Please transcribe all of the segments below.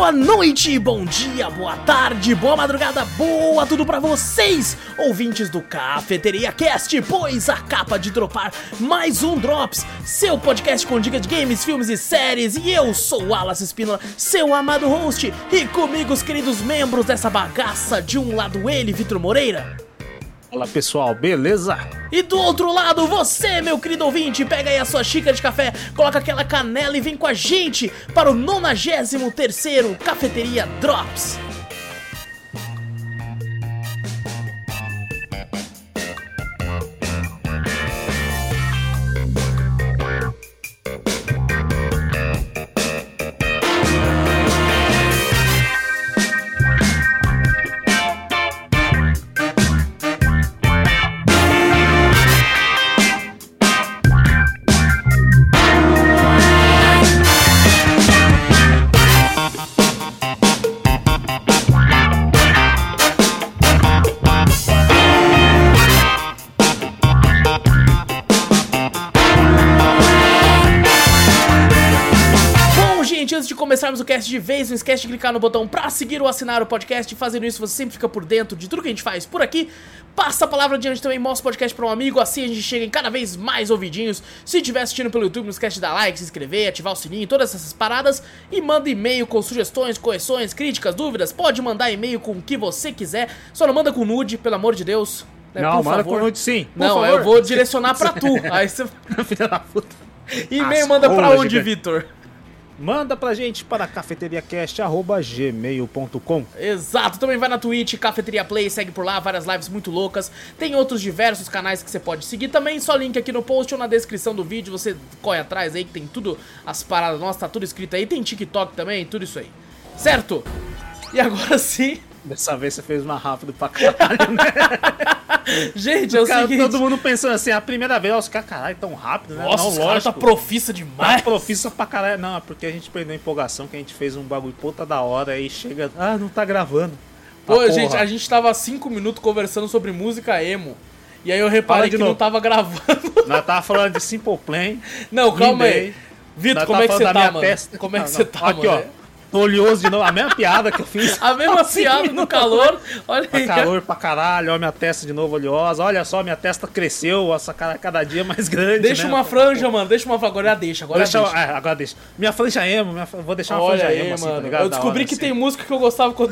Boa noite, bom dia, boa tarde, boa madrugada, boa tudo pra vocês, ouvintes do Cafeteria Cast, pois acaba de dropar mais um Drops, seu podcast com dicas de games, filmes e séries, e eu sou o Wallace Espínola, seu amado host, e comigo os queridos membros dessa bagaça, de um lado ele, Vitor Moreira. Fala pessoal, beleza? E do outro lado, você, meu querido ouvinte, pega aí a sua xícara de café, coloca aquela canela e vem com a gente para o 93º Cafeteria Drops. Antes de começarmos o cast de vez, não esquece de clicar no botão pra seguir ou assinar o podcast. Fazendo isso você sempre fica por dentro de tudo que a gente faz por aqui. Passa a palavra adiante também, mostra o podcast pra um amigo, assim a gente chega em cada vez mais ouvidinhos. Se estiver assistindo pelo YouTube, não esquece de dar like, se inscrever, ativar o sininho, todas essas paradas. E manda e-mail com sugestões, correções, críticas, dúvidas. Pode mandar e-mail com o que você quiser, só não manda com nude, pelo amor de Deus, né? Não, por manda favor. com nude sim. Não, eu vou direcionar pra tu. Aí você... Filha da puta. E-mail manda pra onde, Vitor? Manda pra gente para cafeteriacast@gmail.com. Exato, também vai na Twitch, Cafeteria Play, segue por lá, várias lives muito loucas. Tem outros diversos canais que você pode seguir também, só link aqui no post ou na descrição do vídeo, você corre atrás aí que tem tudo, as paradas nossas, tá tudo escrito aí. Tem TikTok também, tudo isso aí, certo? E agora sim... Dessa vez você fez mais rápido pra caralho, né? Gente, é o seguinte... Todo mundo pensando assim, a primeira vez, os caras, caralho, tão rápido, né? Nossa, não, os caras tá profissa demais. Tá profissa pra caralho. Não, é porque a gente perdeu a empolgação, que a gente fez um bagulho puta da hora, aí chega, não tá gravando. Pô, gente, a gente tava há 5 minutos conversando sobre música emo. E aí eu reparei que não tava gravando. Nós tava falando de Simple Plan. Não, calma aí. Vitor, como é que você tá, mano? Como é que você tá, aqui, mano? Ó. Tô oleoso de novo, a mesma piada que eu fiz. A mesma piada no calor, olha aí. Calor pra caralho, olha minha testa de novo oleosa. Olha só, minha testa cresceu, essa cara cada dia mais grande. Deixa, né? Uma franja, mano, deixa uma franja. Agora deixa. Agora deixa. Minha franja emo, vou deixar uma olha franja aí, emo, assim, mano. tá ligado? Eu descobri que tem música que eu gostava quando...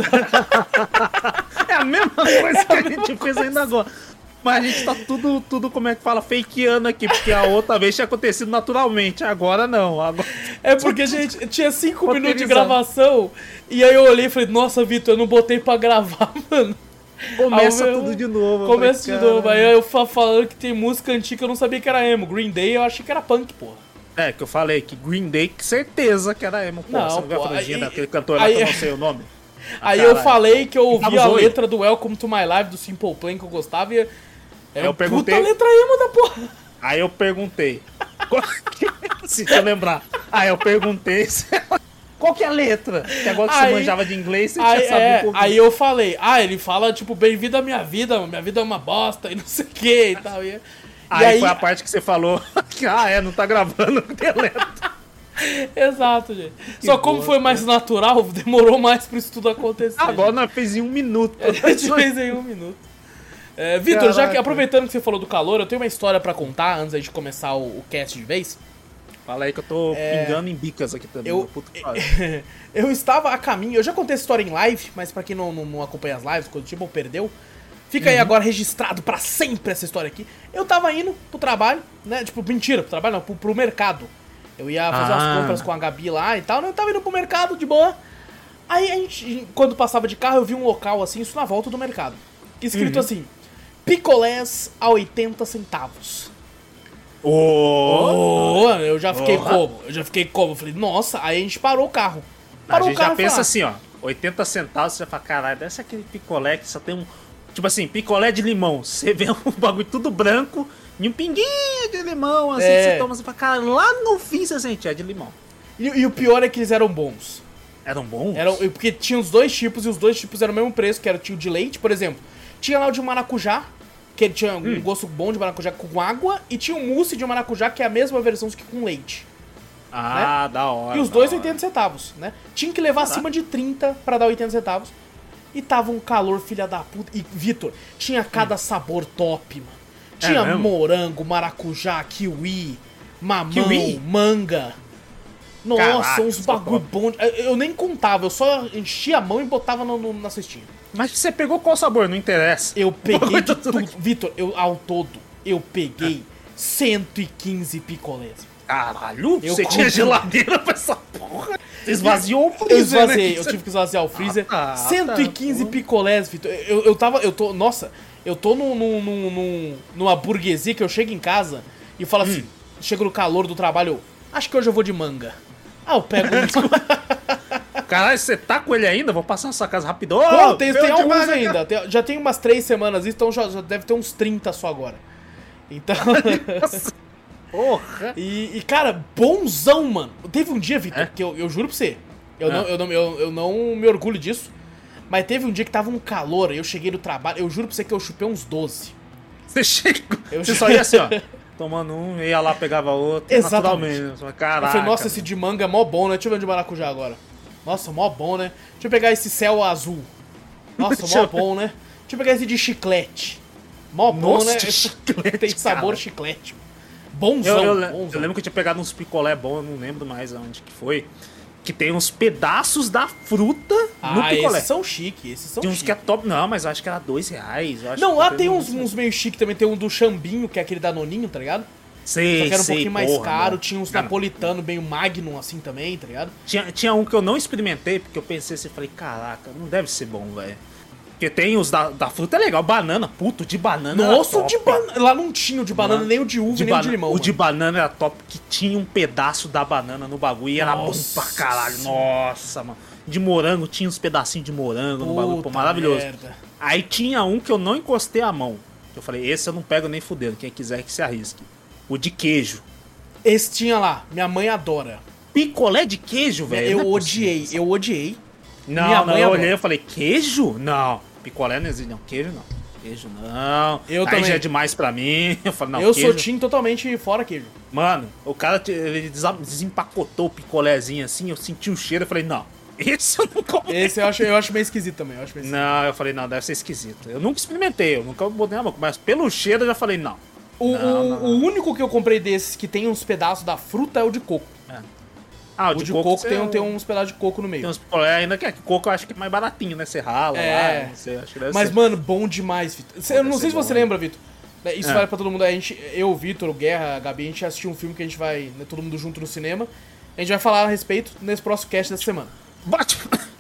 É a mesma coisa que a gente fez ainda agora. Mas a gente tá tudo, como é que fala, fakeando aqui, porque a outra vez tinha acontecido naturalmente, agora não. Agora... É porque, gente, tinha 5 minutos de gravação, e aí eu olhei e falei, nossa, Vitor, eu não botei pra gravar, mano. Começa tudo de novo. Começa de novo, aí eu falando que tem música antiga, eu não sabia que era emo. Green Day eu achei que era punk, porra. É, que eu falei que Green Day, que certeza que era emo, porra. Você não viu a franjinha daquele cantor lá que eu não sei o nome? Aí eu falei que eu ouvi a letra do Welcome to My Life, do Simple Plan, que eu gostava, e... eu perguntei. Puta letra emo da porra. Aí eu perguntei. Se eu lembrar. Aí eu perguntei. Qual que é a letra? Que agora que você manjava de inglês, você já sabia um pouquinho. Aí eu falei, ele fala, tipo, bem-vindo à minha vida é uma bosta e não sei o que e tal. Aí foi a parte que você falou que, não tá gravando, deleta. Exato, gente. Só como foi mais natural, demorou mais pra isso tudo acontecer. Agora nós fez em 1 minuto. A gente fez em 1 minuto. Vitor, já que aproveitando que você falou do calor, eu tenho uma história pra contar antes de começar o cast de vez. Fala aí que eu tô pingando em bicas aqui também. Eu estava a caminho, eu já contei essa história em live, mas pra quem não acompanha as lives, quando tipo perdeu, fica aí agora registrado pra sempre essa história aqui. Eu tava indo pro trabalho, né? Tipo, mentira, pro trabalho não, pro mercado. Eu ia fazer umas compras com a Gabi lá e tal, eu tava indo pro mercado de boa. Aí a gente, quando passava de carro, eu vi um local assim, isso na volta do mercado, escrito assim: picolés a 80 centavos. Eu já fiquei como? Eu falei, nossa, aí a gente parou o carro. A gente já pensa assim, ó, 80 centavos, você já fala, caralho, deve ser aquele picolé que só tem um... Tipo assim, picolé de limão, você vê um bagulho tudo branco e um pinguinho de limão, assim, que você toma, você fala, cara, lá no fim você sente, é de limão. E o pior é que eles eram bons. Eram bons? Porque tinha os dois tipos, e os dois tipos eram o mesmo preço, que era o de leite, por exemplo. Tinha lá o de maracujá, que ele tinha um gosto bom de maracujá com água, e tinha o mousse de maracujá, que é a mesma versão que com leite. Ah, né? da hora. E os dois 80 centavos, né? Tinha que levar acima de 30 pra dar 80 centavos. E tava um calor, filha da puta. E, Vitor, tinha cada sabor top, mano. Tinha morango, maracujá, kiwi, mamão, manga. Nossa, caraca, uns bagulho bom. Eu nem contava, eu só enchia a mão e botava na cestinha. Mas você pegou qual sabor? Não interessa. Eu peguei de tudo. Vitor, ao todo, eu peguei 115 picolés. Caralho, você tinha geladeira pra essa porra? Você esvaziou o freezer, Eu esvaziei, né? eu tive que esvaziar o freezer. 115 picolés, Vitor. Eu tô numa burguesia que eu chego em casa e falo assim, chego no calor do trabalho, acho que hoje eu vou de manga. Eu pego um... Caralho, você tá com ele ainda? Vou passar na sua casa rapidão. Pô, tem alguns ainda. Já tem umas 3 semanas, então já deve ter uns 30 só agora. Então... Porra! E, cara, bonzão, mano. Teve um dia, Vitor, que eu juro pra você, eu não me orgulho disso, mas teve um dia que tava um calor, eu cheguei no trabalho, eu juro pra você que eu chupei uns 12. Você chegou... Você só ia assim, ó, tomando um, ia lá, pegava outro. Exatamente. Naturalmente. Caraca. Eu falei, nossa, esse de manga é mó bom, né? Deixa eu ver de maracujá agora. Nossa, mó bom, né? Deixa eu pegar esse céu azul. Nossa, mó bom, né? Deixa eu pegar esse de chiclete. Mó bom, nossa, né? Chiclete, tem sabor cara. Chiclete. Bonzão, eu lembro que eu tinha pegado uns picolé bons, eu não lembro mais aonde que foi. Que tem uns pedaços da fruta no picolé. Esses são chiques, Tem uns que é top. Não, mas eu acho que era R$2. Eu acho não, que lá tem uns meio chique também. Tem um do Xambinho, que é aquele danoninho, tá ligado? Sei, só que era um pouquinho mais caro. Não. Tinha uns napolitano, meio Magnum assim também, tá ligado? Tinha um que eu não experimentei, porque eu pensei assim, falei, caraca, não deve ser bom, velho. Porque tem os da fruta, é legal. Banana, puto, de banana. Nossa, o de banana. Lá não tinha o de banana, nem o de uva, nem o de limão. O de banana era top, que tinha um pedaço da banana no bagulho e era bom pra caralho. Nossa, mano. De morango, tinha uns pedacinhos de morango no bagulho, pô, maravilhoso. Merda. Aí tinha um que eu não encostei a mão. Eu falei, esse eu não pego nem fudendo, quem quiser que se arrisque. O de queijo. Esse tinha lá, minha mãe adora. Picolé de queijo, velho? Eu odiei. Não, eu olhei e falei, queijo? Não. Picolé não existe, não. Queijo não. Queijo não. Eu aí também. já é demais pra mim. Eu falei, não, eu queijo. sou time totalmente fora queijo. Mano, o cara ele desempacotou o picolézinho assim, eu senti o cheiro, eu falei, não, esse eu não como. Esse eu acho meio esquisito também. Não, eu falei, não, deve ser esquisito. Eu nunca experimentei, eu nunca botei na boca, mas pelo cheiro eu já falei, não. O único que eu comprei desses que tem uns pedaços da fruta é o de coco. Ah, o de coco tem uns pedaços de coco no meio. Tem uns picolé ainda que coco eu acho que é mais baratinho, né? Você rala lá, não sei, acho que deve Mas, ser. mano, bom demais, Vitor. Eu não sei se você lembra, Vitor. Isso vale pra todo mundo. Eu, o Vitor, o Guerra, a Gabi, a gente assistiu um filme que a gente vai, né, todo mundo junto no cinema. A gente vai falar a respeito nesse próximo cast dessa semana. Bate!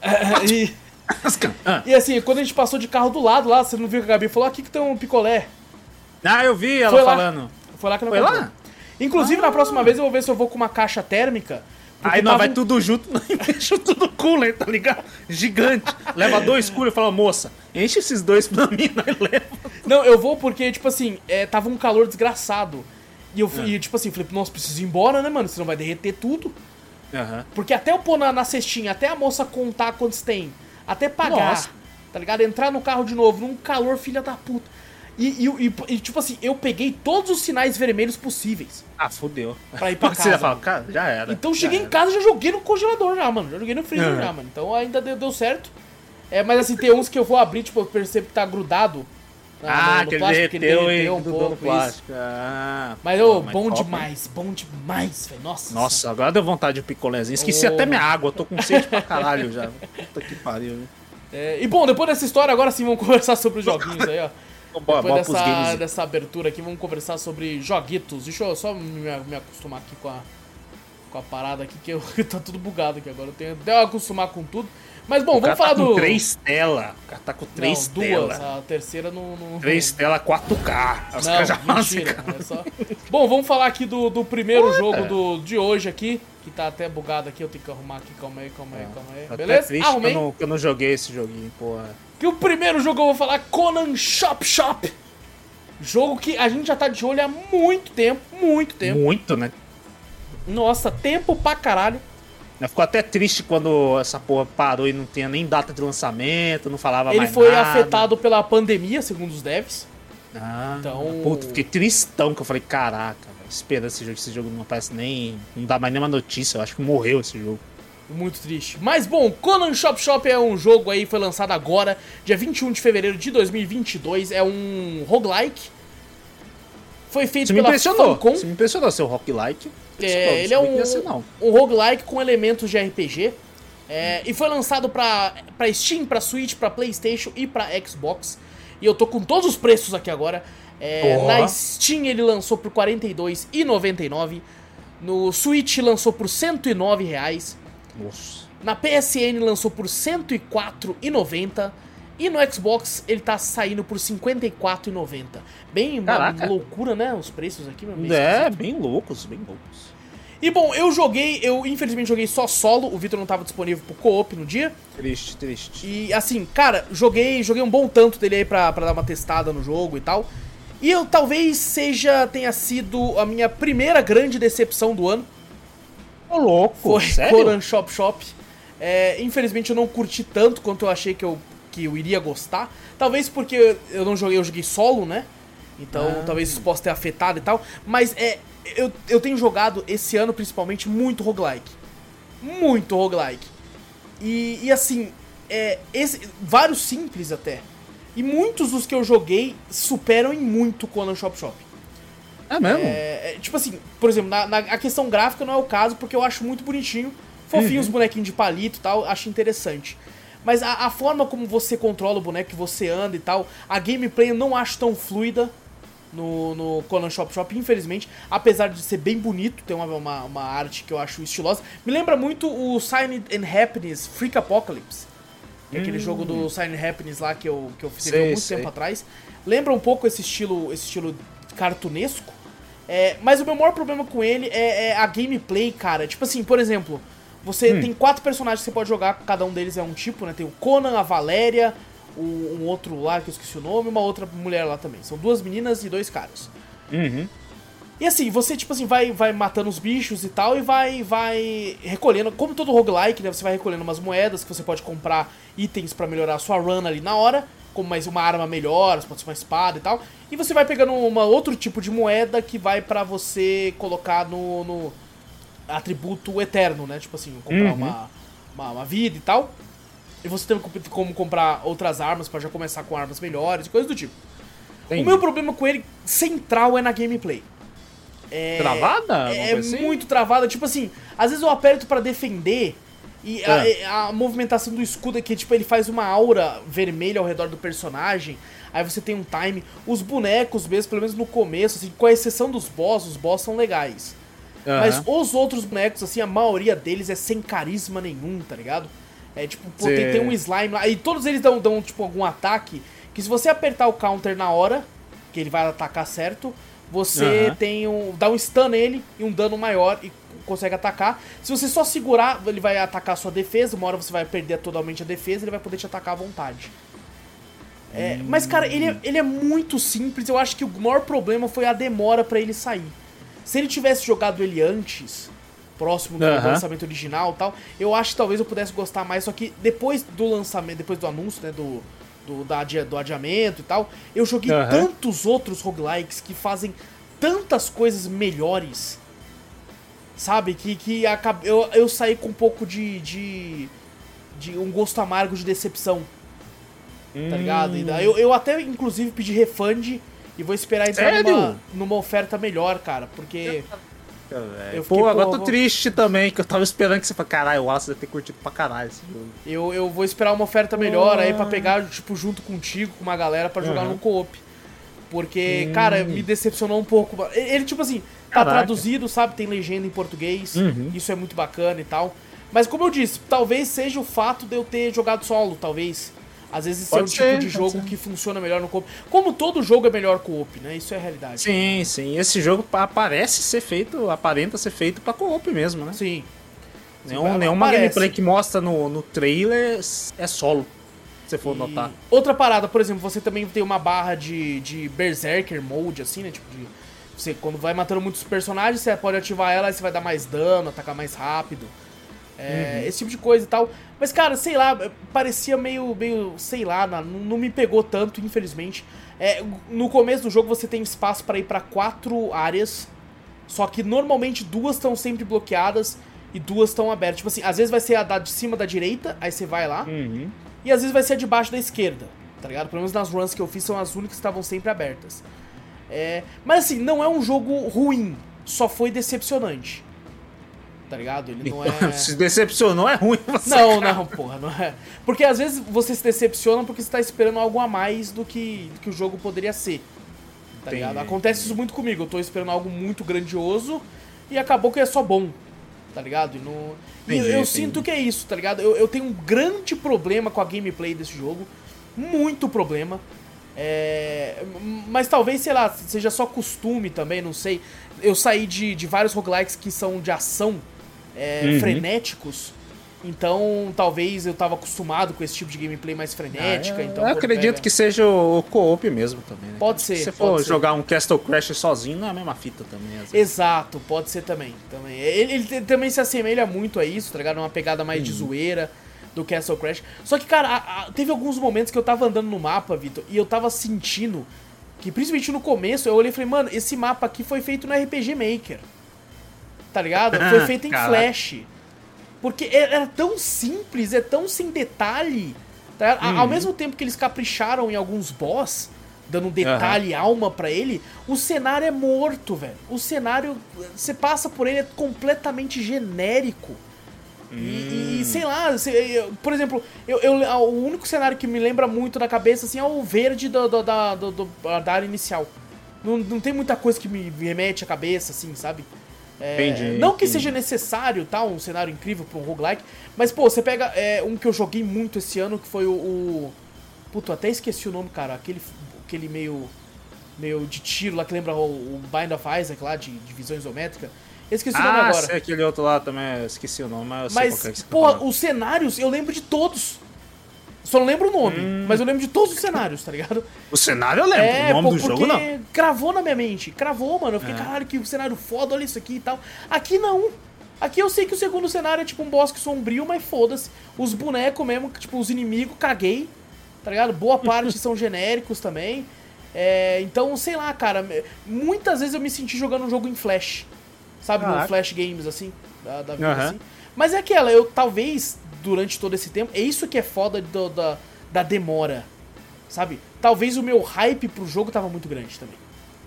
E assim, quando a gente passou de carro do lado lá, você não viu que a Gabi falou, aqui que tem um picolé. Ah, eu vi ela falando. Foi lá que ela Foi comprou. lá? Inclusive, na próxima vez eu vou ver se eu vou com uma caixa térmica. Aí nós vai tudo junto, enche tudo cooler, tá ligado? Gigante. Leva 2 cooler e fala, moça, enche esses 2 pra mim, nós leva. Não, eu vou porque, tipo assim, tava um calor desgraçado. E tipo assim, falei, nossa, preciso ir embora, né, mano? Senão vai derreter tudo. Porque até eu pôr na cestinha, até a moça contar quantos tem, até pagar, tá ligado? Entrar no carro de novo, num calor filha da puta. E tipo assim, eu peguei todos os sinais vermelhos possíveis. Ah, fodeu. Pra ir pra casa. Você já fala, cara, já era. Então cheguei em casa e já joguei no congelador já, mano. Já joguei no freezer já, mano. Então ainda deu certo. Mas assim, tem uns que eu vou abrir, tipo, eu percebo que tá grudado no que plástico, ele derreteu um pouco no plástico. Mas, bom demais, velho. Nossa, agora deu vontade de um picolézinho. Esqueci até minha água, tô com sede pra caralho já. Puta que pariu, viu? E bom, depois dessa história, agora sim vamos conversar sobre os joguinhos aí, ó. Depois dessa abertura aqui, vamos conversar sobre joguitos. Deixa eu só me acostumar aqui com a parada aqui, que tá tudo bugado aqui agora. Eu tenho até acostumar com tudo. Mas bom, vamos falar do... 3 telas. O cara tá com 3 telas. A terceira não... 3 telas 4K. Os caras já mentira. Bom, vamos falar aqui do primeiro jogo de hoje aqui. Que tá até bugado aqui, eu tenho que arrumar aqui. Calma aí. Beleza? Arrumei. Eu não joguei esse joguinho, porra. Que o primeiro jogo eu vou falar, Conan Shop. Jogo que a gente já tá de olho há muito tempo. Muito, né? Nossa, tempo pra caralho. Ficou até triste quando essa porra parou e não tinha nem data de lançamento, não falava mais nada. Ele foi afetado pela pandemia, segundo os devs. Então... Puta, fiquei tristão, que eu falei, caraca, velho, esperando esse jogo não aparece nem... Não dá mais nenhuma notícia, eu acho que morreu esse jogo. Muito triste. Mas bom, Conan Shop Shop é um jogo aí, foi lançado agora, dia 21 de fevereiro de 2022, é um roguelike. Foi feito pela Funcom. Você me impressionou, seu roguelike. Ele é um roguelike com elementos de RPG. E foi lançado pra Steam, pra Switch, pra PlayStation e pra Xbox. E eu tô com todos os preços aqui agora. Na Steam ele lançou por R$ 42,99. No Switch lançou por R$ 109,00. Nossa. Na PSN lançou por R$ 104,90. E no Xbox ele tá saindo por R$ 54,90. Bem uma loucura, né? Os preços aqui, meu amigo. Bem loucos, bem loucos. E bom, eu infelizmente joguei só solo, o Vitor não tava disponível pro co-op no dia. Triste. E assim, cara, joguei um bom tanto dele aí pra dar uma testada no jogo e tal. E eu talvez tenha sido a minha primeira grande decepção do ano. Ô, louco, foi sério? Conan Shop Shop. Infelizmente eu não curti tanto quanto eu achei que eu iria gostar. Talvez porque eu joguei solo, né? Então talvez isso possa ter afetado e tal. Mas eu tenho jogado esse ano principalmente muito roguelike. Muito roguelike. E assim, vários simples até. E muitos dos que eu joguei superam em muito Conan Shop Shop. É mesmo? Tipo assim, por exemplo, a questão gráfica não é o caso, porque eu acho muito bonitinho. Fofinho os bonequinhos de palito e tal, acho interessante. Mas a forma como você controla o boneco, que você anda e tal, a gameplay eu não acho tão fluida no Conan Shop Shop, infelizmente. Apesar de ser bem bonito, tem uma arte que eu acho estilosa. Me lembra muito o Silent and Happiness Freak Apocalypse. Que é aquele jogo do Silent Happiness lá que eu fiz há muito tempo atrás. Lembra um pouco esse estilo cartunesco. Mas o meu maior problema com ele é a gameplay, cara. Tipo assim, por exemplo, você tem 4 personagens que você pode jogar, cada um deles é um tipo, né? Tem o Conan, a Valéria, um outro lá que eu esqueci o nome, e uma outra mulher lá também. São 2 meninas e 2 caras. E assim, você tipo assim, vai matando os bichos e tal, e vai recolhendo, como todo roguelike, né? Você vai recolhendo umas moedas que você pode comprar itens pra melhorar a sua run ali na hora, como mais uma arma melhor, pode ser uma espada e tal. E você vai pegando outro tipo de moeda que vai pra você colocar no atributo eterno, né? Tipo assim, comprar uma vida e tal. E você tem como comprar outras armas pra já começar com armas melhores e coisas do tipo. Entendi. O meu problema com ele central é na gameplay. Travada? Muito travada. Tipo assim, às vezes eu aperto pra defender e a movimentação do escudo é que tipo, ele faz uma aura vermelha ao redor do personagem. Aí você tem um time. Os bonecos mesmo, pelo menos no começo, assim, com a exceção dos boss, os boss são legais. Mas os outros bonecos, assim, a maioria deles é sem carisma nenhum, tá ligado? Tipo, pô, tem um slime lá. E todos eles dão tipo, algum ataque que se você apertar o counter na hora, que ele vai atacar certo, você dá um stun nele e um dano maior e consegue atacar. Se você só segurar, ele vai atacar a sua defesa. Uma hora você vai perder totalmente a defesa e ele vai poder te atacar à vontade. Mas, cara, ele é muito simples. Eu acho que o maior problema foi a demora pra ele sair. Se ele tivesse jogado ele antes, próximo do lançamento original e tal, eu acho que talvez eu pudesse gostar mais. Só que depois do lançamento, depois do anúncio, né, do adiamento e tal, eu joguei tantos outros roguelikes que fazem tantas coisas melhores, sabe? Que eu saí com um pouco de um gosto amargo de decepção, tá ligado? E daí eu até, inclusive, pedi refund e vou esperar entrar numa oferta melhor, cara, porque... agora tô triste também, que eu tava esperando que você falasse, caralho, o Wallace deve ter curtido pra caralho esse jogo. Eu vou esperar uma oferta melhor aí pra pegar, tipo, junto contigo, com uma galera, pra jogar no co-op. Porque, cara, me decepcionou um pouco. Ele, tipo assim, tá traduzido, sabe? Tem legenda em português, isso é muito bacana e tal. Mas como eu disse, talvez seja o fato de eu ter jogado solo, talvez. Às vezes esse é um tipo de jogo que funciona melhor no co-op. Como todo jogo é melhor co-op, né? Isso é a realidade. Sim. Esse jogo aparenta ser feito pra co-op mesmo, né? Sim. Nenhuma gameplay que mostra no trailer é solo, se você for notar. Outra parada, por exemplo, você também tem uma barra de Berserker Mode, assim, né? Tipo, você quando vai matando muitos personagens, você pode ativar ela e você vai dar mais dano, atacar mais rápido. Esse tipo de coisa e tal. Mas, cara, sei lá, parecia meio sei lá, não me pegou tanto, infelizmente. No começo do jogo você tem espaço pra ir pra 4 áreas, só que normalmente 2 estão sempre bloqueadas e 2 estão abertas. Tipo assim, às vezes vai ser a de cima da direita, aí você vai lá, e às vezes vai ser a de baixo da esquerda, tá ligado? Pelo menos nas runs que eu fiz são as únicas que estavam sempre abertas. Mas assim, não é um jogo ruim, só foi decepcionante. Tá ligado? Ele não é... Se decepcionou, é ruim você, Não, porra, não é. Porque às vezes você se decepciona porque você tá esperando algo a mais do que o jogo poderia ser. Tá ligado? Acontece isso muito comigo. Eu tô esperando algo muito grandioso e acabou que é só bom. Tá ligado? Eu sinto que é isso, tá ligado? Eu tenho um grande problema com a gameplay desse jogo. Muito problema. Mas talvez, sei lá, seja só costume também, não sei. Eu saí de vários roguelikes que são de ação, frenéticos. Então, talvez eu tava acostumado com esse tipo de gameplay mais frenética. Então, eu acredito que seja o co-op mesmo também, né? Pode ser. Se você for jogar um Castle Crash sozinho, não é a mesma fita também. Às vezes. Exato, pode ser também. Ele também se assemelha muito a isso, tá ligado? Uma pegada mais de zoeira do Castle Crash. Só que, cara, teve alguns momentos que eu tava andando no mapa, Vitor, e eu tava sentindo que, principalmente no começo, eu olhei e falei, mano, esse mapa aqui foi feito no RPG Maker. Tá ligado? Foi feito em Flash. Porque era tão simples, é tão sem detalhe. Tá? Ao mesmo tempo que eles capricharam em alguns boss, dando um detalhe e alma pra ele, o cenário é morto, velho. O cenário, você passa por ele, é completamente genérico. E sei lá, por exemplo, o único cenário que me lembra muito na cabeça assim, é o verde da área inicial. Não tem muita coisa que me remete à cabeça, assim, sabe? Não que seja necessário, tá, um cenário incrível pra um roguelike, mas, pô, você pega um que eu joguei muito esse ano, que foi Puta, eu até esqueci o nome, cara, aquele meio de tiro lá, que lembra o Bind of Isaac lá, de visão isométrica. Eu esqueci o nome agora. Sei, aquele outro lá também, eu esqueci o nome, mas eu sei qual é que você pô, os cenários, eu lembro de todos. Só não lembro o nome, mas eu lembro de todos os cenários, tá ligado? O cenário eu lembro, o nome do jogo não. Gravou na minha mente, gravou, mano. Eu fiquei, caralho, que cenário foda, olha isso aqui e tal. Aqui não. Aqui eu sei que o segundo cenário é tipo um bosque sombrio, mas foda-se. Os bonecos mesmo, tipo, os inimigos, caguei, tá ligado? Boa parte são genéricos também. Então, sei lá, cara, muitas vezes eu me senti jogando um jogo em Flash. Sabe, no Flash Games, assim, da vida, assim. Mas é aquela, talvez, durante todo esse tempo, é isso que é foda da demora, sabe? Talvez o meu hype pro jogo tava muito grande também.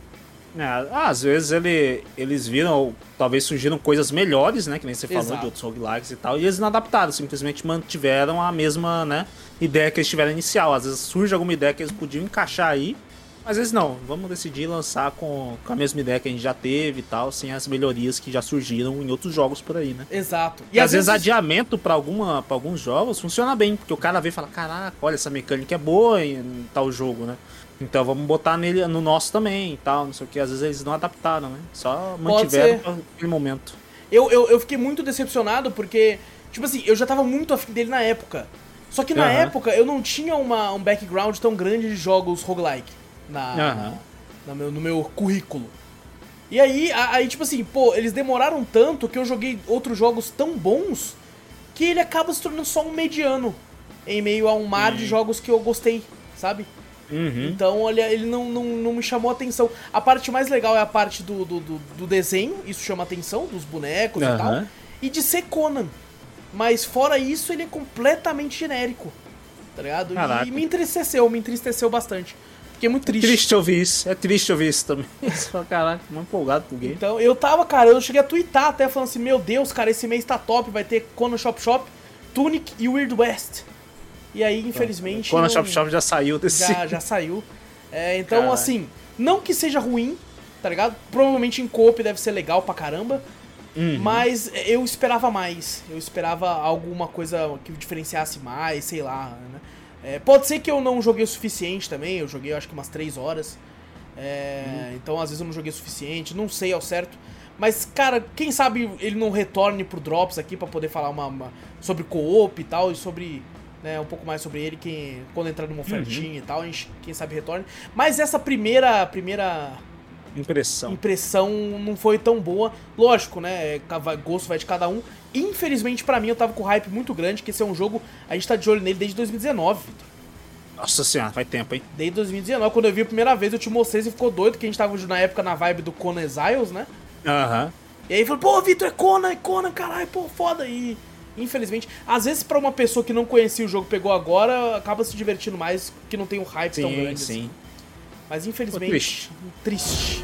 Às vezes eles viram, talvez surgiram coisas melhores, né, que nem você falou, Exato. de outros roguelikes e tal, e eles não adaptaram, simplesmente mantiveram a mesma, né, ideia que eles tiveram inicial. Às vezes surge alguma ideia que eles podiam encaixar aí, mas às vezes não, vamos decidir lançar com a mesma ideia que a gente já teve e tal, sem as melhorias que já surgiram em outros jogos por aí, né? Exato. E às vezes adiamento pra alguns jogos funciona bem, porque o cara vê e fala, caraca, olha, essa mecânica é boa em tal jogo, né? Então vamos botar no nosso também e tal, não sei o que. Às vezes eles não adaptaram, né? Só mantiveram pra aquele momento. Eu fiquei muito decepcionado porque, tipo assim, eu já tava muito afim dele na época. Só que na época eu não tinha um background tão grande de jogos roguelike no meu currículo. E aí, tipo assim, pô, eles demoraram tanto que eu joguei outros jogos tão bons que ele acaba se tornando só um mediano em meio a um mar de jogos que eu gostei, sabe? Então, olha, ele não me chamou a atenção. A parte mais legal é a parte do desenho, isso chama atenção, dos bonecos e tal, e de ser Conan. Mas fora isso, ele é completamente genérico, tá ligado? Caraca. E me entristeceu bastante. Fiquei muito triste. É triste ouvir isso também. Você fala, caraca, muito empolgado pro game. Então, eu cheguei a twittar até falando assim, meu Deus, cara, esse mês tá top, vai ter Conan Shop Shop, Tunic e Weird West. E aí, infelizmente... Conan Shop Shop já saiu desse... Já saiu. Então, caraca, assim, não que seja ruim, tá ligado? Provavelmente em co-op deve ser legal pra caramba, mas eu esperava mais. Eu esperava alguma coisa que diferenciasse mais, sei lá, né? Pode ser que eu não joguei o suficiente também, eu joguei acho que umas 3 horas. Então às vezes eu não joguei o suficiente, não sei ao certo. Mas, cara, quem sabe ele não retorne pro Drops aqui pra poder falar sobre co-op e tal, e sobre... um pouco mais sobre ele, quando entrar numa ofertinha e tal, a gente, quem sabe, retorne. Mas essa primeira impressão não foi tão boa. Lógico, né? Gosto vai de cada um. Infelizmente, pra mim, eu tava com hype muito grande, que esse é um jogo, a gente tá de olho nele desde 2019, Vitor. Nossa senhora, faz tempo, hein? Desde 2019, quando eu vi a primeira vez, eu te mostrei, você ficou doido, que a gente tava na época na vibe do Conan Exiles, né? Aham. E aí falou, pô, Vitor, é Conan, caralho, pô, foda. E, infelizmente, às vezes pra uma pessoa que não conhecia o jogo, pegou agora, acaba se divertindo mais, que não tem um hype tão grande. Sim. Assim. Mas, infelizmente, triste.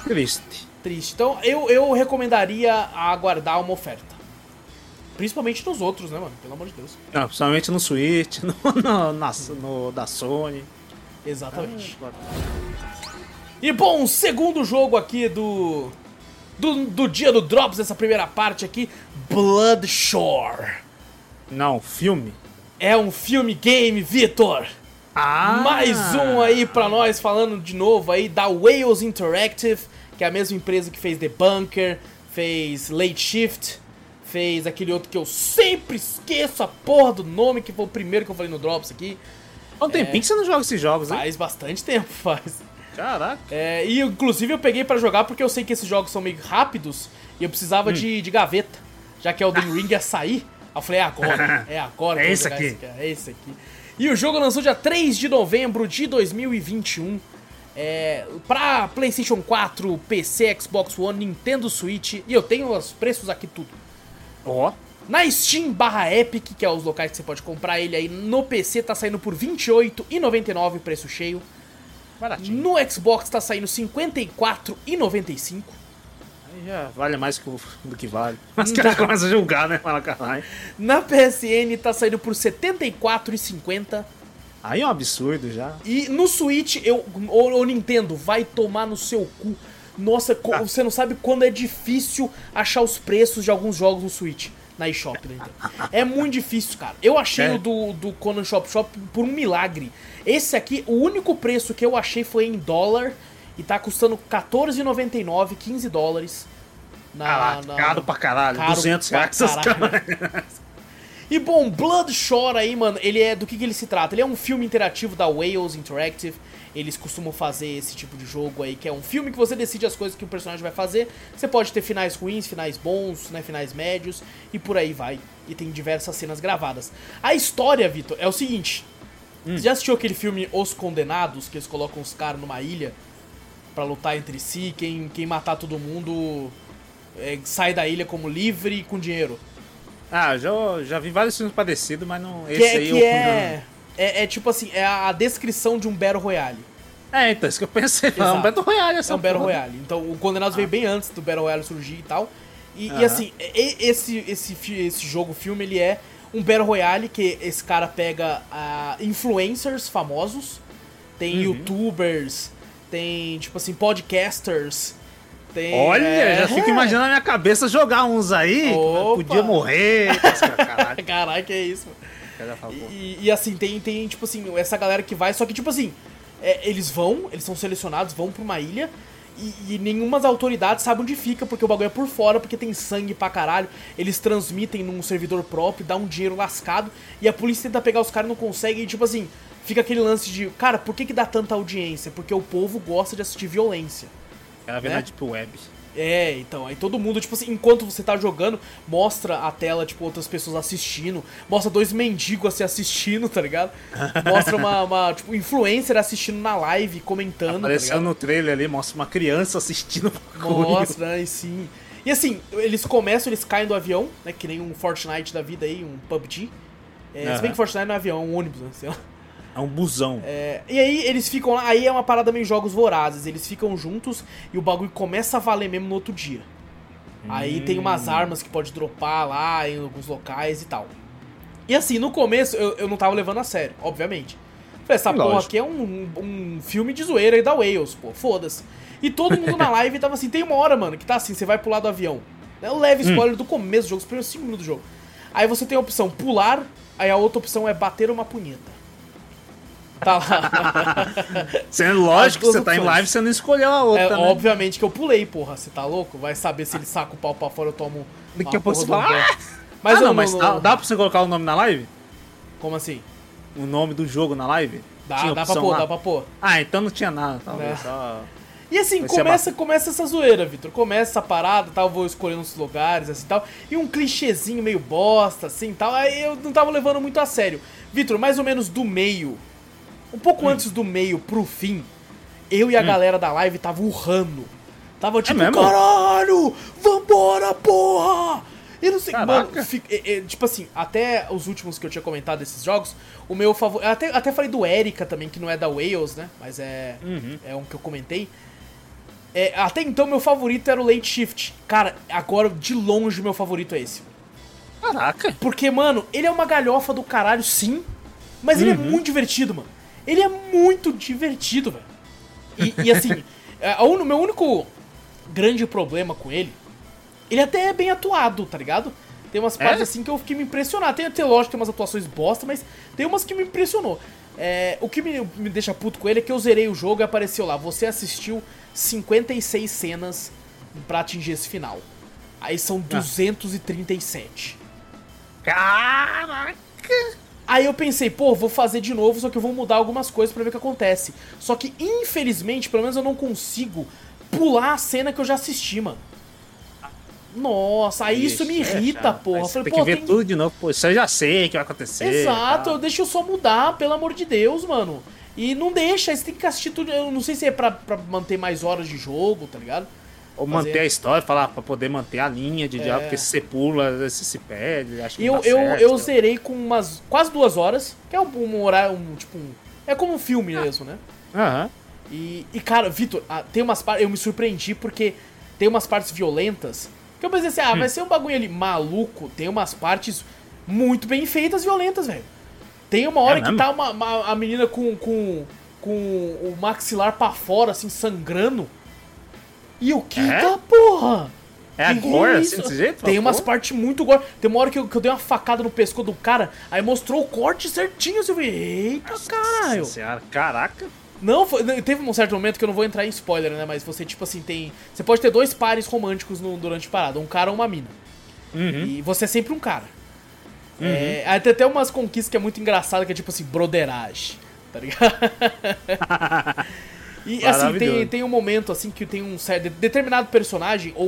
Então, eu recomendaria aguardar uma oferta. Principalmente nos outros, né, mano? Pelo amor de Deus. Não, principalmente no Switch, no da Sony. Exatamente. E bom, segundo jogo aqui do dia do Drops, dessa primeira parte aqui, Bloodshore. Não, filme. É um filme game, Vitor. Mais um aí pra nós, falando de novo aí da Wales Interactive, que é a mesma empresa que fez The Bunker, fez Late Shift, fez aquele outro que eu sempre esqueço a porra do nome, que foi o primeiro que eu falei no Drops aqui. Há um tempinho que você não joga esses jogos, hein? Faz bastante tempo, faz. Caraca. E inclusive eu peguei pra jogar porque eu sei que esses jogos são meio rápidos e eu precisava de gaveta, já que Elden Ring ia sair. Aí eu falei, é agora. É esse aqui. É esse aqui. E o jogo lançou dia 3 de novembro de 2021. Pra PlayStation 4, PC, Xbox One, Nintendo Switch. E eu tenho os preços aqui tudo. Na Steam/Epic, que é os locais que você pode comprar ele aí. No PC tá saindo por R$ 28,99 preço cheio. Baratinho. No Xbox tá saindo R$ 54,95. Aí já vale mais do que vale. Mas que ela começa a julgar, né? Fala, caralho. Na PSN tá saindo por R$ 74,50. Aí é um absurdo já. E no Switch, o Nintendo vai tomar no seu cu. Nossa, você não sabe quando é difícil achar os preços de alguns jogos no Switch, na eShop, né? É muito difícil, cara. Eu achei o do Conan Shop por um milagre. Esse aqui, o único preço que eu achei foi em dólar e tá custando $14,99, $15. Caro pra caralho, R$200. E bom, Bloodshore aí, mano, ele é do que ele se trata? Ele é um filme interativo da Wales Interactive. Eles costumam fazer esse tipo de jogo aí, que é um filme que você decide as coisas que o personagem vai fazer. Você pode ter finais ruins, finais bons, né, finais médios, e por aí vai. E tem diversas cenas gravadas. A história, Vitor, é o seguinte. Você já assistiu aquele filme Os Condenados, que eles colocam os caras numa ilha pra lutar entre si? Quem matar todo mundo sai da ilha como livre e com dinheiro. Já vi vários filmes parecidos, mas não... É tipo assim, é a descrição de um Battle Royale. Então, isso que eu pensei. É um Battle Royale essa É um Battle Royale. Então, o Condenados veio bem antes do Battle Royale surgir e tal. E assim, esse jogo-filme, ele é um Battle Royale que esse cara pega influencers famosos, tem youtubers, tem, tipo assim, podcasters, tem... Olha, já fico imaginando na minha cabeça jogar uns aí, podia morrer, caralho. Caralho, que é isso, mano. E assim, tem, tipo assim, essa galera que vai, só que, tipo assim, eles são selecionados, vão pra uma ilha e nenhuma das autoridades sabe onde fica, porque o bagulho é por fora, porque tem sangue pra caralho. Eles transmitem num servidor próprio, dá um dinheiro lascado, e a polícia tenta pegar os caras e não consegue, e tipo assim, fica aquele lance de, cara, por que dá tanta audiência? Porque o povo gosta de assistir violência. Ela vem na Deep Web. Então, aí todo mundo, tipo assim, enquanto você tá jogando, mostra a tela, tipo, outras pessoas assistindo, mostra dois mendigos assim assistindo, tá ligado? Mostra uma tipo, influencer assistindo na live, comentando, aparecendo no trailer ali, mostra uma criança assistindo. Mostra, né, sim. E assim, eles caem do avião, né, que nem um Fortnite da vida aí, um PUBG. Se bem que Fortnite não é avião, é um ônibus, né, sei lá. É um busão. E aí eles ficam lá, aí é uma parada meio jogos vorazes, eles ficam juntos e o bagulho começa a valer mesmo no outro dia. Aí tem umas armas que pode dropar lá em alguns locais e tal. E assim, no começo eu não tava levando a sério, obviamente. Falei, essa porra aqui é um filme de zoeira aí da Wales, pô, foda-se. E todo mundo na live tava assim, tem uma hora, mano, que tá assim, você vai pular do avião. É um leve spoiler do começo do jogo, os primeiros 5 minutos do jogo. Aí você tem a opção pular, aí a outra opção é bater uma punheta. Tá lá. Sendo lógico que você tá em live, você não escolheu a outra, né? Obviamente que eu pulei, porra. Você tá louco? Vai saber se ele saca o pau pra fora, eu tomo... Daqui a pouco você fala... Mas dá pra você colocar o nome na live? Como assim? O nome do jogo na live? Dá pra pôr. Então não tinha nada, talvez. E assim, começa essa zoeira, Vitor. Começa essa parada, tal, vou escolhendo os lugares, assim, tal. E um clichêzinho meio bosta, assim, tal. Aí eu não tava levando muito a sério. Vitor, mais ou menos do meio, um pouco antes do meio pro fim, eu e a galera da live tava urrando. Tava tipo, caralho, vambora, porra! Eu não sei, mano, tipo assim, até os últimos que eu tinha comentado desses jogos, o meu favorito, até falei do Erika também, que não é da Wales, né, mas é um que eu comentei. Até então, meu favorito era o Late Shift. Cara, agora, de longe, meu favorito é esse. Caraca. Porque, mano, ele é uma galhofa do caralho, sim, mas ele é muito divertido, mano. Ele é muito divertido, velho. E assim, o meu único grande problema com ele até é bem atuado, tá ligado? Tem umas partes assim que eu fiquei me impressionar. Lógico, tem umas atuações bosta, mas tem umas que me impressionou. O que me deixa puto com ele é que eu zerei o jogo e apareceu lá, você assistiu 56 cenas pra atingir esse final. Aí são 237. Caraca! Aí eu pensei, pô, vou fazer de novo, só que eu vou mudar algumas coisas pra ver o que acontece. Só que, infelizmente, pelo menos eu não consigo pular a cena que eu já assisti, mano. Nossa, aí isso me irrita, porra. Você falei, tem que ver tudo de novo, pô, isso eu já sei que vai acontecer. Exato, deixa eu só mudar, pelo amor de Deus, mano. E não deixa, aí você tem que assistir tudo. Eu não sei se é pra manter mais horas de jogo, tá ligado? Ou manter a história, falar, pra poder manter a linha de diálogo, porque se você pula, você se perde, acho que eu zerei com umas quase 2 horas, que é um horário, é como um filme mesmo, né? Aham. E cara, Vitor, tem umas partes, eu me surpreendi porque tem umas partes violentas, que eu pensei assim, vai ser um bagulho ali maluco, tem umas partes muito bem feitas violentas, velho. Tem uma hora que tá a menina com o maxilar pra fora, assim, sangrando. E o que da porra? É gore, assim, desse jeito? Tem umas partes muito gore. Tem uma hora que eu dei uma facada no pescoço do cara, aí mostrou o corte certinho, assim, eu falei, eita, caralho. Nossa senhora, caraca. Não, teve um certo momento que eu não vou entrar em spoiler, né, mas você, tipo assim, você pode ter 2 pares românticos durante a parada, um cara ou uma mina. E você é sempre um cara. Aí tem até umas conquistas que é muito engraçada, que é tipo assim, broderagem, tá ligado? E assim, tem um momento assim que tem um certo determinado personagem, ou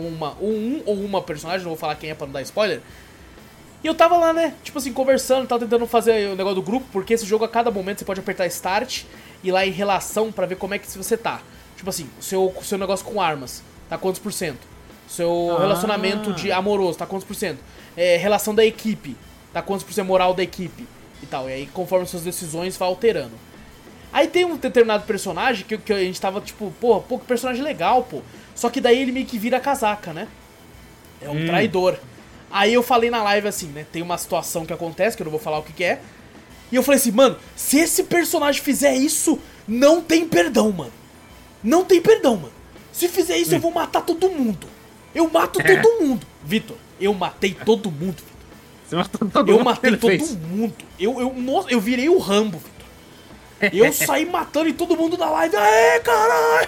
uma personagem, não vou falar quem é pra não dar spoiler. E eu tava lá, né, tipo assim, conversando, tava tentando fazer o negócio do grupo, porque esse jogo a cada momento você pode apertar Start e ir lá em relação pra ver como é que você tá. Tipo assim, o seu negócio com armas, tá quantos por cento? Seu relacionamento amoroso, tá quantos por cento? Relação da equipe, tá quantos por cento moral da equipe e tal. E aí, conforme suas decisões, vai alterando. Aí tem um determinado personagem que a gente tava tipo, pô, que personagem legal, pô. Só que daí ele meio que vira casaca, né? É um traidor. Aí eu falei na live assim, né? Tem uma situação que acontece, que eu não vou falar o que é. E eu falei assim, mano, se esse personagem fizer isso, não tem perdão, mano. Não tem perdão, mano. Se fizer isso, eu vou matar todo mundo. Eu mato todo mundo. Vitor, eu matei todo mundo, Vitor. Você matou todo mundo? Eu matei todo mundo. Nossa, eu virei o Rambo, Vitor. Eu saí matando e todo mundo da live. Aê, caralho!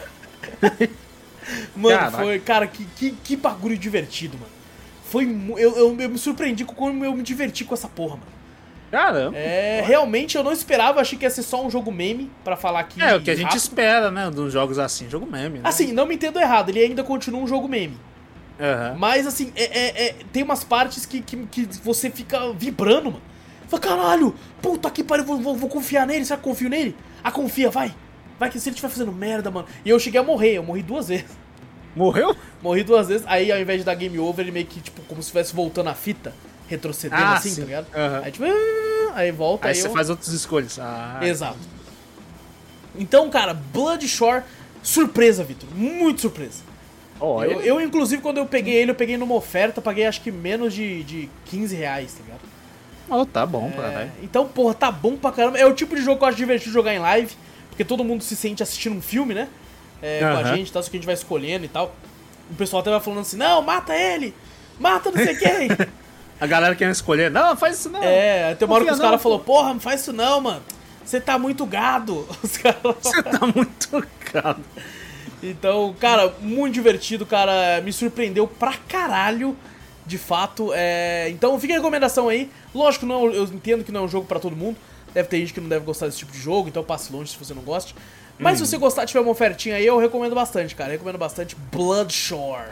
Mano, caraca. Foi, cara, que bagulho divertido, mano. Eu me surpreendi com como eu me diverti com essa porra, mano. Caramba. Realmente eu não esperava, achei que ia ser só um jogo meme, pra falar aqui. O que a gente espera, né, dos jogos assim, jogo meme, né? Assim, não me entendo errado, ele ainda continua um jogo meme. Mas assim, tem umas partes que você fica vibrando, mano. Fala, caralho, puta que pariu, vou confiar nele, será que confio nele? Confia, vai. Vai que se ele estiver fazendo merda, mano. E eu cheguei a morrer, eu morri 2 vezes. Morreu? Morri 2 vezes, aí ao invés de dar game over, ele meio que, tipo, como se estivesse voltando a fita, retrocedendo assim, sim. Tá ligado? Aí tipo, aí volta, aí você faz outras escolhas. Exato. Então, cara, Bloodshore, surpresa, Vitor, muito surpresa. Eu, inclusive, quando eu peguei numa oferta, paguei acho que menos de 15 reais, tá ligado? Tá bom, caralho. Então, porra, tá bom pra caramba. É o tipo de jogo que eu acho divertido jogar em live, porque todo mundo se sente assistindo um filme, né? Com a gente, tal, isso que a gente vai escolhendo e tal. O pessoal até vai falando assim, não, mata ele! Mata não sei quem! A galera querendo escolher, não, faz isso não! Tem uma hora que os caras falaram, porra, não faz isso não, mano! Você tá muito gado! Você tá muito gado! Então, cara, muito divertido, cara, me surpreendeu pra caralho. De fato, então fica a recomendação aí. Lógico, não, eu entendo que não é um jogo pra todo mundo. Deve ter gente que não deve gostar desse tipo de jogo, então passe longe se você não gosta. Mas se você gostar, tiver uma ofertinha aí, eu recomendo bastante, cara. Recomendo bastante Bloodshore.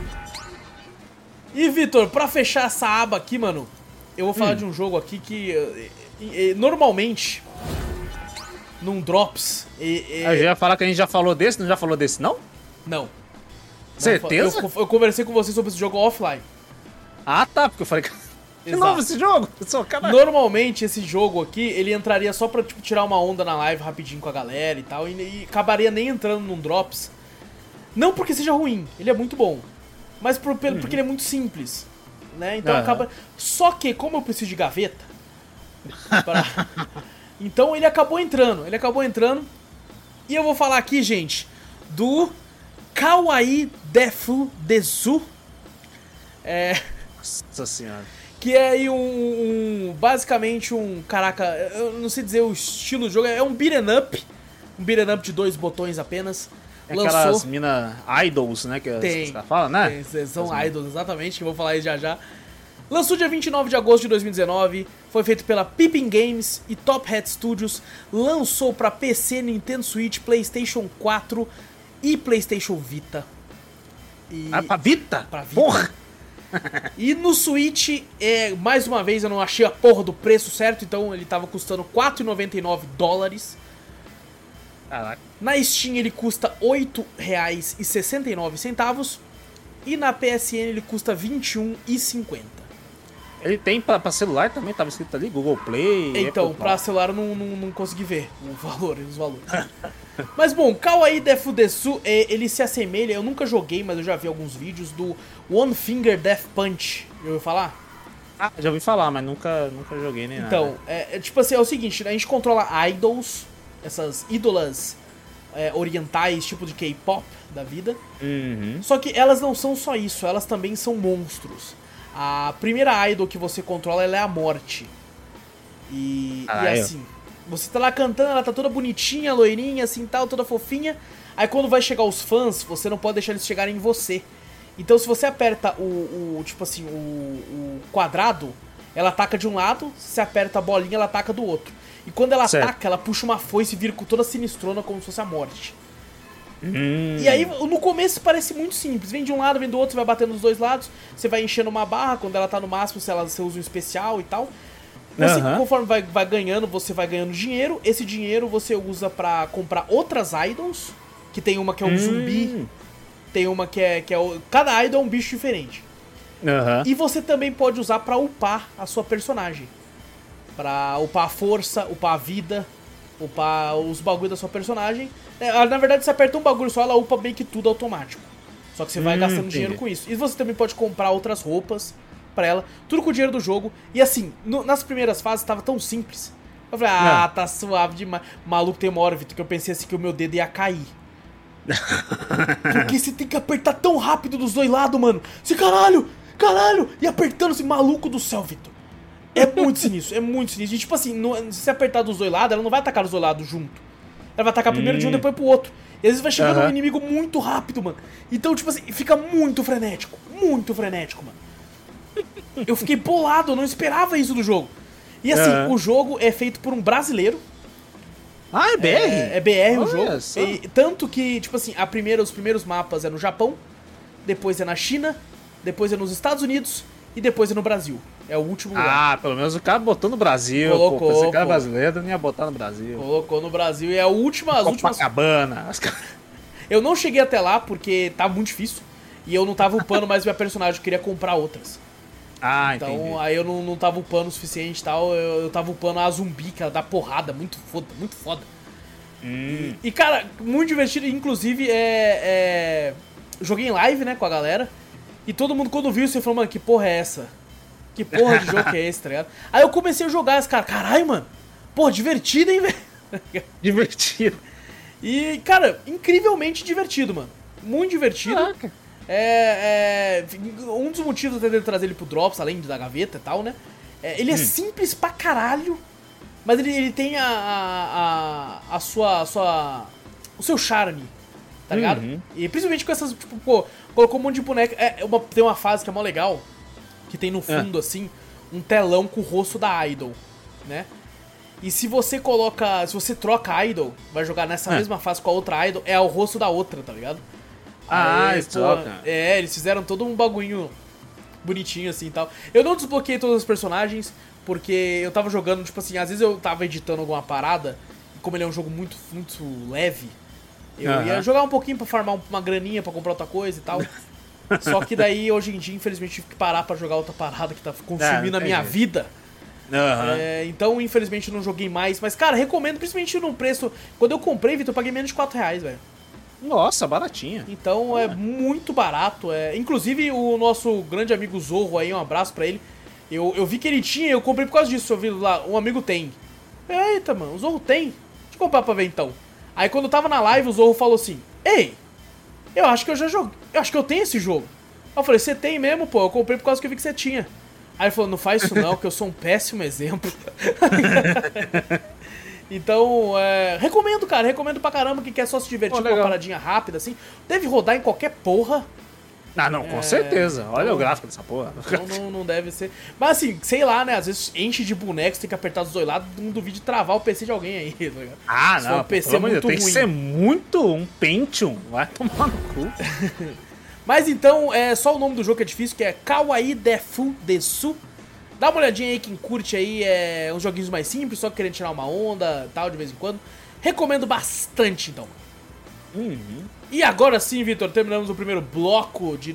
E, Vitor, pra fechar essa aba aqui, mano, eu vou falar de um jogo aqui que normalmente, num Drops... Eu já ia falar que a gente já falou desse, não já falou desse, não? Não. Certeza? Eu conversei com você sobre esse jogo offline. Ah, tá, porque eu falei... De novo esse jogo? Normalmente, esse jogo aqui, ele entraria só pra tipo, tirar uma onda na live rapidinho com a galera e tal, e acabaria nem entrando num Drops. Não porque seja ruim, ele é muito bom, mas porque ele é muito simples, né? Então acaba... Só que, como eu preciso de gaveta, então ele acabou entrando, e eu vou falar aqui, gente, do Kawaii Defu Desu. Nossa senhora. Que é aí basicamente caraca, eu não sei dizer o estilo do jogo, é um beat'em up de 2 botões apenas. Aquelas mina idols, né, que os caras falam, né? São idols, exatamente, que eu vou falar aí já. Lançou dia 29 de agosto de 2019, foi feito pela Pippin Games e Top Hat Studios, lançou pra PC, Nintendo Switch, PlayStation 4 e PlayStation Vita. Pra Vita? Pra Vita. Porra! E no Switch, mais uma vez, eu não achei a porra do preço certo, então ele tava custando $4,99. Caraca. Na Steam ele custa R$8,69 e na PSN ele custa R$21,50. Ele tem pra celular também, tava escrito ali, Google Play... Então, Apple, pra celular eu não consegui ver os valores. Mas bom, Kawaii Defu Desu, ele se assemelha, eu nunca joguei, mas eu já vi alguns vídeos do One Finger Death Punch. Já ouviu falar? Ah, já ouvi falar, mas nunca joguei nem nada. Então, tipo assim, é o seguinte, a gente controla idols, essas ídolas orientais, tipo de K-pop da vida. Só que elas não são só isso, elas também são monstros. A primeira idol que você controla, ela é a morte. E assim, você tá lá cantando, ela tá toda bonitinha, loirinha, assim, tal, toda fofinha. Aí quando vai chegar os fãs, você não pode deixar eles chegarem em você. Então se você aperta tipo assim, o quadrado, ela ataca de um lado, se você aperta a bolinha, ela ataca do outro. E quando ela ataca, ela puxa uma foice e vira toda sinistrona, como se fosse a morte. E aí, no começo parece muito simples. Vem de um lado, vem do outro, você vai batendo nos dois lados. Você vai enchendo uma barra, quando ela tá no máximo, você usa um especial e tal. Você, conforme vai ganhando, você vai ganhando dinheiro. Esse dinheiro você usa pra comprar outras idols. Que tem uma que é um zumbi. Tem uma que é cada idol é um bicho diferente. E você também pode usar pra upar a sua personagem. Pra upar a força, upar a vida, upar os bagulhos da sua personagem. Na verdade, você aperta um bagulho só, ela upa bem que tudo automático. Só que você vai gastando dinheiro com isso. E você também pode comprar outras roupas pra ela, tudo com o dinheiro do jogo. E assim, nas primeiras fases tava tão simples. Eu falei, tá suave demais. Maluco, tem uma hora, Vitor, que eu pensei assim que o meu dedo ia cair. Porque você tem que apertar tão rápido dos dois lados, mano. Você, caralho! E apertando assim, maluco do céu, Vitor. É muito sinistro, E tipo assim, se você apertar dos dois lados, ela não vai atacar dos dois lados junto. Ela vai atacar primeiro de um, depois pro outro. E às vezes vai chegando um inimigo muito rápido, mano. Então, tipo assim, fica muito frenético, mano. Eu fiquei bolado, eu não esperava isso do jogo. E assim, o jogo é feito por um brasileiro. Ah, é BR? É BR o jogo. Tanto que, tipo assim, os primeiros mapas é no Japão, depois é na China, depois é nos Estados Unidos e depois é no Brasil. É o último lugar. Ah, pelo menos o cara botou no Brasil. Colocou, esse cara brasileiro não ia botar no Brasil. Colocou no Brasil e é a última... Copacabana. Eu não cheguei até lá porque tava muito difícil. E eu não tava upando mais minha personagem, eu queria comprar outras. Então, entendi. Aí eu não tava upando o suficiente e tal. Eu tava upando a zumbi, que ela dá porrada, muito foda. E cara, muito divertido. Inclusive, joguei em live, né, com a galera. E todo mundo quando viu, você falou, mano, que porra é essa? Que porra de jogo que é esse, tá ligado? Aí eu comecei a jogar, esse cara, caralho, mano. Pô, divertido, hein, velho? Divertido. E, cara, incrivelmente divertido, mano. Muito divertido. Caraca. Um dos motivos até de trazer ele pro Drops, além da gaveta e tal, né? Ele é simples pra caralho, mas ele tem o seu charme, tá ligado? E principalmente com essas, tipo, pô, colocou um monte de boneca. Tem uma fase que é mó legal, que tem no fundo, assim, um telão com o rosto da idol, né? E se você coloca. Se você troca idol, vai jogar nessa mesma fase com a outra idol, é o rosto da outra, tá ligado? Eles trocam. Eles fizeram todo um bagulho bonitinho assim e tal. Eu não desbloqueei todos os personagens, porque eu tava jogando, tipo assim, às vezes eu tava editando alguma parada, e como ele é um jogo muito, muito leve, eu ia jogar um pouquinho pra farmar uma graninha pra comprar outra coisa e tal. Só que daí, hoje em dia, infelizmente, tive que parar pra jogar outra parada que tá consumindo a minha vida. Então, infelizmente, não joguei mais. Mas, cara, recomendo, principalmente no preço. Quando eu comprei, Vitor, eu paguei menos de R$4, velho. Nossa, baratinha. Então é muito barato. Inclusive, o nosso grande amigo Zorro aí, um abraço pra ele. Eu vi que ele tinha, eu comprei por causa disso. Eu vi lá, um amigo tem. Eita, mano, o Zorro tem? Deixa eu comprar pra ver então. Aí quando eu tava na live, o Zorro falou assim: Ei, eu acho que eu já joguei. Eu acho que eu tenho esse jogo. Aí eu falei: Você tem mesmo, pô? Eu comprei por causa que eu vi que você tinha. Aí ele falou: Não faz isso não, que eu sou um péssimo exemplo. Então, recomendo, cara. Recomendo pra caramba quem quer só se divertir com uma paradinha rápida, assim. Deve rodar em qualquer porra. Ah, não, com certeza. Olha então, o gráfico dessa porra. Então não deve ser. Mas assim, sei lá, né? Às vezes enche de bonecos, tem que apertar dos dois lados, não duvide de travar o PC de alguém aí. Tá ligado? Ah, não. Um PC muito tem ruim. que ser muito um Pentium. Vai tomar no cu. Mas então, só o nome do jogo que é difícil, que é Kawaii Defu Desu. Dá uma olhadinha aí, quem curte aí, uns joguinhos mais simples, só querendo tirar uma onda tal, de vez em quando. Recomendo bastante, então. E agora sim, Vitor, terminamos o primeiro bloco de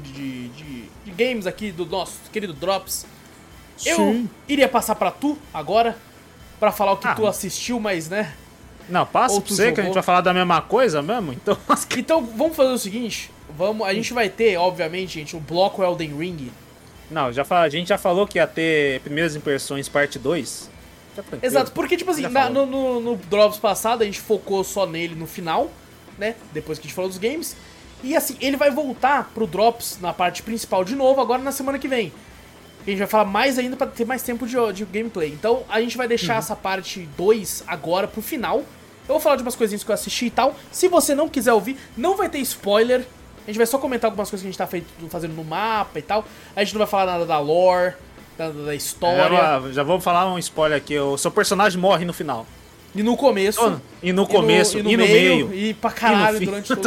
games aqui do nosso querido Drops. Sim. Eu iria passar pra tu agora, pra falar o que tu assistiu, mas, né? Não, passa pra você, que a gente vai falar da mesma coisa mesmo, então... Então, vamos fazer o seguinte, a gente vai ter, obviamente, gente, um bloco Elden Ring. Não, a gente já falou que ia ter Primeiras Impressões parte 2. Exato, porque tipo assim, no Drops passado a gente focou só nele no final, né? Depois que a gente falou dos games. E assim, ele vai voltar pro Drops na parte principal de novo, agora na semana que vem. A gente vai falar mais ainda pra ter mais tempo de gameplay. Então a gente vai deixar essa parte 2 agora pro final. Eu vou falar de umas coisinhas que eu assisti e tal. Se você não quiser ouvir, não vai ter spoiler. A gente vai só comentar algumas coisas que a gente tá fazendo no mapa e tal. A gente não vai falar nada da lore, da história. Já vou falar um spoiler aqui. O seu personagem morre no final. E no começo. E no meio. E pra caralho durante todo.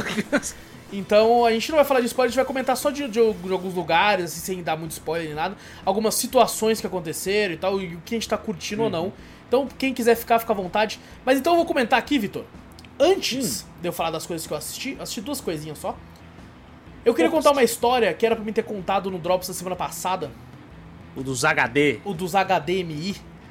Então a gente não vai falar de spoiler, a gente vai comentar só de alguns lugares, assim, sem dar muito spoiler nem nada. Algumas situações que aconteceram e tal, e o que a gente tá curtindo ou não. Então quem quiser fica à vontade. Mas então eu vou comentar aqui, Vitor. Antes de eu falar das coisas que eu assisti duas coisinhas só. Eu queria contar uma história que era pra mim ter contado no Drops da semana passada. O dos HD. O dos HDMI.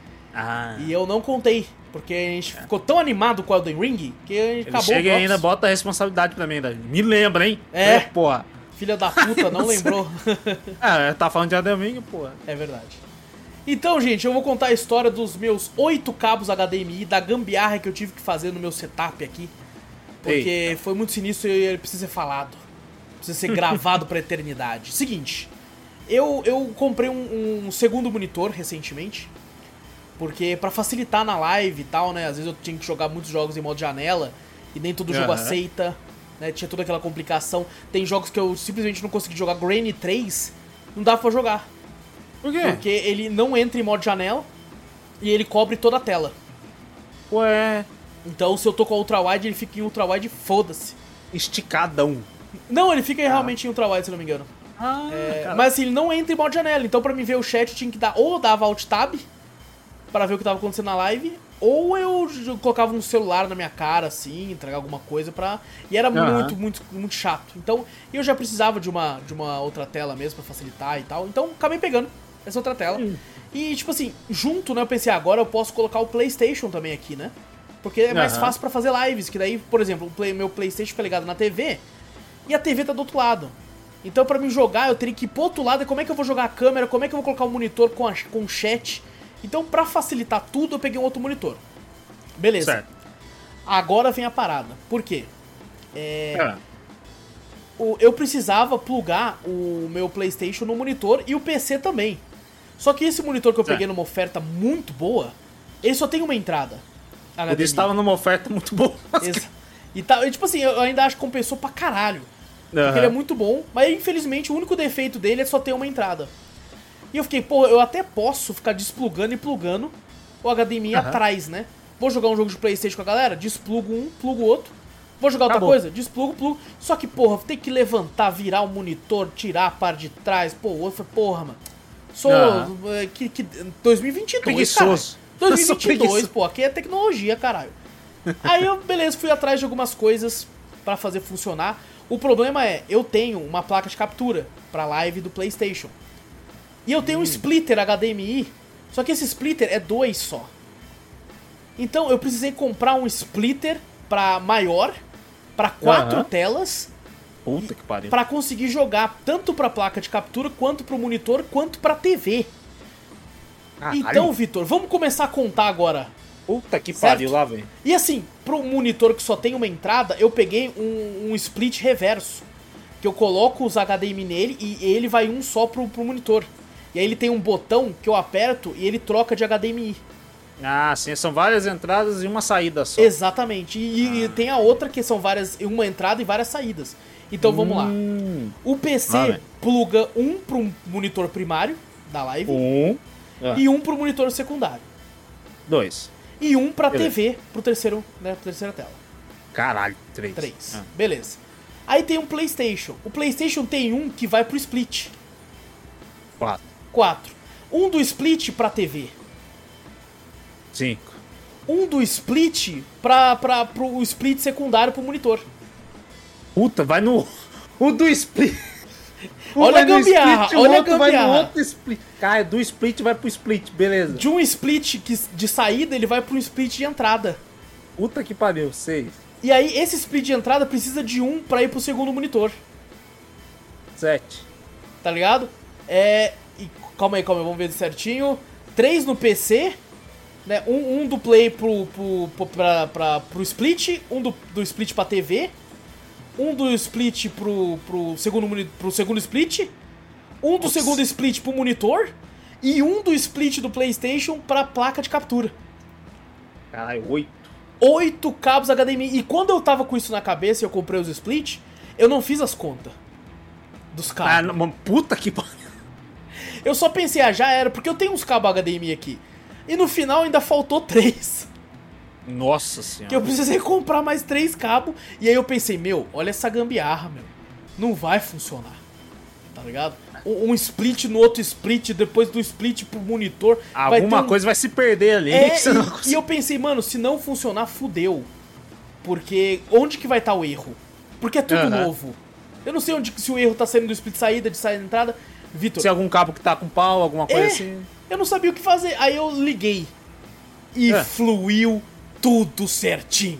E eu não contei, porque a gente ficou tão animado com o Elden Ring que a gente acabou o Drops. Chega e ainda bota a responsabilidade pra mim. Me lembra, hein? Porra. Filha da puta, não lembrou. Tá falando de Elden Ring, porra. É verdade. Então, gente, eu vou contar a história dos meus 8 cabos HDMI, da gambiarra que eu tive que fazer no meu setup aqui. Porque foi muito sinistro e ele precisa ser falado. Precisa ser gravado pra eternidade. Seguinte, eu comprei um segundo monitor recentemente, porque pra facilitar na live e tal, né? Às vezes eu tinha que jogar muitos jogos em modo janela e nem todo jogo aceita, né? Tinha toda aquela complicação. Tem jogos que eu simplesmente não consegui jogar. Granny 3 não dava pra jogar. Por quê? Porque ele não entra em modo janela e ele cobre toda a tela. Ué. Então se eu tô com a ultra-wide, ele fica em ultra-wide, foda-se. Esticadão. Não, ele fica realmente em ultra-wide, se não me engano. Mas assim, ele não entra em modo janela. Então pra mim ver o chat eu tinha que dar, ou eu dava alt-tab pra ver o que tava acontecendo na live, ou eu colocava um celular na minha cara, assim, entregar alguma coisa pra... E era muito, muito, muito chato. Então, eu já precisava de uma outra tela mesmo pra facilitar e tal. Então, acabei pegando essa outra tela. E, tipo assim, junto, né, eu pensei, agora eu posso colocar o PlayStation também aqui, né? Porque é mais fácil pra fazer lives, que daí, por exemplo, meu PlayStation fica ligado na TV... E a TV tá do outro lado. Então pra mim jogar, eu teria que ir pro outro lado. E como é que eu vou jogar a câmera? Como é que eu vou colocar o monitor com o chat? Então pra facilitar tudo, eu peguei um outro monitor. Beleza. Certo. Agora vem a parada. Por quê? Eu precisava plugar o meu PlayStation no monitor e o PC também. Só que esse monitor que eu peguei numa oferta muito boa, ele só tem uma entrada. Ele estava numa oferta muito boa. E tipo assim, eu ainda acho que compensou pra caralho. Porque ele é muito bom, mas infelizmente o único defeito dele é só ter uma entrada. E eu fiquei, eu até posso ficar desplugando e plugando o HDMI atrás, né? Vou jogar um jogo de PlayStation com a galera, desplugo um, plugo o outro. Vou jogar outra coisa, desplugo, plugo. Só que, porra, tem que levantar, virar o monitor, tirar a parte de trás. Pô, o outro, porra, mano. Sou... 2022, preguiçoso. Cara. 2022, pô, aqui é tecnologia, caralho. Aí eu, beleza, fui atrás de algumas coisas pra fazer funcionar. O problema é, eu tenho uma placa de captura pra live do PlayStation. E eu tenho um splitter HDMI, só que esse splitter é 2 só. Então eu precisei comprar um splitter pra maior, pra 4 telas. Puta que pariu. Pra conseguir jogar tanto pra placa de captura, quanto pro monitor, quanto pra TV. Então, Vitor, vamos começar a contar agora. Puta que pariu, lá vem. E assim, pro monitor que só tem uma entrada, eu peguei um split reverso. Que eu coloco os HDMI nele e ele vai um só pro monitor. E aí ele tem um botão que eu aperto e ele troca de HDMI. Ah, sim, são várias entradas e uma saída só. Exatamente. E tem a outra que são uma entrada e várias saídas. Então vamos lá. O PC pluga um pro monitor primário da live e um pro monitor secundário. 2. E um pra TV, pro terceiro, né, pra terceira tela. Caralho, 3. 3. Beleza. Aí tem um PlayStation. O PlayStation tem um que vai pro split. 4. Um do split pra TV. 5. Um do split pro split secundário pro monitor. Puta, vai no... O do split... Olha a gambiarra, olha a gambiarra. Vai no outro split. Cara, do split vai pro split, beleza. De um split de saída, ele vai pro split de entrada. Puta que pariu, 6. E aí, esse split de entrada precisa de um pra ir pro segundo monitor. 7. Tá ligado? Calma aí, vamos ver certinho. 3 no PC, né? Um do Play pro split, um do split pra TV, um do split pro segundo split, um do segundo split pro monitor e um do split do PlayStation pra placa de captura. Caralho, 8. 8 cabos HDMI. E quando eu tava com isso na cabeça e eu comprei os split, eu não fiz as contas dos cabos. Puta que pariu. Eu só pensei, já era, porque eu tenho uns cabos HDMI aqui. E no final ainda faltou 3. Nossa senhora. Que eu precisei comprar mais 3 cabos. E aí eu pensei, olha essa gambiarra, não vai funcionar. Tá ligado? Um split no outro split, depois do split pro monitor. Alguma coisa vai se perder ali. E eu pensei, se não funcionar, fudeu. Porque onde que vai estar o erro? Porque é tudo novo. Eu não sei se o erro tá saindo do split saída, de saída entrada. Vitor, se algum cabo que tá com pau, alguma coisa assim. Eu não sabia o que fazer. Aí eu liguei. E fluiu tudo certinho.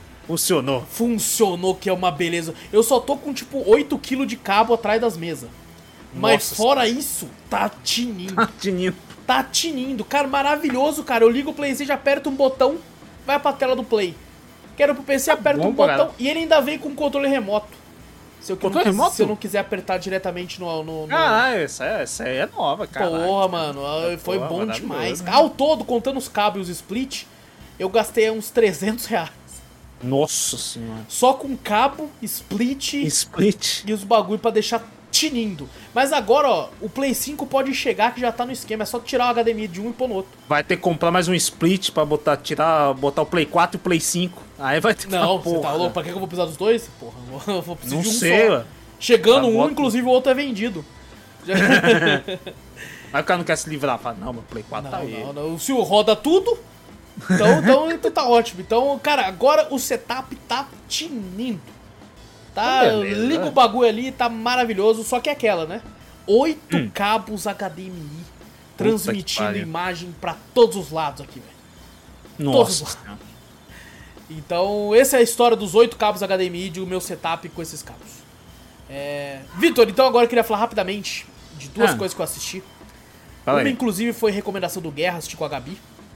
Funcionou, que é uma beleza. Eu só tô com 8 kg de cabo atrás das mesas. Mas fora isso, tá tinindo. Tá tinindo. Cara, maravilhoso, cara. Eu ligo o PlayStation, aperto um botão, vai pra tela do Play. Quero pro PC, aperto um botão. E ele ainda vem com controle remoto. Se eu não quiser apertar diretamente no... essa aí é nova, cara. Porra, mano, foi bom demais. Ao todo, contando os cabos e os split, eu gastei uns R$300. Nossa senhora. Só com cabo, split e os bagulho pra deixar tinindo. Mas agora, o Play 5 pode chegar que já tá no esquema. É só tirar o HDMI de um e pôr no outro. Vai ter que comprar mais um split pra botar o Play 4 e o Play 5. Aí vai ter que... Não, você tá louco? Pra que eu vou precisar dos dois? Porra, eu vou precisar de um só. Ué. Chegando um, inclusive o outro é vendido. Mas o cara não quer se livrar. Fala, não, meu Play 4 tá aí. Não. Se roda tudo, então tá ótimo. Então, cara, agora o setup tá tinindo. Tá, beleza, liga o bagulho ali, tá maravilhoso. Só que é aquela, né? 8 cabos HDMI transmitindo imagem pra todos os lados aqui, velho. Nossa. Então, essa é a história dos 8 cabos HDMI do meu setup com esses cabos. Vitor, então agora eu queria falar rapidamente de 2 coisas que eu assisti. Uma, inclusive, foi recomendação do Guerra, assisti com a Gabi.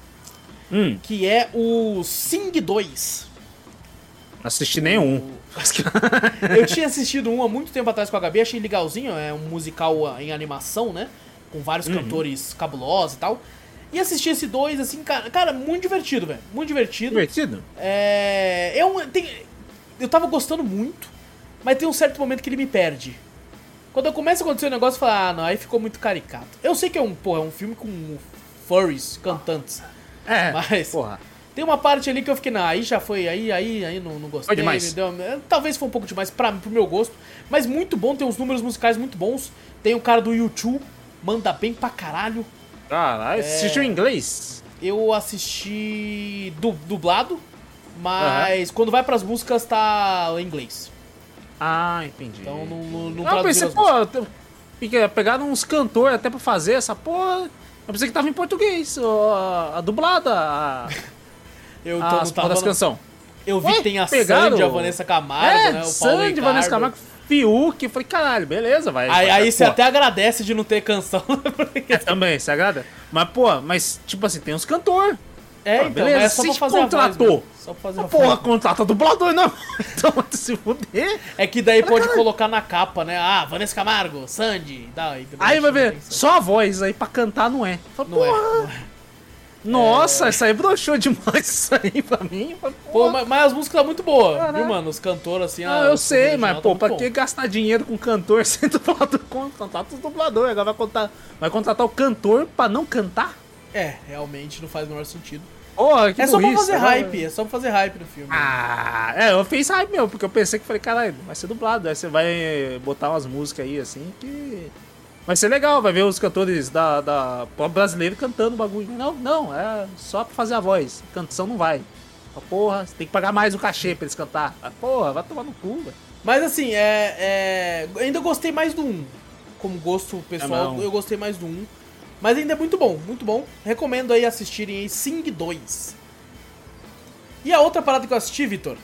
Que é o Sing 2. Não assisti nenhum. Eu tinha assistido um há muito tempo atrás com a Gabi, achei legalzinho, é um musical em animação, né? Com vários cantores cabulosos e tal. E assisti esse 2, assim, cara, muito divertido, velho. Muito divertido. Divertido? Eu tava gostando muito, mas tem um certo momento que ele me perde. Quando começa a acontecer o negócio, eu falo, não, aí ficou muito caricato. Eu sei que é um filme com furries, cantantes. Mas porra. tem uma parte ali que eu fiquei, não, aí já foi, aí não gostei. Foi demais. Talvez foi um pouco demais pro meu gosto, mas muito bom, tem uns números musicais muito bons. Tem o cara do YouTube, manda bem pra caralho. Caralho, assistiu em inglês? Eu assisti dublado, mas quando vai pras músicas tá em inglês. Ah, entendi. Então não eu pensei, músicas. Pegaram uns cantores até pra fazer essa porra. Eu pensei que tava em português, a dublada, as porra das canções. Eu vi que tem a Sandy, a Vanessa Camargo, né? O Sandy, Vanessa Camargo, Fiuk. Eu falei, caralho, beleza, vai. Aí você até agradece de não ter canção. Também, você agrada. Mas tipo assim, tem uns cantores. Então, beleza, é só pra fazer contratou. A voz, só pra fazer a porra, contrata dublador, não. Então, se fuder. É que daí pode colocar na capa, né? Ah, Vanessa Camargo, Sandy. Aí vai ver, só a voz aí pra cantar não é. Fala, não é. Nossa, isso aí broxou demais isso aí pra mim. Pô, mas as músicas tá muito boas, viu, mano? Os cantores, assim... eu sei, mas, pô, pra que gastar dinheiro com cantor sem dublador? Contrata os dubladores, agora vai contratar o cantor pra não cantar? Realmente não faz o menor sentido. Porra, que só pra fazer hype, no filme. Eu fiz hype mesmo, porque eu pensei que caralho, vai ser dublado, aí você vai botar umas músicas aí, assim, que... Vai ser legal, vai ver os cantores da pop brasileiro cantando o bagulho. Não, é só pra fazer a voz. Canção não vai. Porra, você tem que pagar mais o cachê pra eles cantar. Porra, vai tomar no cu, velho. Mas assim, ainda gostei mais do 1. Como gosto pessoal, eu gostei mais do 1. Mas ainda é muito bom, muito bom. Recomendo aí assistirem aí Sing 2. E a outra parada que eu assisti, Vitor,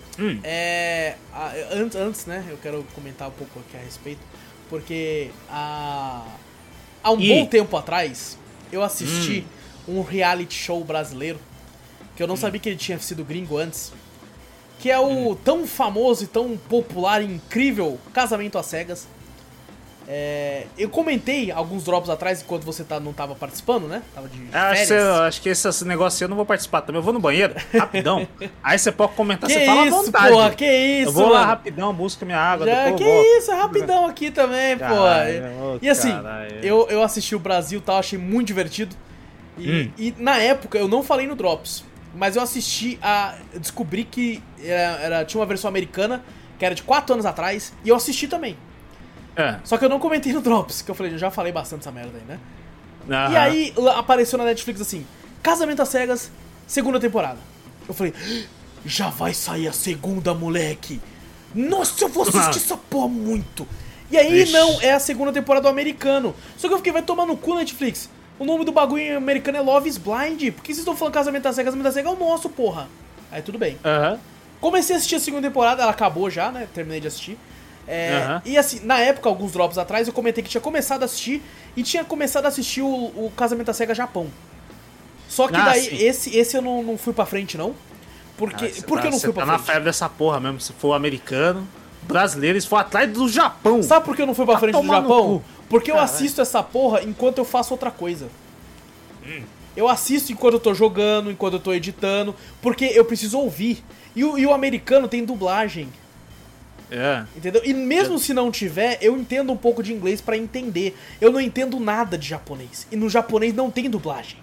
antes, né, eu quero comentar um pouco aqui a respeito. Porque há um bom tempo atrás, eu assisti um reality show brasileiro, que eu não sabia que ele tinha sido gringo antes, que é o tão famoso e tão popular e incrível Casamento às Cegas. Eu comentei alguns drops atrás, enquanto você não tava participando, né? Tava de férias. Acho que esse negócio eu não vou participar também. Eu vou no banheiro, rapidão. Aí você pode comentar, que você fala à vontade. Porra, que isso, eu vou lá rapidão, busco minha água. Isso, é rapidão aqui também, pô. E assim, eu assisti o Brasil e tal, achei muito divertido. E na época, eu não falei no Drops, mas eu assisti descobri que tinha uma versão americana, que era de 4 anos atrás, e eu assisti também. Só que eu não comentei no Drops, que eu falei, eu já falei bastante essa merda aí, né? E aí apareceu na Netflix assim, Casamento às Cegas, 2ª temporada. Eu falei, já vai sair a segunda, moleque. Nossa, eu vou assistir essa porra muito. E aí não, é a 2ª temporada do americano. Só que eu fiquei, vai tomar no cu, Netflix. O nome do bagulho americano é Love is Blind. Por que vocês estão falando Casamento às Cegas? Casamento às Cegas é o nosso, porra. Aí tudo bem. Comecei a assistir a 2ª temporada, ela acabou já, né? Terminei de assistir. E assim, na época, alguns drops atrás, eu comentei que tinha começado a assistir e tinha começado a assistir o Casamento às Cegas Japão. Só que daí, esse eu não fui pra frente, não. Porque eu não fui pra frente? Você tá na febre dessa porra mesmo. Se for americano, brasileiro, eles foram atrás do Japão. Sabe por que eu não fui pra frente do Japão? Porque eu assisto essa porra enquanto eu faço outra coisa. Eu assisto enquanto eu tô jogando, enquanto eu tô editando, porque eu preciso ouvir. E o americano tem dublagem. Entendeu? E mesmo se não tiver, eu entendo um pouco de inglês pra entender. Eu não entendo nada de japonês. E no japonês não tem dublagem.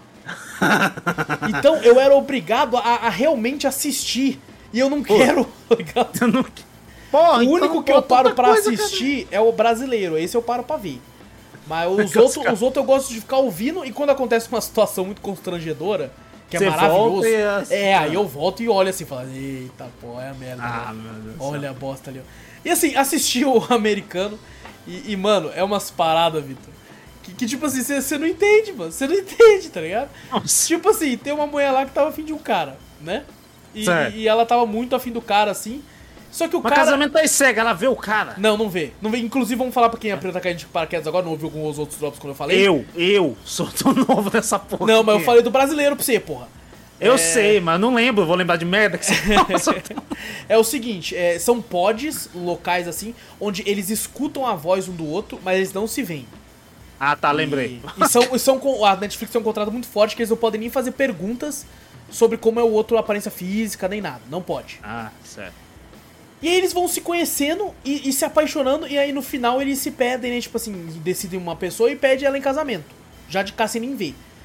Então eu era obrigado a realmente assistir. E eu não quero, tá ligado? O único que eu paro pra assistir é o brasileiro. Esse eu paro pra ver. Mas os outros eu gosto de ficar ouvindo. E quando acontece uma situação muito constrangedora, que é maravilhoso. Aí eu volto e olho assim e falo, eita, pô, é a merda. Meu Deus, olha a bosta ali, ó. E assim, assisti o americano e mano, é umas paradas, Vitor. Que tipo assim, você não entende, mano. Você não entende, tá ligado? Nossa. Tipo assim, tem uma mulher lá que tava afim de um cara, né? E ela tava muito afim do cara, assim. Só que o cara... Casamento às Cegas, ela vê o cara. Não vê. Inclusive, vamos falar pra quem aprende a cair de paraquedas agora, não ouviu com os outros drops quando eu falei. Eu sou tão novo nessa porra. Não, mas eu falei do brasileiro pra você, porra. Eu sei, mas não lembro, vou lembrar de merda que você fala. É o seguinte, são pods locais assim, onde eles escutam a voz um do outro, mas eles não se veem. Tá, lembrei. A Netflix tem um contrato muito forte que eles não podem nem fazer perguntas sobre como é o outro, a aparência física, nem nada. Não pode. Certo. E aí eles vão se conhecendo e se apaixonando, e aí no final eles se pedem, né? Tipo assim, decidem uma pessoa e pedem ela em casamento. Já de cá sem nem ver.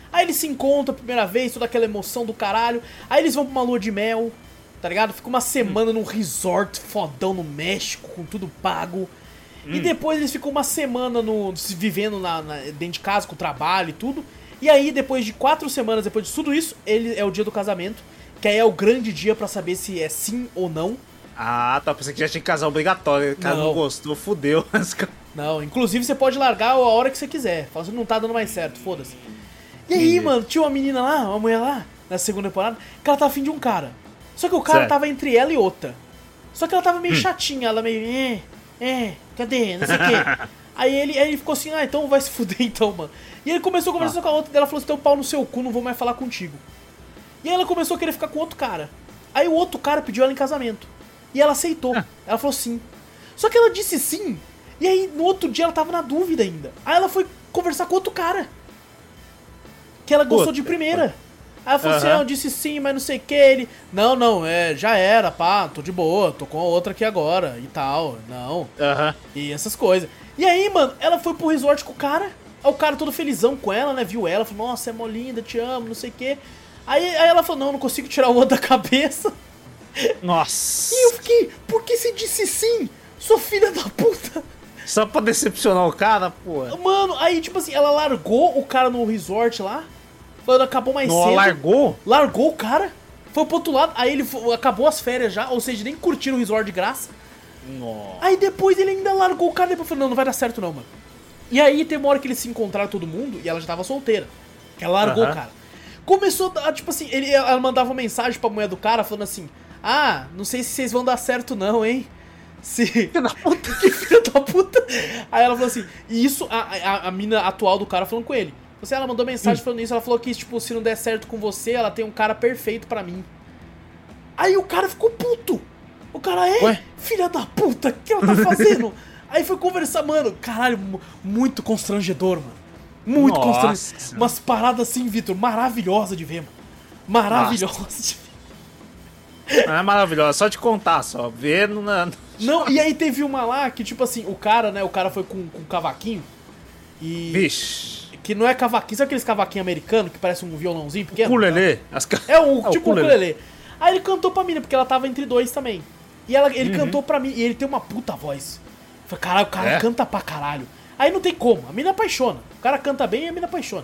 Aí eles se encontram a primeira vez, toda aquela emoção do caralho. Aí eles vão pra uma lua de mel, tá ligado? Fica uma semana num resort fodão no México, com tudo pago. E depois eles ficam uma semana vivendo dentro de casa, com o trabalho e tudo. E aí, depois de 4 semanas, depois de tudo isso, é o dia do casamento. Que aí é o grande dia pra saber se é sim ou não. Ah, tá. Pensei que já tinha que casar obrigatório. O cara não gostou, fudeu. Não, inclusive você pode largar a hora que você quiser. Fala assim, não tá dando mais certo, foda-se. E aí, mano, tinha uma menina lá, uma mulher lá, na segunda temporada, que ela tava afim de um cara. Só que o cara tava entre ela e outra. Só que ela tava meio chatinha, ela meio... cadê? Não sei o quê. Aí ele ficou assim, então vai se fuder então, mano. E ele começou a conversar com a outra dela, falou assim, teu pau no seu cu, não vou mais falar contigo. E aí ela começou a querer ficar com outro cara. Aí o outro cara pediu ela em casamento. E ela aceitou. Ela falou sim. Só que ela disse sim. E aí no outro dia ela tava na dúvida ainda. Aí ela foi conversar com outro cara. Que ela gostou de primeira. Aí ela falou assim, eu disse sim, mas não sei o que. Ele, não, já era, pá, tô de boa, tô com a outra aqui agora e tal, não. E essas coisas. E aí, mano, ela foi pro resort com o cara. Aí o cara todo felizão com ela, né, viu ela, falou, nossa, é mó linda, te amo, não sei o que. Aí ela falou, não consigo tirar o outro da cabeça. Nossa. E eu fiquei, por que você disse sim, sua filha da puta? Só pra decepcionar o cara, pô. Mano, aí, tipo assim, ela largou o cara no resort lá. Falando, acabou mais cedo. Largou? Largou o cara. Foi pro outro lado. Aí ele acabou as férias já. Ou seja, nem curtiram o resort de graça. Nossa. Aí depois ele ainda largou o cara. Depois falou, não vai dar certo não, mano. E aí tem uma hora que eles se encontraram todo mundo. E ela já tava solteira. Que ela largou o cara. Começou a, tipo assim, ela mandava uma mensagem pra mulher do cara falando assim, não sei se vocês vão dar certo não, hein. Filha da puta. Que filha da puta. Aí ela falou assim, e isso a mina atual do cara falando com ele. Ela mandou mensagem falando isso, ela falou que, tipo, se não der certo com você, ela tem um cara perfeito pra mim. Aí o cara ficou puto. O cara filha da puta, o que ela tá fazendo? Aí foi conversar, mano, caralho, muito constrangedor, mano. Muito constrangedor. Umas paradas assim, Vitor, maravilhosa de ver, mano. Maravilhosa de ver. Não é maravilhosa, só te contar, só. Ver no... Não, e aí teve uma lá que, tipo assim, o cara foi com um cavaquinho. E... Vixe. Que não é cavaquinho, sabe aqueles cavaquinhos americanos que parece um violãozinho pequeno? Ukulele. Tipo um ukulele. Aí ele cantou pra mina, porque ela tava entre dois também. E ele cantou pra mim, e ele tem uma puta voz. Eu falei, caralho, o cara canta pra caralho. Aí não tem como, a mina apaixona. O cara canta bem e a mina apaixona.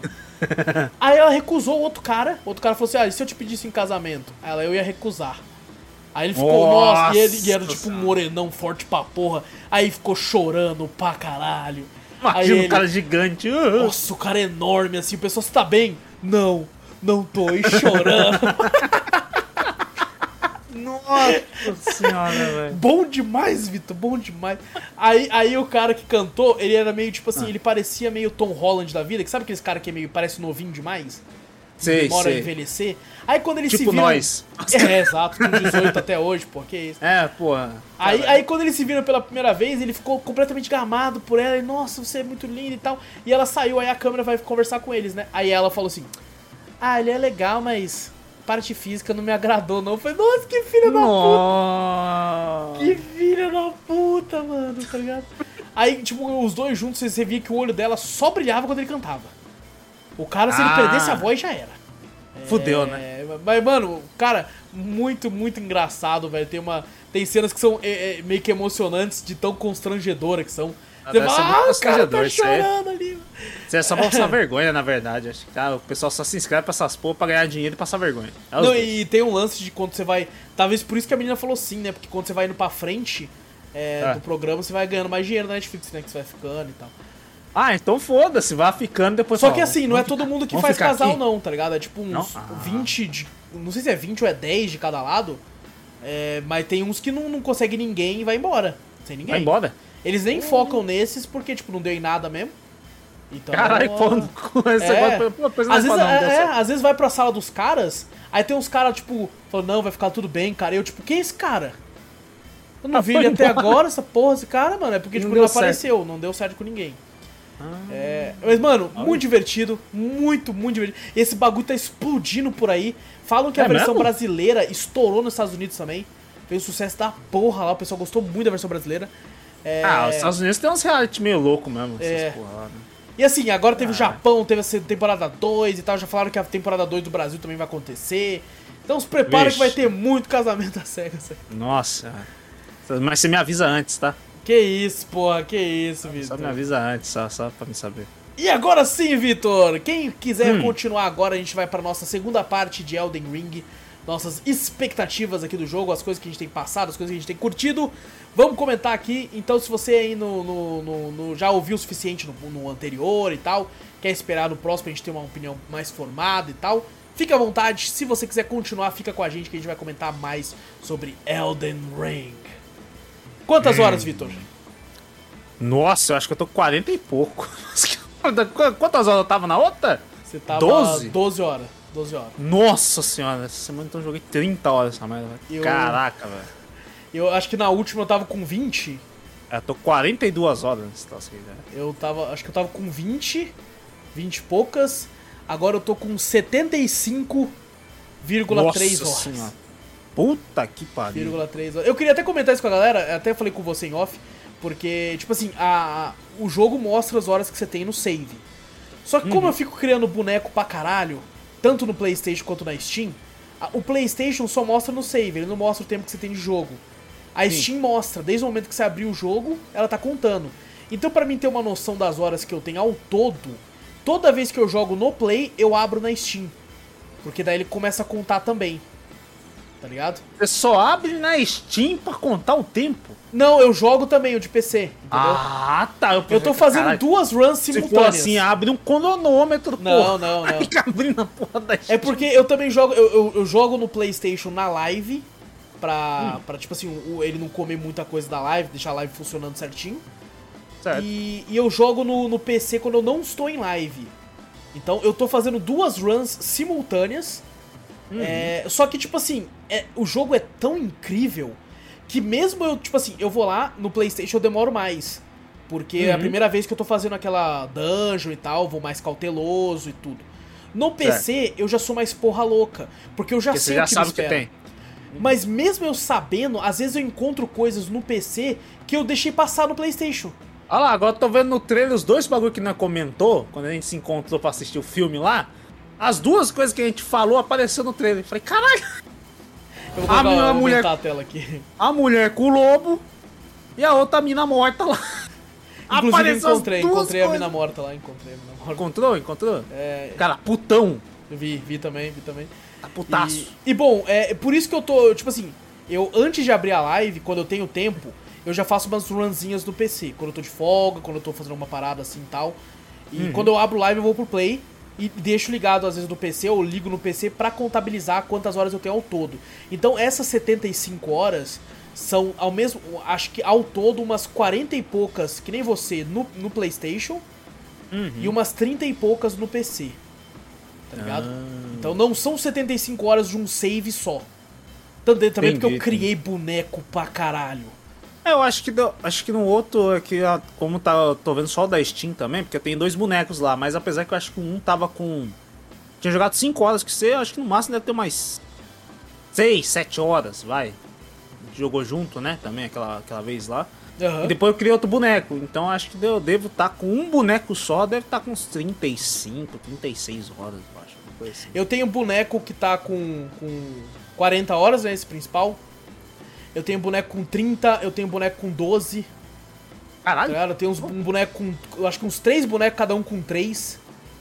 Aí ela recusou o outro cara falou assim, e se eu te pedisse em casamento? Aí eu ia recusar. Aí ele ficou, nossa, e era tipo um morenão forte pra porra. Aí ficou chorando pra caralho. Imagina um cara gigante. Nossa, o cara é enorme, assim, o pessoal, você tá bem? Não tô, e chorando. Nossa senhora, velho. Bom demais, Vitor, bom demais. Aí o cara que cantou, ele era meio, tipo assim, ele parecia meio Tom Holland da vida, que sabe aqueles cara que é meio, parece novinho demais? Demora a envelhecer. Aí quando eles tipo se viram... nós. Exato, com 18 até hoje, pô, que isso. Porra. Aí quando eles se viram pela primeira vez, ele ficou completamente gamado por ela. E, nossa, você é muito linda e tal. E ela saiu, aí a câmera vai conversar com eles, né? Aí ela falou assim, ele é legal, mas parte física não me agradou, não. Eu falei, nossa, que filha da puta. Que filha da puta, mano, tá ligado? Aí, tipo, os dois juntos, você via que o olho dela só brilhava quando ele cantava. O cara, se ele perdesse a voz, já era. Fudeu, né? Mas, mano, cara, muito, muito engraçado, velho. Tem cenas que são meio que emocionantes, de tão constrangedora que são. Você fala, o cara tá chorando ali. Isso é só pra passar vergonha, na verdade. Acho que o pessoal só se inscreve pra essas porra pra ganhar dinheiro e passar vergonha. Não, e tem um lance de quando você vai... Talvez por isso que a menina falou sim, né? Porque quando você vai indo pra frente do programa, você vai ganhando mais dinheiro na Netflix, né? Que você vai ficando e tal. Então foda-se, vai ficando depois. Só que assim, não é todo mundo que faz casal aqui? não, tá ligado? É tipo uns 20 não sei se é 20 ou é 10 de cada lado. Mas tem uns que não consegue ninguém e vai embora. Sem ninguém. Vai embora? Eles nem focam nesses porque, tipo, não deu em nada mesmo. Então, caralho, às vezes vai pra sala dos caras, aí tem uns caras, tipo, falando, não, vai ficar tudo bem, cara. E eu, tipo, quem é esse cara? Eu não vi ele até agora, essa porra, esse cara, mano. É porque, tipo, não apareceu, não deu certo com ninguém. Mas, mano, muito divertido. Muito, muito divertido. Esse bagulho tá explodindo por aí. Falam que a versão brasileira estourou nos Estados Unidos também. Fez um sucesso da porra lá. O pessoal gostou muito da versão brasileira. Os Estados Unidos tem uns reality meio louco mesmo. Essas porra lá, né? E assim, agora teve o Japão, teve a temporada 2 e tal, já falaram que a temporada 2 do Brasil também vai acontecer. Então se prepara que vai ter muito casamento às cegas. Nossa. Mas você me avisa antes, tá? Que isso, porra, que isso, Vitor. Só me avisa antes, só pra me saber. E agora sim, Vitor, quem quiser continuar agora, a gente vai pra nossa segunda parte de Elden Ring. Nossas expectativas aqui do jogo, as coisas que a gente tem passado, as coisas que a gente tem curtido. Vamos comentar aqui, então se você aí já ouviu o suficiente no anterior e tal, quer esperar no próximo a gente ter uma opinião mais formada e tal, fica à vontade, se você quiser continuar, fica com a gente que a gente vai comentar mais sobre Elden Ring. Quantas horas, Vitor? Nossa, eu acho que eu tô com 40 e pouco. Quantas horas eu tava na outra? Você tava 12? 12 horas. 12 horas. Nossa senhora, essa semana então eu joguei 30 horas essa merda. Caraca, velho. Eu acho que na última eu tava com 20. Eu tô 42 horas nesse troço aqui, velho. Acho que eu tava com 20 e poucas. Agora eu tô com 75,3 horas. Senhora. Puta que pariu. 0,3 horas. Eu queria até comentar isso com a galera, até falei com você em off, porque, tipo assim, o jogo mostra as horas que você tem no save. Só que como eu fico criando boneco pra caralho, tanto no PlayStation quanto na Steam, o PlayStation só mostra no save, ele não mostra o tempo que você tem de jogo. A Steam mostra, desde o momento que você abriu o jogo, ela tá contando. Então pra mim ter uma noção das horas que eu tenho ao todo, toda vez que eu jogo no Play, eu abro na Steam. Porque daí ele começa a contar também. Tá ligado? Você só abre na Steam pra contar o tempo? Não, eu jogo também o de PC, entendeu? Ah, tá. Eu tô fazendo duas runs simultâneas. Se for assim, abre um cronômetro, porra. Não. Fica abrindo a porra da Steam. É porque eu também jogo, eu jogo no PlayStation na live, pra tipo assim, ele não comer muita coisa da live, deixar a live funcionando certinho. Certo. E eu jogo no PC quando eu não estou em live. Então eu tô fazendo duas runs simultâneas. Só que, tipo assim, o jogo é tão incrível que mesmo eu, tipo assim, eu vou lá no PlayStation, eu demoro mais. Porque é a primeira vez que eu tô fazendo aquela dungeon e tal, vou mais cauteloso e tudo. No PC, eu já sou mais porra louca, porque eu já sei o que me espera. Que tem. Mas mesmo eu sabendo, às vezes eu encontro coisas no PC que eu deixei passar no PlayStation. Olha lá, agora eu tô vendo no trailer os dois bagulho que nós comentou, quando a gente se encontrou pra assistir o filme lá. As duas coisas que a gente falou apareceu no trailer. Falei, caralho! Eu vou mulher, a tela aqui. A mulher com o lobo e a outra mina morta lá. Inclusive encontrei a mina morta lá, Encontrou? É... Cara, putão. Vi também. Tá putaço. E bom, por isso que eu tô, tipo assim, eu antes de abrir a live, quando eu tenho tempo, eu já faço umas runzinhas do PC. Quando eu tô de folga, quando eu tô fazendo uma parada assim e tal. E quando eu abro live, eu vou pro Play. E deixo ligado, às vezes, no PC, ou ligo no PC pra contabilizar quantas horas eu tenho ao todo. Então, essas 75 horas são, acho que ao todo, umas 40 e poucas, que nem você, no PlayStation, e umas 30 e poucas no PC. Tá ligado? Então, não são 75 horas de um save só. Também porque eu criei boneco pra caralho. Eu acho que no outro aqui, como eu tô vendo só o da Steam também, porque tem dois bonecos lá, mas apesar que eu acho que um tava com... Tinha jogado 5 horas que você, acho que no máximo deve ter mais 6, 7 horas, vai. Jogou junto, né, também aquela vez lá. E depois eu criei outro boneco, então acho que eu devo estar com um boneco só, deve estar com uns 35, 36 horas, eu acho. Uma coisa assim. Eu tenho um boneco que tá com 40 horas, né, esse principal. Eu tenho boneco com 30, eu tenho boneco com 12. Caralho. Tá, eu tenho um boneco com... Eu acho que uns 3 bonecos, cada um com 3.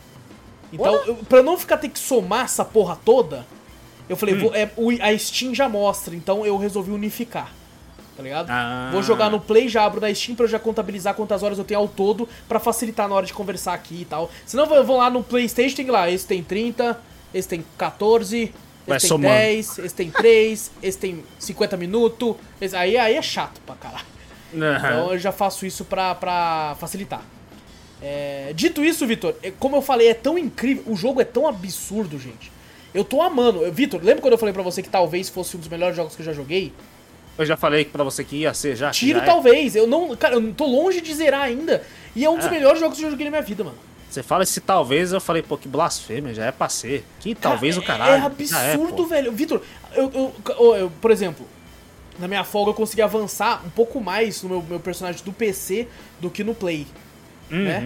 Então, pra não ficar ter que somar essa porra toda, eu falei, a Steam já mostra, então eu resolvi unificar. Tá ligado? Vou jogar no Play, já abro na Steam pra eu já contabilizar quantas horas eu tenho ao todo, pra facilitar na hora de conversar aqui e tal. Senão eu vou lá no PlayStation, tem lá, esse tem 30, esse tem 14... Esse tem 10, esse tem 3, esse tem 50 minutos. Aí é chato pra caralho. Então eu já faço isso pra facilitar. Dito isso, Vitor, como eu falei, é tão incrível. O jogo é tão absurdo, gente. Eu tô amando. Vitor, lembra quando eu falei pra você que talvez fosse um dos melhores jogos que eu já joguei? Eu já falei pra você que ia ser já. Tiro talvez. Eu não tô longe de zerar ainda. E é um dos melhores jogos que eu já joguei na minha vida, mano. Você fala esse talvez, eu falei, pô, que blasfêmia, já é pra ser. Que talvez o caralho. É absurdo, velho. Vitor, eu, por exemplo, na minha folga eu consegui avançar um pouco mais no meu personagem do PC do que no Play, né?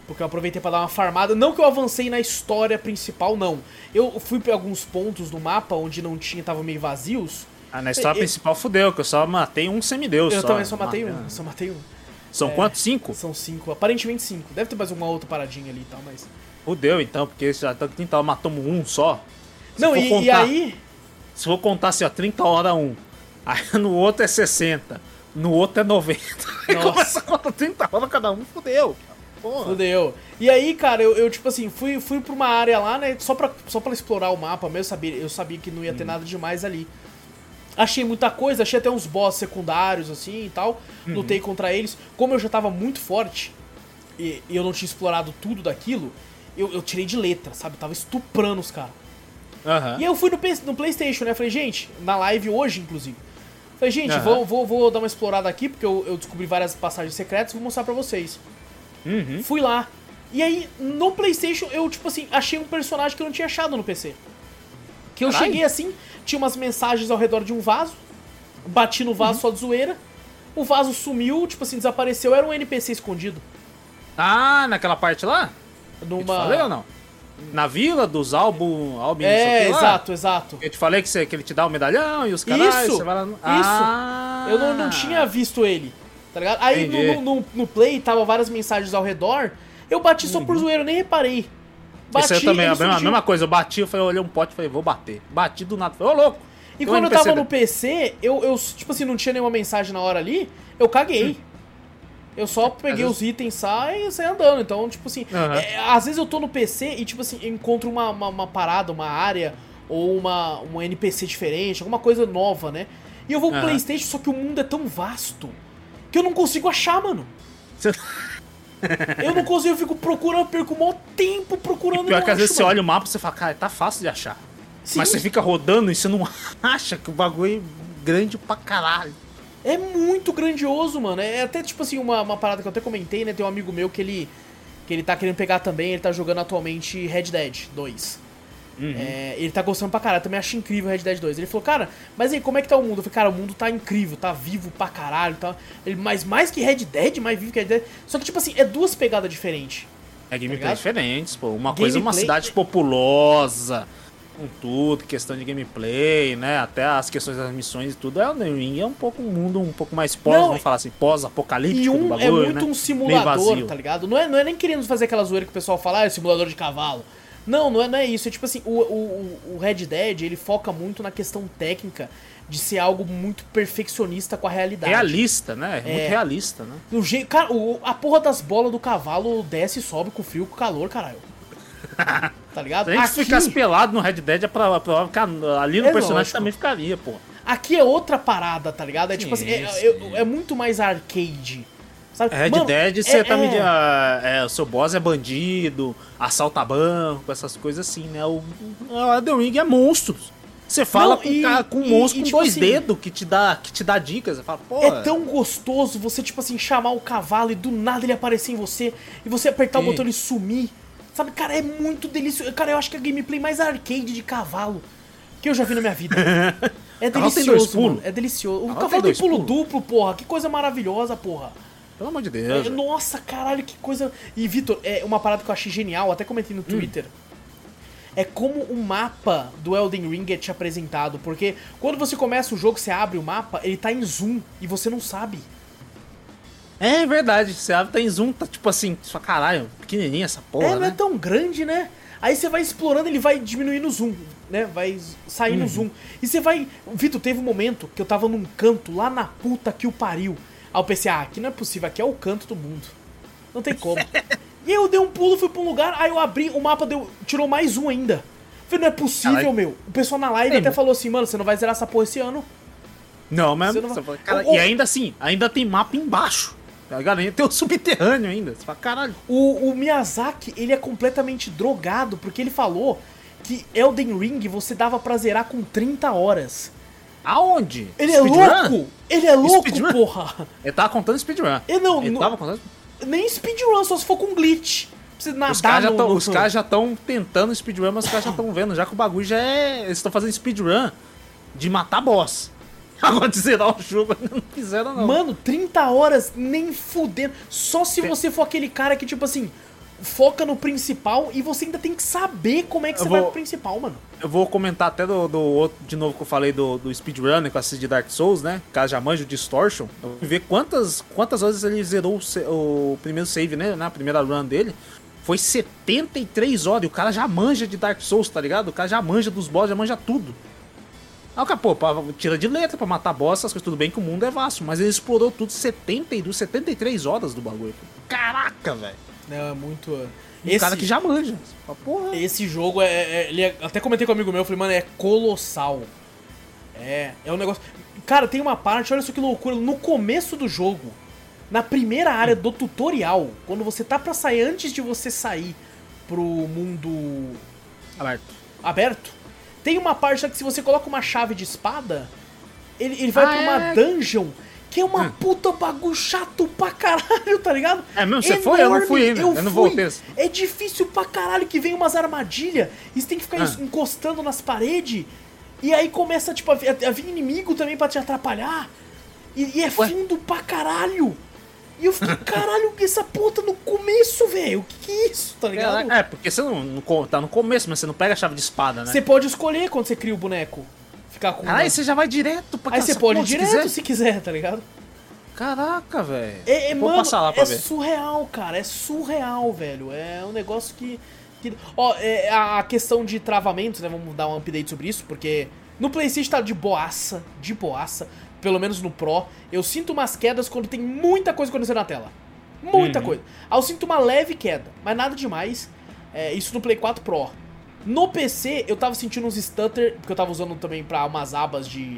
Porque eu aproveitei pra dar uma farmada. Não que eu avancei na história principal, não. Eu fui pra alguns pontos do mapa onde não tinha, tava meio vazios. Na história principal fudeu, que eu só matei um semideus. Eu também só matei um. Só matei um. São quantos? 5? São 5. Aparentemente 5. Deve ter mais uma outra paradinha ali e tal, mas... Fudeu então, porque já tá matamos um só. Não, e aí... Se for contar assim, ó, 30 horas um. Aí no outro é 60. No outro é 90. Aí começa a contar 30 horas cada um, fudeu. Porra. Fudeu. E aí, cara, eu tipo assim, fui pra uma área lá, né, só pra explorar o mapa mesmo, eu sabia que não ia ter nada demais ali. Achei muita coisa, achei até uns boss secundários, assim, e tal, lutei contra eles. Como eu já tava muito forte, e eu não tinha explorado tudo daquilo, eu tirei de letra, sabe, eu tava estuprando os caras. Uhum. E aí eu fui no PlayStation, né, falei, gente, na live hoje, inclusive. Falei, gente, vou dar uma explorada aqui, porque eu descobri várias passagens secretas, vou mostrar pra vocês. Fui lá. E aí, no PlayStation, eu, tipo assim, achei um personagem que eu não tinha achado no PC. Que eu cheguei assim, tinha umas mensagens ao redor de um vaso, bati no vaso só de zoeira, o vaso sumiu, tipo assim, desapareceu, era um NPC escondido. Ah, naquela parte lá? Numa... Eu te falei ou não? Na vila dos Albin, exato. Eu te falei que ele te dá o medalhão e os caras, você vai lá... Isso! Eu não tinha visto ele, tá ligado? Aí no Play tava várias mensagens ao redor, eu bati só por zoeira, eu nem reparei. Bati, esse aí também, a mesma coisa, eu bati, eu olhei um pote e falei, vou bater. Bati do nada, falei, ô louco! E quando eu tava no PC, eu tipo assim, não tinha nenhuma mensagem na hora ali, eu caguei. Eu só peguei os itens, e saí andando. Então, tipo assim, às vezes eu tô no PC e, tipo assim, eu encontro uma parada, uma área, ou um NPC diferente, alguma coisa nova, né? E eu vou pro PlayStation, só que o mundo é tão vasto que eu não consigo achar, mano. Eu não consigo, eu fico procurando, perco o maior tempo procurando. E pior que às vezes você olha o mapa e você fala, cara, tá fácil de achar. Sim. Mas você fica rodando e você não acha que o bagulho é grande pra caralho. É muito grandioso, mano. É até tipo assim, uma parada que eu até comentei, né? Tem um amigo meu que ele tá querendo pegar também, ele tá jogando atualmente Red Dead 2. Ele tá gostando pra caralho, também acho incrível Red Dead 2. Ele falou, cara, mas aí, como é que tá o mundo? Eu falei, cara, o mundo tá incrível, tá vivo pra caralho, tá... Ele, mas mais que Red Dead, mais vivo que Red Dead. Só que, tipo assim, é duas pegadas diferentes. É gameplay diferentes, pô. Uma coisa é uma cidade populosa, com tudo, questão de gameplay, né? Até as questões das missões e tudo. Elden Ring é um mundo um pouco mais vamos falar assim, pós-apocalíptico do bagulho, é muito, né? Um simulador, tá ligado? Não é nem querendo fazer aquela zoeira que o pessoal fala, é simulador de cavalo. Não é isso. É tipo assim, o Red Dead, ele foca muito na questão técnica de ser algo muito perfeccionista com a realidade. Realista, né? Muito realista, né? Do jeito, cara, a porra das bolas do cavalo desce e sobe com frio, com calor, caralho. Tá ligado? Se a gente ficasse pelado no Red Dead, é pra ficar ali no personagem lógico. Também ficaria, pô. Aqui é outra parada, tá ligado? É tipo assim, é muito mais arcade. Sabe? Red Dead, você tá medindo. O seu boss é bandido, assalta banco, essas coisas assim, né? O Elden Ring é monstros. Você fala com um monstro com tipo dois dedos que te dá dicas. Você fala, pô. É tão gostoso você, tipo assim, chamar o cavalo e do nada ele aparecer em você e você apertar o botão e sumir. Sabe, cara, é muito delicioso. Cara, eu acho que é a gameplay mais arcade de cavalo que eu já vi na minha vida. É delicioso, mano. É delicioso. O cavalo tem pulo duplo, porra. Que coisa maravilhosa, porra. Pelo amor de Deus. Nossa, caralho, que coisa... E, Vitor, uma parada que eu achei genial, até comentei no Twitter, é como o mapa do Elden Ring é te apresentado. Porque quando você começa o jogo, você abre o mapa, ele tá em zoom e você não sabe. É verdade, você abre, tá em zoom, tá tipo assim, só caralho, pequenininha essa porra, né? Não é tão grande, né? Aí você vai explorando, ele vai diminuindo o zoom, né? Vai saindo o zoom. E você vai... Vitor, teve um momento que eu tava num canto lá na puta que o pariu. Aí eu pensei, aqui não é possível, aqui é o canto do mundo. Não tem como. E aí eu dei um pulo, fui pra um lugar, aí eu abri, o mapa tirou mais um ainda. Falei, não é possível, meu. O pessoal na live até falou assim, mano, você não vai zerar essa porra esse ano. Não, mas... E ainda assim, ainda tem mapa embaixo. Tá ligado? Tem o subterrâneo ainda. Você fala, caralho. O Miyazaki, ele é completamente drogado, porque ele falou que Elden Ring você dava pra zerar com 30 horas. Aonde? Ele é louco! Ele é louco, porra! Ele tava contando speedrun. Ele tava contando... Nem speedrun, só se for com glitch. Pra você nadar os caras já estão tentando speedrun, mas os caras já estão vendo, já que o bagulho já é... Eles estão fazendo speedrun de matar boss. Agora de zerar o jogo, não fizeram não. Mano, 30 horas nem fudendo. Só se você for aquele cara que, tipo assim... foca no principal e você ainda tem que saber como é que você vai pro principal, mano. Eu vou comentar até do outro, de novo, que eu falei do speedrunner com a de Dark Souls, né? Caso já manja o Distortion. Eu vou ver quantas vezes ele zerou o primeiro save, né? Na primeira run dele. Foi 73 horas e o cara já manja de Dark Souls, tá ligado? O cara já manja dos boss, já manja tudo. Aí o cara, pô, tira de letra pra matar boss, essas coisas, tudo bem que o mundo é vasto, mas ele explorou tudo 73 horas do bagulho. Caraca, velho. É muito... Cara que já manja. Porra. Esse jogo até comentei com um amigo meu, eu falei, mano, é colossal. É um negócio... Cara, tem uma parte, olha só que loucura, no começo do jogo, na primeira área do tutorial, quando você tá pra sair, antes de você sair pro mundo... Aberto. Tem uma parte lá que se você coloca uma chave de espada, ele vai pra uma dungeon, que é uma puta bagulho chato pra caralho, tá ligado? É mesmo? Você foi? Eu não fui ainda. Eu não voltei. É difícil pra caralho, que vem umas armadilhas, e você tem que ficar encostando nas paredes, e aí começa, tipo, a vir inimigo também pra te atrapalhar, e é fundo pra caralho. E eu fiquei, caralho, essa puta no começo, velho, o que é isso, tá ligado? É, porque você não tá no começo, mas você não pega a chave de espada, né? Você pode escolher quando você cria o boneco. Ficar com aí você já vai direto pra aí você pode ir direto se quiser, tá ligado? Caraca, velho. Mano, passar lá pra ver. Surreal, cara, é surreal, velho. É um negócio que... Ó, a questão de travamentos, né, vamos dar um update sobre isso, porque no PlayStation tá de boaça, pelo menos no Pro. Eu sinto umas quedas quando tem muita coisa acontecendo na tela. Muita coisa. Aí eu sinto uma leve queda, mas nada demais. Isso no Play 4 Pro. No PC, eu tava sentindo uns stutter, porque eu tava usando também pra umas abas de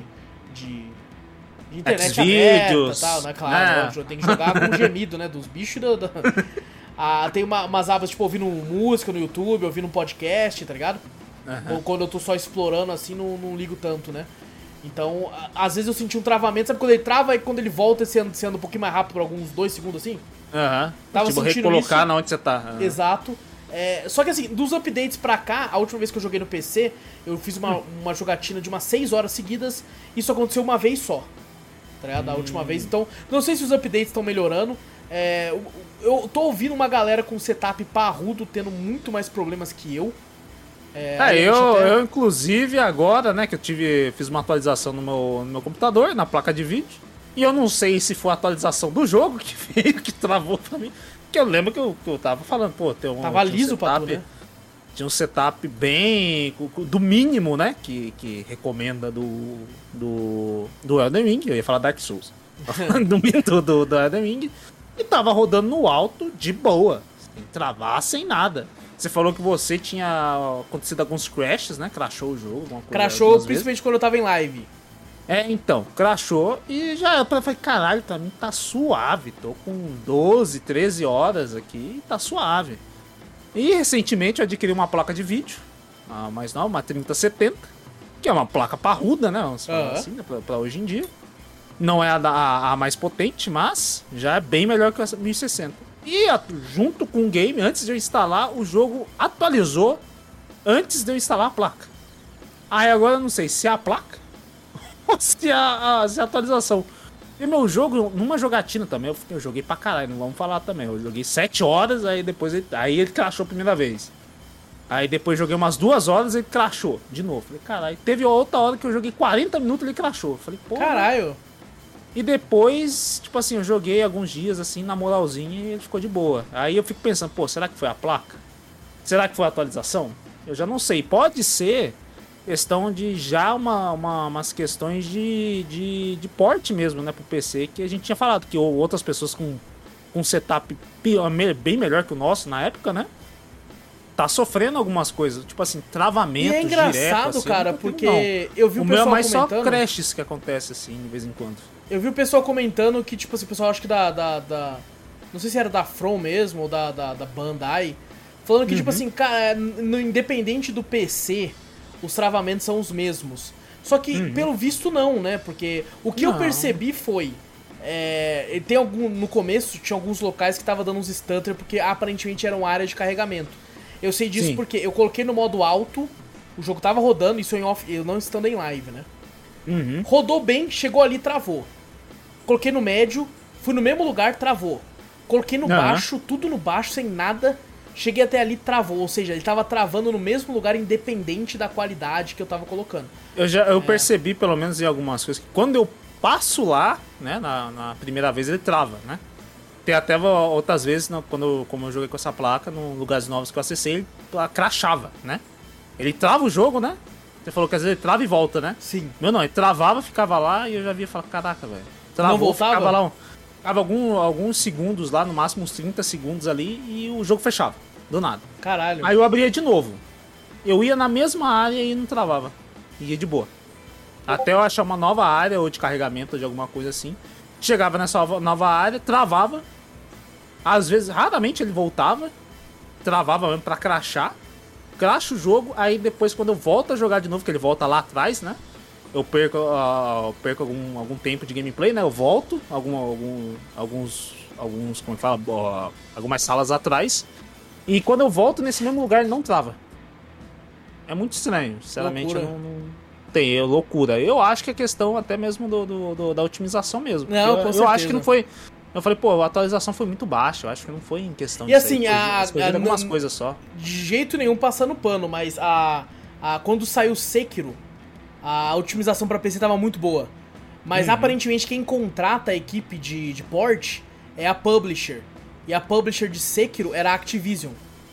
internet aberta e tal, né? Claro, tem que jogar com o gemido, né? Dos bichos tem umas abas, tipo, ouvindo música no YouTube, ouvindo um podcast, tá ligado? Ou quando eu tô só explorando, assim, não ligo tanto, né? Então, às vezes eu senti um travamento, sabe quando ele trava e quando ele volta, você anda um pouquinho mais rápido por alguns 2 segundos, assim? Tava tipo, recolocar isso, na onde você tá. Exato. Só que assim, dos updates pra cá, a última vez que eu joguei no PC, eu fiz uma jogatina de umas 6 horas seguidas, e isso aconteceu uma vez só, tá ligado? A última vez, então, não sei se os updates estão melhorando. Eu tô ouvindo uma galera com setup parrudo tendo muito mais problemas que eu. Eu inclusive agora, né, que eu fiz uma atualização no meu computador, na placa de vídeo, e eu não sei se foi a atualização do jogo que veio, que travou pra mim, porque eu lembro que eu tava falando, pô, tava liso pra tu, né? Tinha um setup bem, do mínimo, né, que recomenda do Elden Ring, eu ia falar Dark Souls, do mínimo do Elden Ring, e tava rodando no alto de boa, sem travar, sem nada. Você falou que você tinha acontecido alguns crashes, né? Crashou o jogo, alguma coisa. Crashou principalmente vezes. Quando eu tava em live. Então, crashou e já eu falei, caralho, pra mim tá suave. Tô com 12, 13 horas aqui e tá suave. E recentemente eu adquiri uma placa de vídeo, mais nova, uma 3070, que é uma placa parruda, né? Vamos falar assim, né? Pra hoje em dia. Não é a mais potente, mas já é bem melhor que a 1060. E junto com o game, antes de eu instalar, o jogo atualizou antes de eu instalar a placa. Aí agora eu não sei se é a placa ou se é a atualização. E meu jogo, numa jogatina também, eu joguei pra caralho, não vamos falar também. Eu joguei 7 horas, aí depois ele crashou a primeira vez. Aí depois joguei umas 2 horas e ele crashou de novo. Falei, caralho. Teve outra hora que eu joguei 40 minutos e ele crashou. Falei, pô. Caralho. E depois, tipo assim, eu joguei alguns dias assim, na moralzinha, e ele ficou de boa. Aí eu fico pensando, pô, será que foi a placa? Será que foi a atualização? Eu já não sei. Pode ser questão de já umas questões de porte mesmo, né, pro PC, que a gente tinha falado, que outras pessoas com setup bem melhor que o nosso na época, né? Tá sofrendo algumas coisas, tipo assim, travamentos direto. E é engraçado, assim, cara, porque eu vi o pessoal comentando... O meu é mais só crashes que acontece, assim, de vez em quando. Eu vi o pessoal comentando que, tipo assim, o pessoal acho que não sei se era da From mesmo, ou da Bandai, falando que, tipo assim, cara, no independente do PC, os travamentos são os mesmos. Só que, pelo visto, não, né? Porque o que eu percebi foi... no começo, tinha alguns locais que tava dando uns stutter, porque aparentemente eram áreas de carregamento. Eu sei disso porque eu coloquei no modo alto, o jogo tava rodando, isso eu não estando em live, né? Rodou bem, chegou ali, travou. Coloquei no médio, fui no mesmo lugar, travou. Coloquei no baixo, tudo no baixo, sem nada, cheguei até ali, travou. Ou seja, ele tava travando no mesmo lugar, independente da qualidade que eu tava colocando. Eu percebi, pelo menos em algumas coisas, que quando eu passo lá, né, na primeira vez ele trava, né? Tem até outras vezes, como eu joguei com essa placa, em lugares novos que eu acessei, ele crashava, né? Ele trava o jogo, né? Você falou que às vezes ele trava e volta, né? Sim. Meu não, ele travava, ficava lá e eu já via e falava, caraca, velho. Travou, não voltava? Ficava lá, ficava alguns segundos lá, no máximo uns 30 segundos ali, e o jogo fechava, do nada. Caralho. Aí eu abria de novo. Eu ia na mesma área e não travava. Ia de boa. Até eu achar uma nova área, ou de carregamento, ou de alguma coisa assim. Chegava nessa nova área, travava. Às vezes, raramente ele voltava. Travava mesmo pra crashar. Cracha o jogo, aí depois quando eu volto a jogar de novo, que ele volta lá atrás, né? Eu perco algum tempo de gameplay, né? Eu volto alguns como fala, algumas salas atrás. E quando eu volto nesse mesmo lugar, ele não trava. É muito estranho, sinceramente. Loucura. Tem loucura. Eu acho que é questão até mesmo da otimização mesmo. Não, com certeza. Eu acho que não foi. Eu falei, pô, a atualização foi muito baixa. Eu acho que não foi em questão e assim, algumas coisas só. De jeito nenhum passando pano, mas quando saiu Sekiro, a otimização pra PC tava muito boa. Mas aparentemente quem contrata a equipe de port é a publisher. E a publisher de Sekiro era a Activision.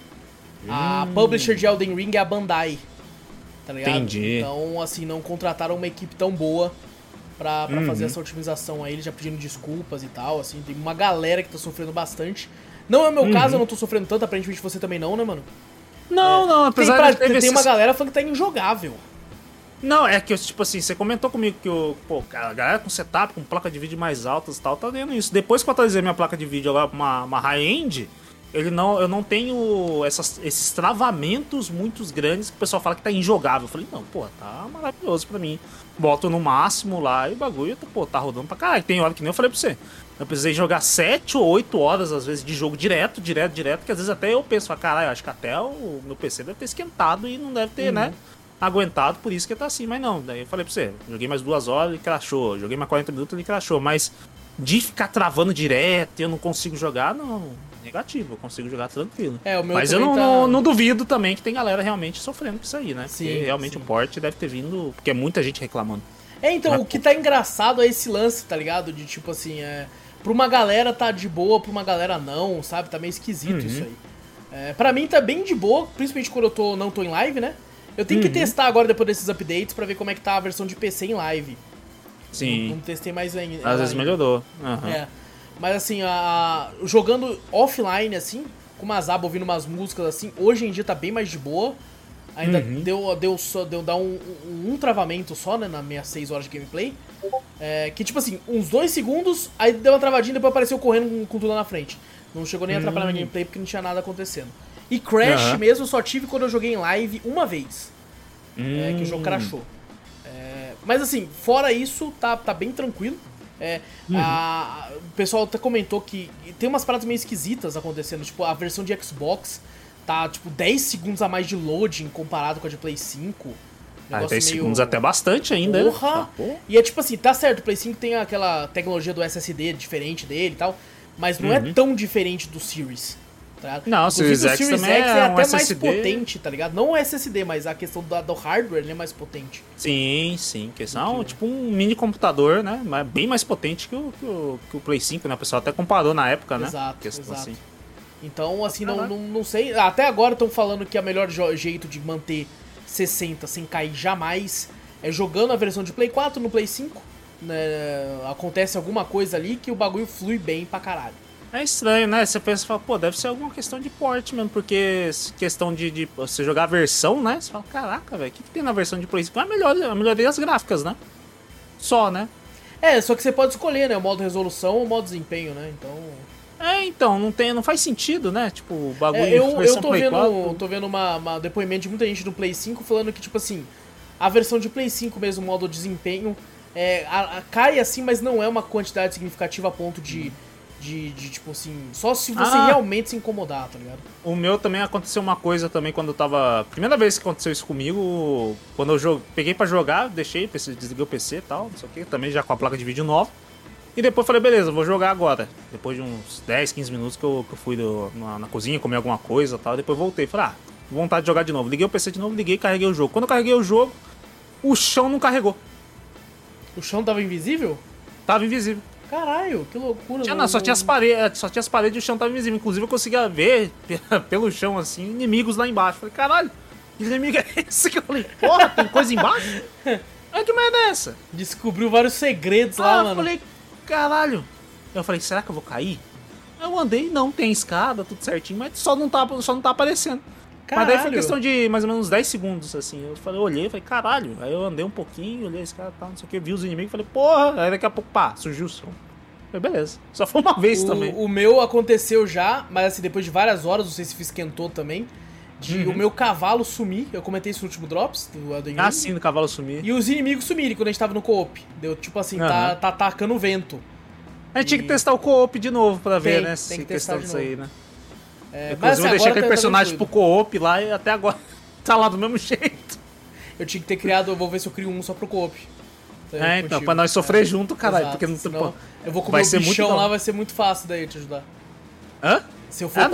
A publisher de Elden Ring é a Bandai. Tá ligado? Entendi. Então, assim, não contrataram uma equipe tão boa pra fazer essa otimização aí, eles já pedindo desculpas e tal, assim, tem uma galera que tá sofrendo bastante. Não é o meu caso, eu não tô sofrendo tanto, aparentemente você também não, né, mano? Não, apesar de tem uma galera falando que tá injogável. Não, é que, tipo assim, você comentou comigo que a galera com setup, com placa de vídeo mais altas e tal, tá vendo isso. Depois que eu atualizei minha placa de vídeo agora pra uma high-end, eu não tenho esses travamentos muito grandes que o pessoal fala que tá injogável. Eu falei, não, pô, tá maravilhoso pra mim. Boto no máximo lá e o bagulho, tá rodando pra caralho. Tem hora que nem eu falei pra você. Eu precisei jogar 7 ou 8 horas, às vezes, de jogo direto, que às vezes até eu penso, caralho, acho que até o meu PC deve ter esquentado e não deve ter, né, aguentado, por isso que tá assim. Mas não, daí eu falei pra você, joguei mais 2 horas e crashou, joguei mais 40 minutos e crashou, mas de ficar travando direto e eu não consigo jogar, não, negativo, eu consigo jogar tranquilo. O meu mas eu não duvido também que tem galera realmente sofrendo com isso aí, né? Sim, porque realmente o port deve ter vindo, porque é muita gente reclamando. Então, o que tá engraçado é esse lance, tá ligado? De tipo assim, pra uma galera tá de boa, pra uma galera não, sabe? Tá meio esquisito isso aí. Pra mim tá bem de boa, principalmente quando eu não tô em live, né? Eu tenho que testar agora depois desses updates pra ver como é que tá a versão de PC em live. Sim. Não testei mais ainda. Às vezes melhorou. Mas assim, jogando offline, assim, com umas abas, ouvindo umas músicas, assim, hoje em dia tá bem mais de boa. Ainda deu dar um travamento só, né, nas minhas 6 horas de gameplay. Que tipo assim, uns 2 segundos, aí deu uma travadinha e depois apareceu correndo com tudo na frente. Não chegou nem a atrapalhar minha gameplay porque não tinha nada acontecendo. E Crash mesmo só tive quando eu joguei em live uma vez. Que o jogo crashou. Mas assim, fora isso, tá bem tranquilo. O pessoal até comentou que tem umas paradas meio esquisitas acontecendo. Tipo, a versão de Xbox tá tipo 10 segundos a mais de loading comparado com a de Play 5. 10 segundos até bastante ainda. Porra! E é tipo assim, tá certo, o Play 5 tem aquela tecnologia do SSD diferente dele e tal, mas não é tão diferente do Series. Tá? Não, o Series X também é até um mais SSD. potente, tá ligado? Não o SSD, mas a questão do hardware ele é mais potente. Sim, questão tipo um mini computador, né? Mas bem mais potente que o Play 5, né? O pessoal até comparou na época, né? Exato. Assim. Então, assim, não sei. Até agora estão falando que o melhor jeito de manter 60 sem cair jamais é jogando a versão de Play 4 no Play 5. Né? Acontece alguma coisa ali que o bagulho flui bem pra caralho. É estranho, né? Você pensa e fala, pô, deve ser alguma questão de port mesmo, porque questão de você jogar a versão, né? Você fala, caraca, velho, o que tem na versão de Play 5? A melhoria das gráficas, né? Só, né? Só que você pode escolher, né? O modo resolução ou o modo desempenho, né? Então... não faz sentido, né? Tipo, o bagulho eu tô vendo uma depoimento de muita gente do Play 5 falando que, tipo assim, a versão de Play 5 mesmo, o modo desempenho, cai assim, mas não é uma quantidade significativa a ponto de tipo assim, só se você realmente se incomodar, tá ligado? O meu também aconteceu uma coisa também quando eu tava... Primeira vez que aconteceu isso comigo, quando eu peguei pra jogar, desliguei o PC e tal, não sei o que, também já com a placa de vídeo nova. E depois falei, beleza, vou jogar agora. Depois de uns 10, 15 minutos que eu fui na cozinha, comer alguma coisa e tal. Depois voltei. Falei, vontade de jogar de novo. Liguei o PC de novo, carreguei o jogo. Quando eu carreguei o jogo, o chão não carregou. O chão tava invisível? Tava invisível. Caralho, que loucura. Só tinha as paredes e o chão tava invisível. Inclusive eu conseguia ver pelo chão, assim, inimigos lá embaixo. Falei, caralho, que inimigo é esse? Que eu falei, porra, tem coisa embaixo? Que merda é essa? Descobriu vários segredos lá, mano. Eu falei, caralho. Eu falei, será que eu vou cair? Eu andei, não, tem escada, tudo certinho, mas só não tá aparecendo. Caralho. Mas daí foi questão de mais ou menos 10 segundos, assim. Eu olhei, falei, caralho. Aí eu andei um pouquinho, olhei esse cara e tal, não sei o que, vi os inimigos, falei, porra. Aí daqui a pouco, surgiu o som. Falei, beleza. Só foi uma vez também. O meu aconteceu já, mas assim, depois de várias horas, não sei se esquentou também, o meu cavalo sumir. Eu comentei isso no último Drops do Elden Ring. Sim, do cavalo sumir. E os inimigos sumirem quando a gente tava no co-op. Deu tipo assim, tá atacando o vento. A gente tinha que testar o co-op de novo pra ver, né? Tem que testar disso aí, né? Inclusive eu deixei aquele personagem pro co-op lá e até agora tá lá do mesmo jeito. Eu tinha que ter criado, eu vou ver se eu crio um só pro co-op. Então, pra nós sofrer junto, caralho. Porque não tem. Eu vou comer o bichão lá, vai ser muito fácil daí te ajudar. Hã? Se eu for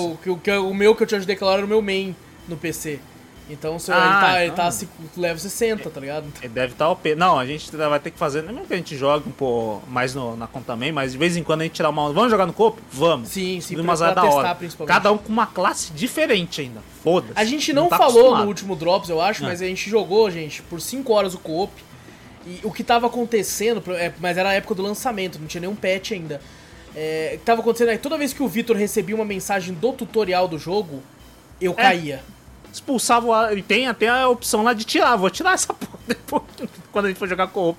o meu que eu te ajudei aquela hora era o meu main no PC. Então ele tá level 60, tá ligado? Ele deve estar OP. Não, a gente vai ter que fazer, não é mesmo que a gente jogue um pouco mais na conta também, mas de vez em quando a gente tirar uma... Vamos jogar no co-op? Vamos. Sim, mas vai da hora. Cada um com uma classe diferente ainda. Foda-se. A gente não falou acostumado no último Drops, eu acho, mas a gente jogou, gente, por 5 horas o co-op. E o que tava acontecendo, mas era a época do lançamento, não tinha nenhum patch ainda. O que tava acontecendo é que toda vez que o Vitor recebia uma mensagem do tutorial do jogo, eu caía. Expulsava o ar, e tem até a opção lá de tirar. Vou tirar essa porra depois, quando a gente for jogar co-op.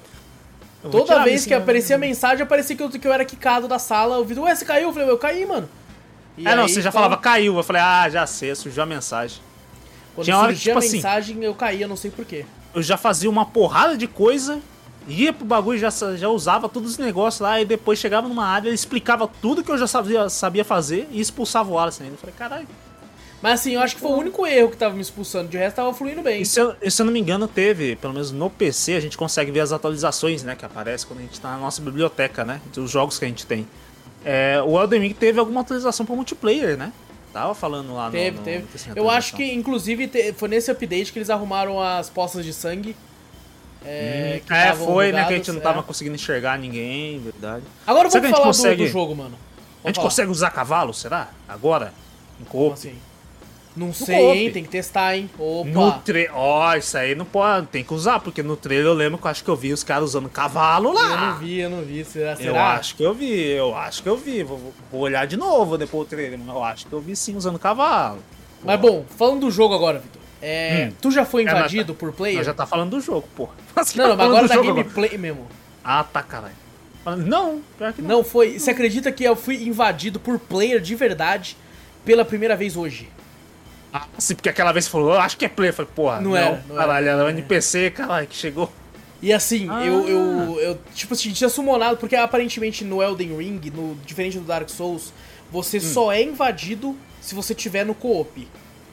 Toda vez que aparecia a mensagem, aparecia que eu era quicado da sala. O Vitor, você caiu? Eu falei, eu caí, mano. Você já falava caiu. Eu falei, já sei, surgiu a mensagem. Quando surgia a mensagem, eu caía, não sei porquê. Eu já fazia uma porrada de coisa, ia pro bagulho, já usava todos os negócios lá, e depois chegava numa área, ele explicava tudo que eu já sabia fazer e expulsava o Alice ainda. Eu falei, caralho. Mas assim, eu acho que foi o único erro que tava me expulsando, de resto tava fluindo bem. E se eu não me engano, teve, pelo menos no PC, a gente consegue ver as atualizações, né, que aparecem quando a gente tá na nossa biblioteca, né, dos jogos que a gente tem. O Elden Ring teve alguma atualização pro multiplayer, né? Tava falando lá teve. Eu acho que, inclusive, foi nesse update que eles arrumaram as poças de sangue. Foi, bugadas, né? Que a gente não tava conseguindo enxergar ninguém, verdade. Agora vamos falar do jogo, mano. A gente consegue usar cavalo, será? Agora? Em co-op? Assim? Não sei, hein? Tem que testar, hein? Opa! Isso aí não pode, tem que usar, porque no trailer eu lembro que eu acho que eu vi os caras usando cavalo lá. Eu não vi. Será? Eu acho que eu vi. Vou olhar de novo depois do trailer, mas eu acho que eu vi sim usando cavalo. Mas bom, falando do jogo agora, Vitor. Tu já foi invadido por player? Já tá falando do jogo, porra. Não, mas agora da gameplay mesmo. Tá, caralho. Não, pior que não. Não foi. Você acredita que eu fui invadido por player de verdade pela primeira vez hoje? Sim, porque aquela vez você falou, eu acho que é player. Eu falei, porra, não caralho, era o NPC, caralho, que chegou. E assim, eu tipo assim, tinha summonado, porque aparentemente no Elden Ring, diferente do Dark Souls, você só é invadido se você tiver no co-op.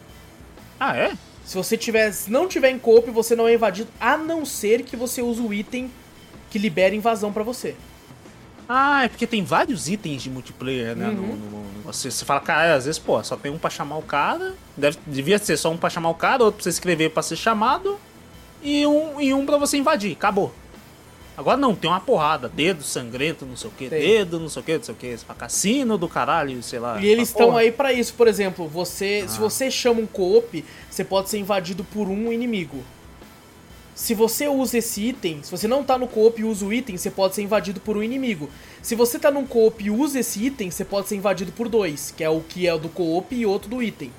É? Se você não tiver em co-op, você não é invadido, a não ser que você use o item que libera invasão pra você. É porque tem vários itens de multiplayer, né? Você fala, cara, às vezes, só tem um pra chamar o cara. Devia ser só um pra chamar o cara, outro pra você escrever pra ser chamado. E um pra você invadir. Acabou. Agora não, tem uma porrada. Dedo sangrento, não sei o que. Dedo, não sei o que. Cassino do caralho, sei lá. E eles estão aí pra isso, por exemplo. Se você chama um co-op, você pode ser invadido por um inimigo. Se você usa esse item, se você não tá no co-op e usa o item, você pode ser invadido por um inimigo. Se você tá num co-op e usa esse item, você pode ser invadido por dois, que é o do co-op e outro do item.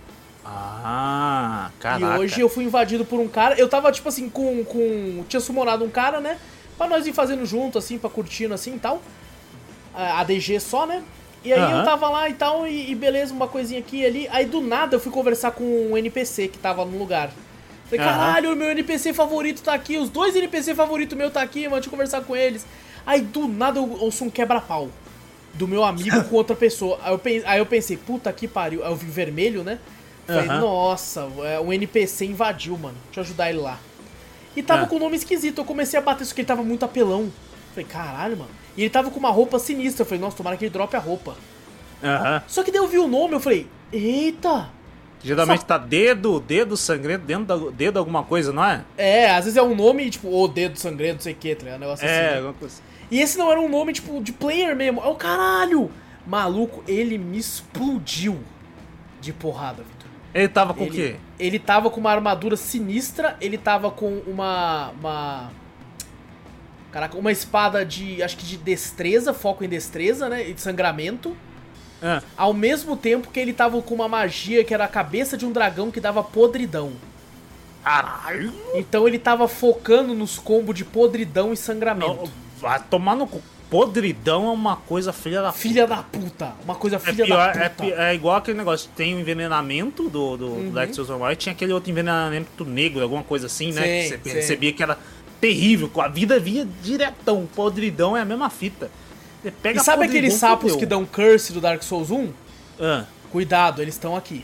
Caraca. E hoje eu fui invadido por um cara, eu tava tipo assim, tinha summonado um cara, né? Pra nós ir fazendo junto, assim, pra curtindo assim e tal. ADG só, né? E aí eu tava lá e tal, e beleza, uma coisinha aqui e ali. Aí do nada eu fui conversar com um NPC que tava no lugar. Falei, caralho, o meu NPC favorito tá aqui, os 2 NPC favoritos meus tá aqui, mano, deixa eu conversar com eles. Aí do nada eu ouço um quebra-pau do meu amigo com outra pessoa. Aí eu pensei, puta que pariu. Aí eu vi vermelho, né? Falei, nossa, um NPC invadiu, mano. Deixa eu ajudar ele lá. E tava com um nome esquisito, eu comecei a bater isso que ele tava muito apelão. Falei, caralho, mano. E ele tava com uma roupa sinistra. Eu falei, nossa, tomara que ele drope a roupa. Só que daí eu vi o nome, eu falei, eita. Geralmente tá dedo sangrento, dedo alguma coisa, não é? É, às vezes é um nome, tipo, o dedo sangrento, não sei o que, tá ligado? Um negócio assim. Alguma coisa. E esse não era um nome, tipo, de player mesmo. É o caralho! Maluco, ele me explodiu de porrada, Vitor. Ele tava com o quê? Ele tava com uma armadura sinistra, ele tava com uma... Caraca, uma espada de, acho que de destreza, foco em destreza, né? E de sangramento. Ao mesmo tempo que ele tava com uma magia que era a cabeça de um dragão que dava podridão. Caralho! Então ele tava focando nos combos de podridão e sangramento. Vai tomar no cu. Podridão é uma coisa filha da puta. Filha da puta. Uma coisa filha da puta. É igual aquele negócio. Tem o envenenamento do Dark Souls normal e tinha aquele outro envenenamento negro, alguma coisa assim, né? Que você percebia que era terrível. A vida vinha diretão. Podridão é a mesma fita. Você pega e sabe aqueles sapos que dão curse do Dark Souls 1? Cuidado, eles estão aqui.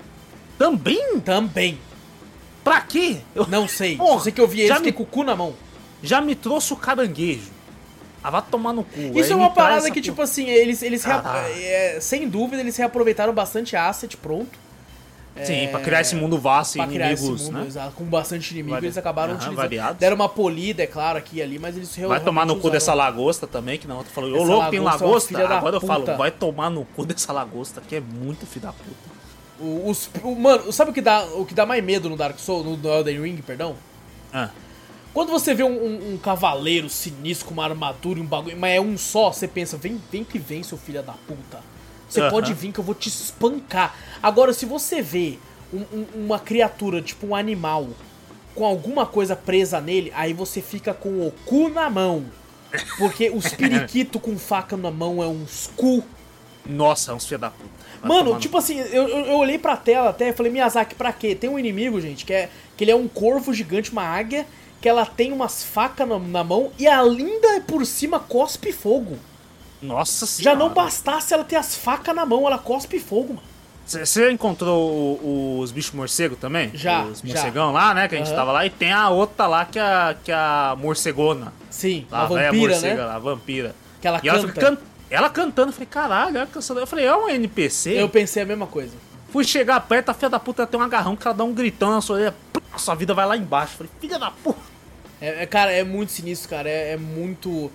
Também? Pra quê? Não sei. Só sei que eu vi eles com o cu na mão. Já me trouxe o caranguejo. Vai tomar no cu. Isso é uma parada que, tipo assim, eles sem dúvida, eles reaproveitaram bastante asset, pronto. Sim, pra criar esse mundo vasto e inimigos, mundo, né? Exato, com bastante inimigo, eles acabaram utilizando. Variados. Deram uma polida, é claro, aqui e ali, mas eles vai tomar no cu dessa lagosta também, que na outra falou, ô louco, tem lagosta? Agora eu falo, vai tomar no cu dessa lagosta, que é muito filho da puta. Mano, sabe o que dá mais medo no Dark Souls, no Elden Ring, perdão? Quando você vê um cavaleiro sinistro com uma armadura e um bagulho, mas é um só, você pensa, vem que vem, seu filho da puta. Você pode vir que eu vou te espancar. Agora, se você vê uma criatura, tipo um animal, com alguma coisa presa nele, aí você fica com o cu na mão. Porque os periquitos com faca na mão é uns cu. Nossa, é uns filha da puta. Mano, tipo assim, eu olhei pra tela até e falei, Miyazaki, pra quê? Tem um inimigo, gente, que ele é um corvo gigante, uma águia, que ela tem umas facas na mão e ainda por cima cospe fogo. Nossa senhora. Já não bastasse ela ter as facas na mão, ela cospe fogo, mano. Você encontrou os bichos morcegos também? Já. Os morcegão lá, né? Que a gente tava lá. E tem a outra lá que é a morcegona. Sim, a vampira, morcega, né? A vampira. Que ela canta. Ela cantando. Eu falei, caralho, ela cansando. Eu falei, é um NPC? Eu pensei a mesma coisa. Fui chegar perto, a filha da puta tem um agarrão que ela dá um gritão na sua orelha. Sua vida vai lá embaixo. Eu falei, filha da puta. Cara, é muito sinistro, cara. É muito...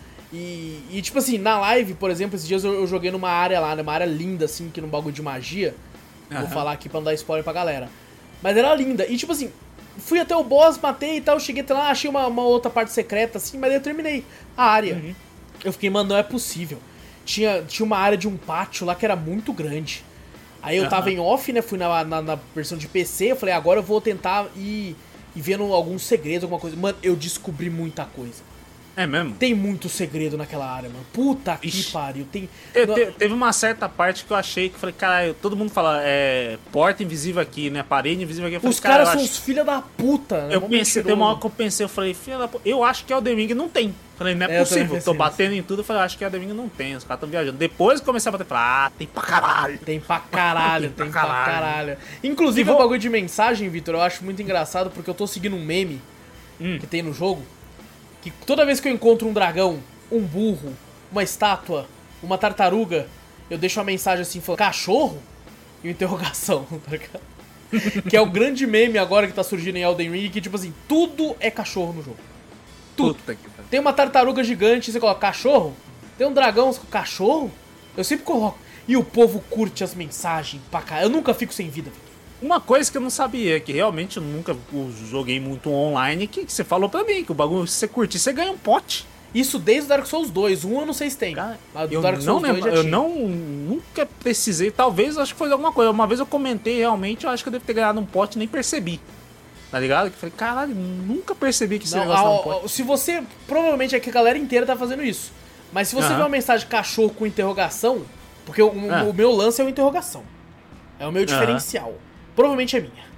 E tipo assim, na live, por exemplo, esses dias eu joguei numa área lá, numa área linda, assim, que num bagulho de magia. Vou falar aqui pra não dar spoiler pra galera. Mas era linda. E tipo assim, fui até o boss, matei e tal, cheguei até lá, achei uma outra parte secreta, assim, mas aí eu terminei a área. Eu fiquei, mano, não é possível. Tinha uma área de um pátio lá que era muito grande. Aí eu tava em off, né, fui na versão de PC, eu falei, agora eu vou tentar ir vendo alguns segredos, alguma coisa. Mano, eu descobri muita coisa. É mesmo? Tem muito segredo naquela área, mano. Puta que pariu. Teve uma certa parte que eu achei que falei, caralho, todo mundo fala, porta invisível aqui, né? Parede invisível aqui. Eu falei, os caras são os filha da puta, né? Eu pensei, tem uma hora que eu pensei, eu falei, filha da puta, eu acho que Elden Ring não tem. Falei, não é possível. Tô batendo em tudo, eu falei, acho que Elden Ring não tem. Os caras tão viajando. Depois que comecei a bater, falei, tem pra caralho. Tem pra caralho, tem pra caralho. Inclusive, o bagulho de mensagem, Vitor, eu acho muito engraçado porque eu tô seguindo um meme que tem no jogo. Que toda vez que eu encontro um dragão, um burro, uma estátua, uma tartaruga, eu deixo uma mensagem assim, falando, cachorro? E uma interrogação, tá ligado? Que é o grande meme agora que tá surgindo em Elden Ring, que tipo assim, tudo é cachorro no jogo. Tudo. Tem uma tartaruga gigante, você coloca cachorro? Tem um dragão, você coloca cachorro? Eu sempre coloco. E o povo curte as mensagens pra cá. Eu nunca fico sem vida. Uma coisa que eu não sabia, que realmente eu nunca joguei muito online, que você falou pra mim, que o bagulho, se você curtir, você ganha um pote. Isso desde o Dark Souls 2, eu não sei se tem. Cara, eu Dark Souls 2 já tinha. Nunca precisei, talvez, acho que foi alguma coisa. Uma vez eu comentei, realmente, eu acho que eu devo ter ganhado um pote e nem percebi. Tá ligado? Que eu falei, caralho, nunca percebi que esse negócio dá um pote. Se você, provavelmente é que a galera inteira tá fazendo isso. Mas se você vê uma mensagem cachorro com interrogação, porque o meu lance é uma interrogação. É o meu diferencial. Provavelmente é minha.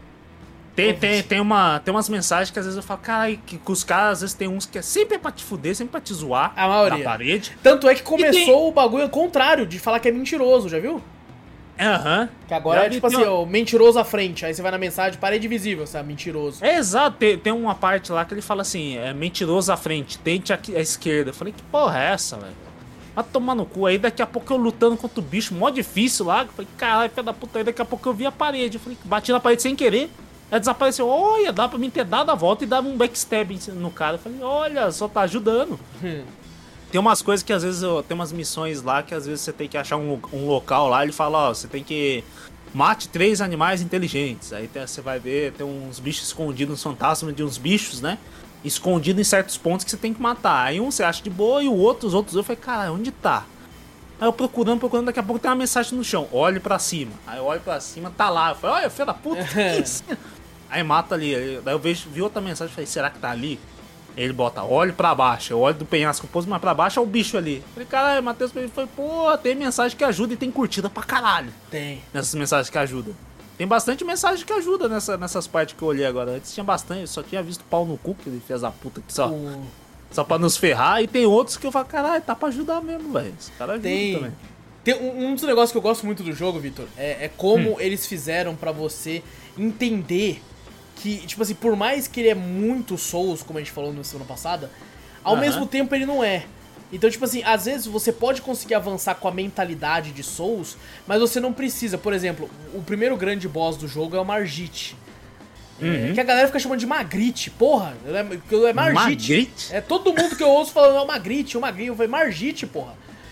Tem umas mensagens que às vezes eu falo, caralho, que os caras, às vezes tem uns que é sempre pra te fuder, sempre pra te zoar. A maioria. Na parede. Tanto é que começou o bagulho ao contrário, de falar que é mentiroso, já viu? Que agora é tipo assim, ó, mentiroso à frente. Aí você vai na mensagem, parede visível, sabe? Mentiroso. É exato, tem uma parte lá que ele fala assim, mentiroso à frente, tente à esquerda. Eu falei, que porra é essa, velho? vai tomar no cu. Aí daqui a pouco eu lutando contra o bicho, mó difícil lá. Eu falei, caralho, filho da puta. Aí daqui a pouco eu vi a parede. Eu falei, bati na parede sem querer. Aí desapareceu. Olha, dá pra mim ter dado a volta e dar um backstab no cara. Eu falei, olha, só tá ajudando. Tem umas coisas que às vezes, tem umas missões lá que às vezes você tem que achar um local lá. Ele fala, ó, você tem que mate 3 animais inteligentes. Aí você vai ver, tem uns bichos escondidos, uns fantasmas de uns bichos, né? Escondido em certos pontos que você tem que matar. Aí um você acha de boa e os outros eu falei, cara, onde tá? Aí eu procurando, daqui a pouco tem uma mensagem no chão, olhe pra cima. Aí eu olho pra cima, tá lá. Eu falei, olha, filho da puta, que isso? Aí mata ali. Daí eu vi outra mensagem, falei, será que tá ali? Aí ele bota, olhe pra baixo. Eu olho do penhasco, eu pôs mais pra baixo, é o bicho ali. Eu falei, caralho, Matheus, ele foi, pô, tem mensagem que ajuda e tem curtida pra caralho. Tem. Nessas mensagens que ajudam. Tem bastante mensagem que ajuda nessas partes que eu olhei agora. Antes tinha bastante, eu só tinha visto pau no cu, que ele fez a puta que só pra nos ferrar. E tem outros que eu falo, caralho, tá pra ajudar mesmo, velho. Os caras ajudam também. Tem um dos negócios que eu gosto muito do jogo, Vitor, é como eles fizeram pra você entender que, tipo assim, por mais que ele é muito Souls, como a gente falou na semana passada, ao mesmo tempo ele não é. Então, tipo assim, às vezes você pode conseguir avançar com a mentalidade de Souls, mas você não precisa. Por exemplo, o primeiro grande boss do jogo é o Margit. Que a galera fica chamando de Magritte. Porra, é Margit. É todo mundo que eu ouço falando, é o Magritte, o Magritte. Eu falei, Margit, porra.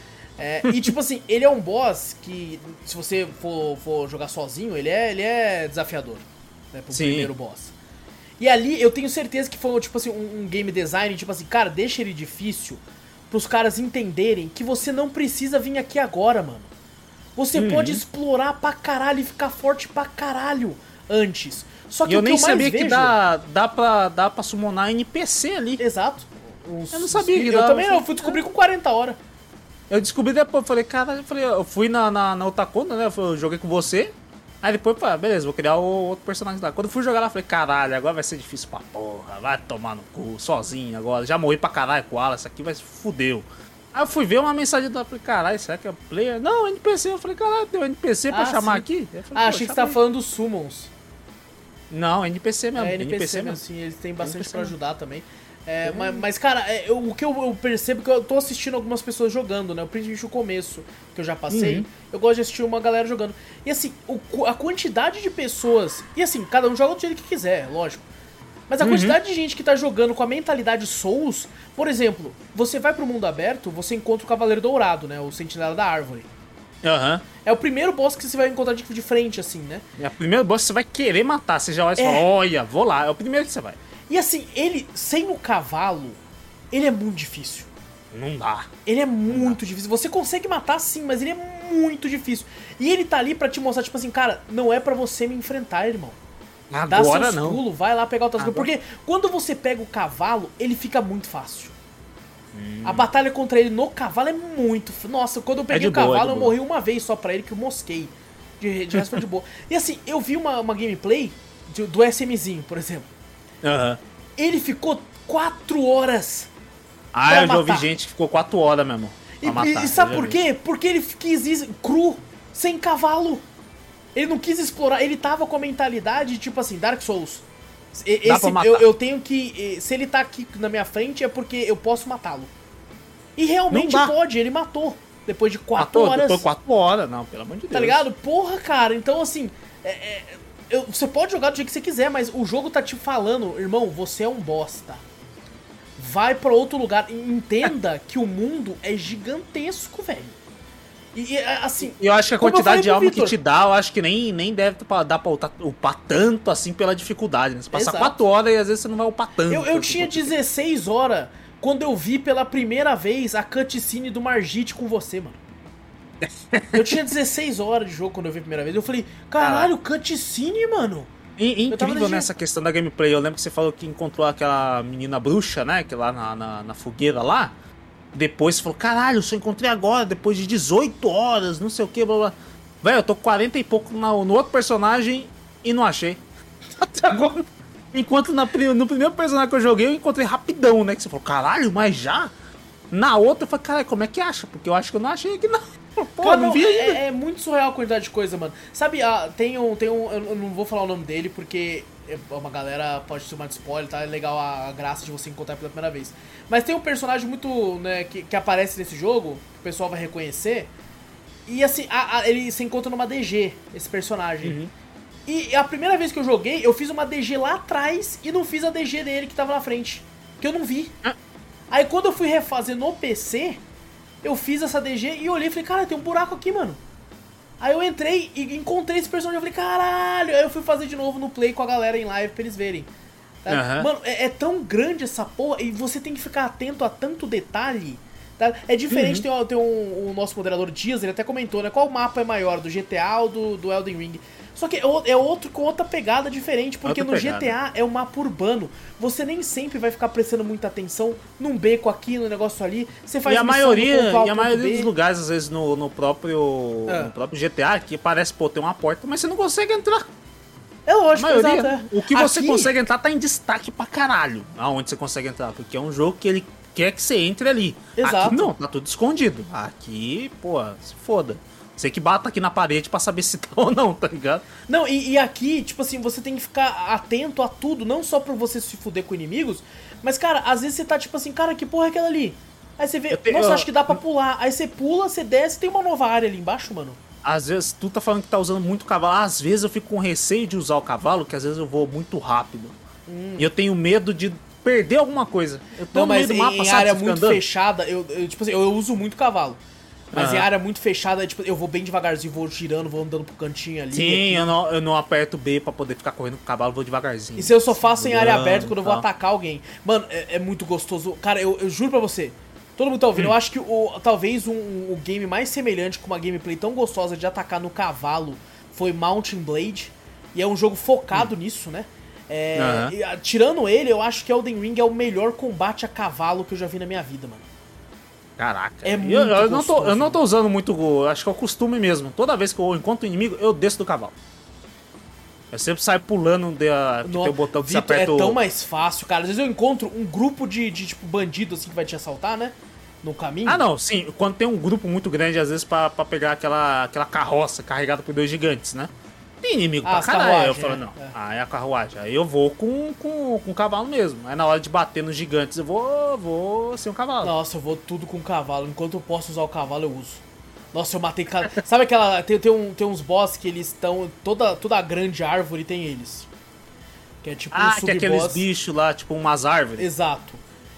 E tipo assim, ele é um boss que, se você for jogar sozinho, ele é desafiador, né, pro primeiro boss. E ali eu tenho certeza que foi tipo assim, um game design, tipo assim, cara, deixa ele difícil pros caras entenderem que você não precisa vir aqui agora, mano. Você pode explorar pra caralho e ficar forte pra caralho antes. Só que eu nem sabia que dá pra summonar NPC ali. Exato. Eu não sabia que dava. Eu também não, eu fui descobrir com 40 horas. Eu descobri depois, falei, cara, eu fui na outra conta, né? Eu joguei com você. Aí depois, beleza, vou criar o outro personagem lá. Quando eu fui jogar lá, falei, caralho, agora vai ser difícil pra porra. Vai tomar no cu, sozinho agora. Já morri pra caralho com o Alan, isso aqui vai se fudeu. Aí eu fui ver uma mensagem lá, falei, caralho, será que é player? Não, NPC. Eu falei, caralho, tem um NPC pra chamar aqui? Falei, achei que você tava falando dos Summons. Não, NPC mesmo. NPC mesmo, sim, eles têm bastante NPC pra ajudar também. Mas, cara, o que eu percebo que eu tô assistindo algumas pessoas jogando, né? Principalmente o começo que eu já passei, eu gosto de assistir uma galera jogando. E assim, a quantidade de pessoas. E assim, cada um joga do jeito que quiser, lógico. Mas a quantidade de gente que tá jogando com a mentalidade Souls, por exemplo, você vai pro mundo aberto, você encontra o Cavaleiro Dourado, né? O Sentinela da Árvore. É o primeiro boss que você vai encontrar de frente, assim, né? É o primeiro boss que você vai querer matar. Você já vai falar, olha, vou lá. É o primeiro que você vai. E assim, ele, sem o cavalo, ele é muito difícil. Não dá. Ele é muito difícil. Você consegue matar sim, mas ele é muito difícil. E ele tá ali pra te mostrar, tipo assim, cara, não é pra você me enfrentar, irmão. Agora não. Pulo, vai lá pegar outras coisas. Porque quando você pega o cavalo, ele fica muito fácil. A batalha contra ele no cavalo é muito... Nossa, quando eu peguei o cavalo, eu morri uma vez só pra ele, que eu mosquei. De resto foi de boa. E assim, eu vi uma gameplay do SMzinho, por exemplo. Ele ficou 4 horas. Eu já ouvi gente que ficou 4 horas mesmo. E sabe por quê? Porque ele quis ir cru, sem cavalo. Ele não quis explorar. Ele tava com a mentalidade tipo assim, Dark Souls. Eu tenho que... Se ele tá aqui na minha frente é porque eu posso matá-lo. E realmente pode, ele matou. Depois de 4 horas. Depois de 4 horas, não, pelo amor de Deus. Tá ligado? Porra, cara, então assim... você pode jogar do jeito que você quiser, mas o jogo tá te falando, irmão, você é um bosta. Vai pra outro lugar e entenda que o mundo é gigantesco, velho. E assim... Eu acho que a quantidade de alma que te dá, eu acho que nem deve dar pra upar tanto assim pela dificuldade, né? Você passa 4 horas e às vezes você não vai upar tanto. Eu tinha 16 horas quando eu vi pela primeira vez a cutscene do Margit com você, mano. Eu tinha 16 horas de jogo quando eu vi a primeira vez. Eu falei, caralho, cutscene, mano. Incrível nessa questão da gameplay. Eu lembro que você falou que encontrou aquela menina bruxa, né? Que lá na fogueira lá. Depois você falou, caralho, eu só encontrei agora, depois de 18 horas, não sei o que, blá blá. Velho, eu tô com 40 e pouco no outro personagem e não achei. Até agora. Enquanto no primeiro personagem que eu joguei, eu encontrei rapidão, né? Que você falou, caralho, mas já? Na outra eu falei, caralho, como é que acha? Porque eu acho que eu não achei aqui não. Pô, cara, não vi ainda. É muito surreal a quantidade de coisa, mano. Sabe, tem um... Eu não vou falar o nome dele porque uma galera pode tomar de spoiler, tá? É legal a graça de você encontrar pela primeira vez. Mas tem um personagem muito, né, que aparece nesse jogo, que o pessoal vai reconhecer. E assim, ele se encontra numa DG, esse personagem. Uhum. E a primeira vez que eu joguei, eu fiz uma DG lá atrás e não fiz a DG dele que tava na frente. Que eu não vi. Aí quando eu fui refazer no PC, eu fiz essa DG e olhei e falei, cara, tem um buraco aqui, mano. Aí eu entrei e encontrei esse personagem, eu falei, caralho. Aí eu fui fazer de novo no play com a galera em live pra eles verem. Tá? Uhum. Mano, é tão grande essa porra e você tem que ficar atento a tanto detalhe. Tá? É diferente, tem o nosso moderador Dias, ele até comentou, né? Qual mapa é maior, do GTA ou do Elden Ring? Só que é outro com outra pegada diferente, porque no GTA é um mapa urbano. Você nem sempre vai ficar prestando muita atenção num beco aqui, no negócio ali. Você faz e a maioria dos lugares, às vezes, no próprio GTA, que parece, pô, tem uma porta, mas você não consegue entrar. É lógico, exato. É. O que você consegue entrar tá em destaque pra caralho. Aonde você consegue entrar, porque é um jogo que ele quer que você entre ali. Exato. Aqui não, tá tudo escondido. Aqui, pô, se foda. Você que bata aqui na parede pra saber se tá ou não, tá ligado? Não, e aqui, tipo assim, você tem que ficar atento a tudo, não só pra você se fuder com inimigos, mas, cara, às vezes você tá tipo assim, cara, que porra é aquela ali? Aí você vê, nossa, acho que dá pra pular. Aí você pula, você desce, tem uma nova área ali embaixo, mano. Às vezes, tu tá falando que tá usando muito cavalo. Às vezes eu fico com receio de usar o cavalo, que às vezes eu vou muito rápido. E eu tenho medo de perder alguma coisa. Eu tô não, no meio mas do mapa, em sabe, área muito fechada, tipo assim, eu uso muito cavalo. Mas em área muito fechada, tipo, eu vou bem devagarzinho, vou girando, vou andando pro cantinho ali. Sim, eu não aperto B pra poder ficar correndo com o cavalo, vou devagarzinho. Isso eu só faço em área aberta quando eu vou atacar alguém. Mano, é muito gostoso. Cara, eu juro pra você, todo mundo tá ouvindo, eu acho que talvez o game mais semelhante com uma gameplay tão gostosa de atacar no cavalo foi Mountain Blade. E é um jogo focado nisso, né? Tirando ele, eu acho que Elden Ring é o melhor combate a cavalo que eu já vi na minha vida, mano. Caraca, é muito eu não tô usando muito, acho que é o costume mesmo. Toda vez que eu encontro um inimigo, eu desço do cavalo. Eu sempre saio pulando, tem o botão que você aperta. É tão mais fácil, cara. Às vezes eu encontro um grupo de tipo, bandidos assim que vai te assaltar, né? No caminho. Ah, não, sim. Quando tem um grupo muito grande, às vezes pra pegar aquela carroça carregada por 2 gigantes, né? Tem inimigo pra caralho. Eu falo, não. É a carruagem. Aí eu vou com o cavalo mesmo. Aí na hora de bater nos gigantes, eu vou sem o cavalo. Nossa, eu vou tudo com o cavalo. Enquanto eu posso usar o cavalo, eu uso. Nossa, eu matei cada... Sabe aquela... Tem uns boss que eles estão... Toda a grande árvore tem eles. Que é tipo um sub-boss. Que é aqueles bichos lá, tipo umas árvores. Exato.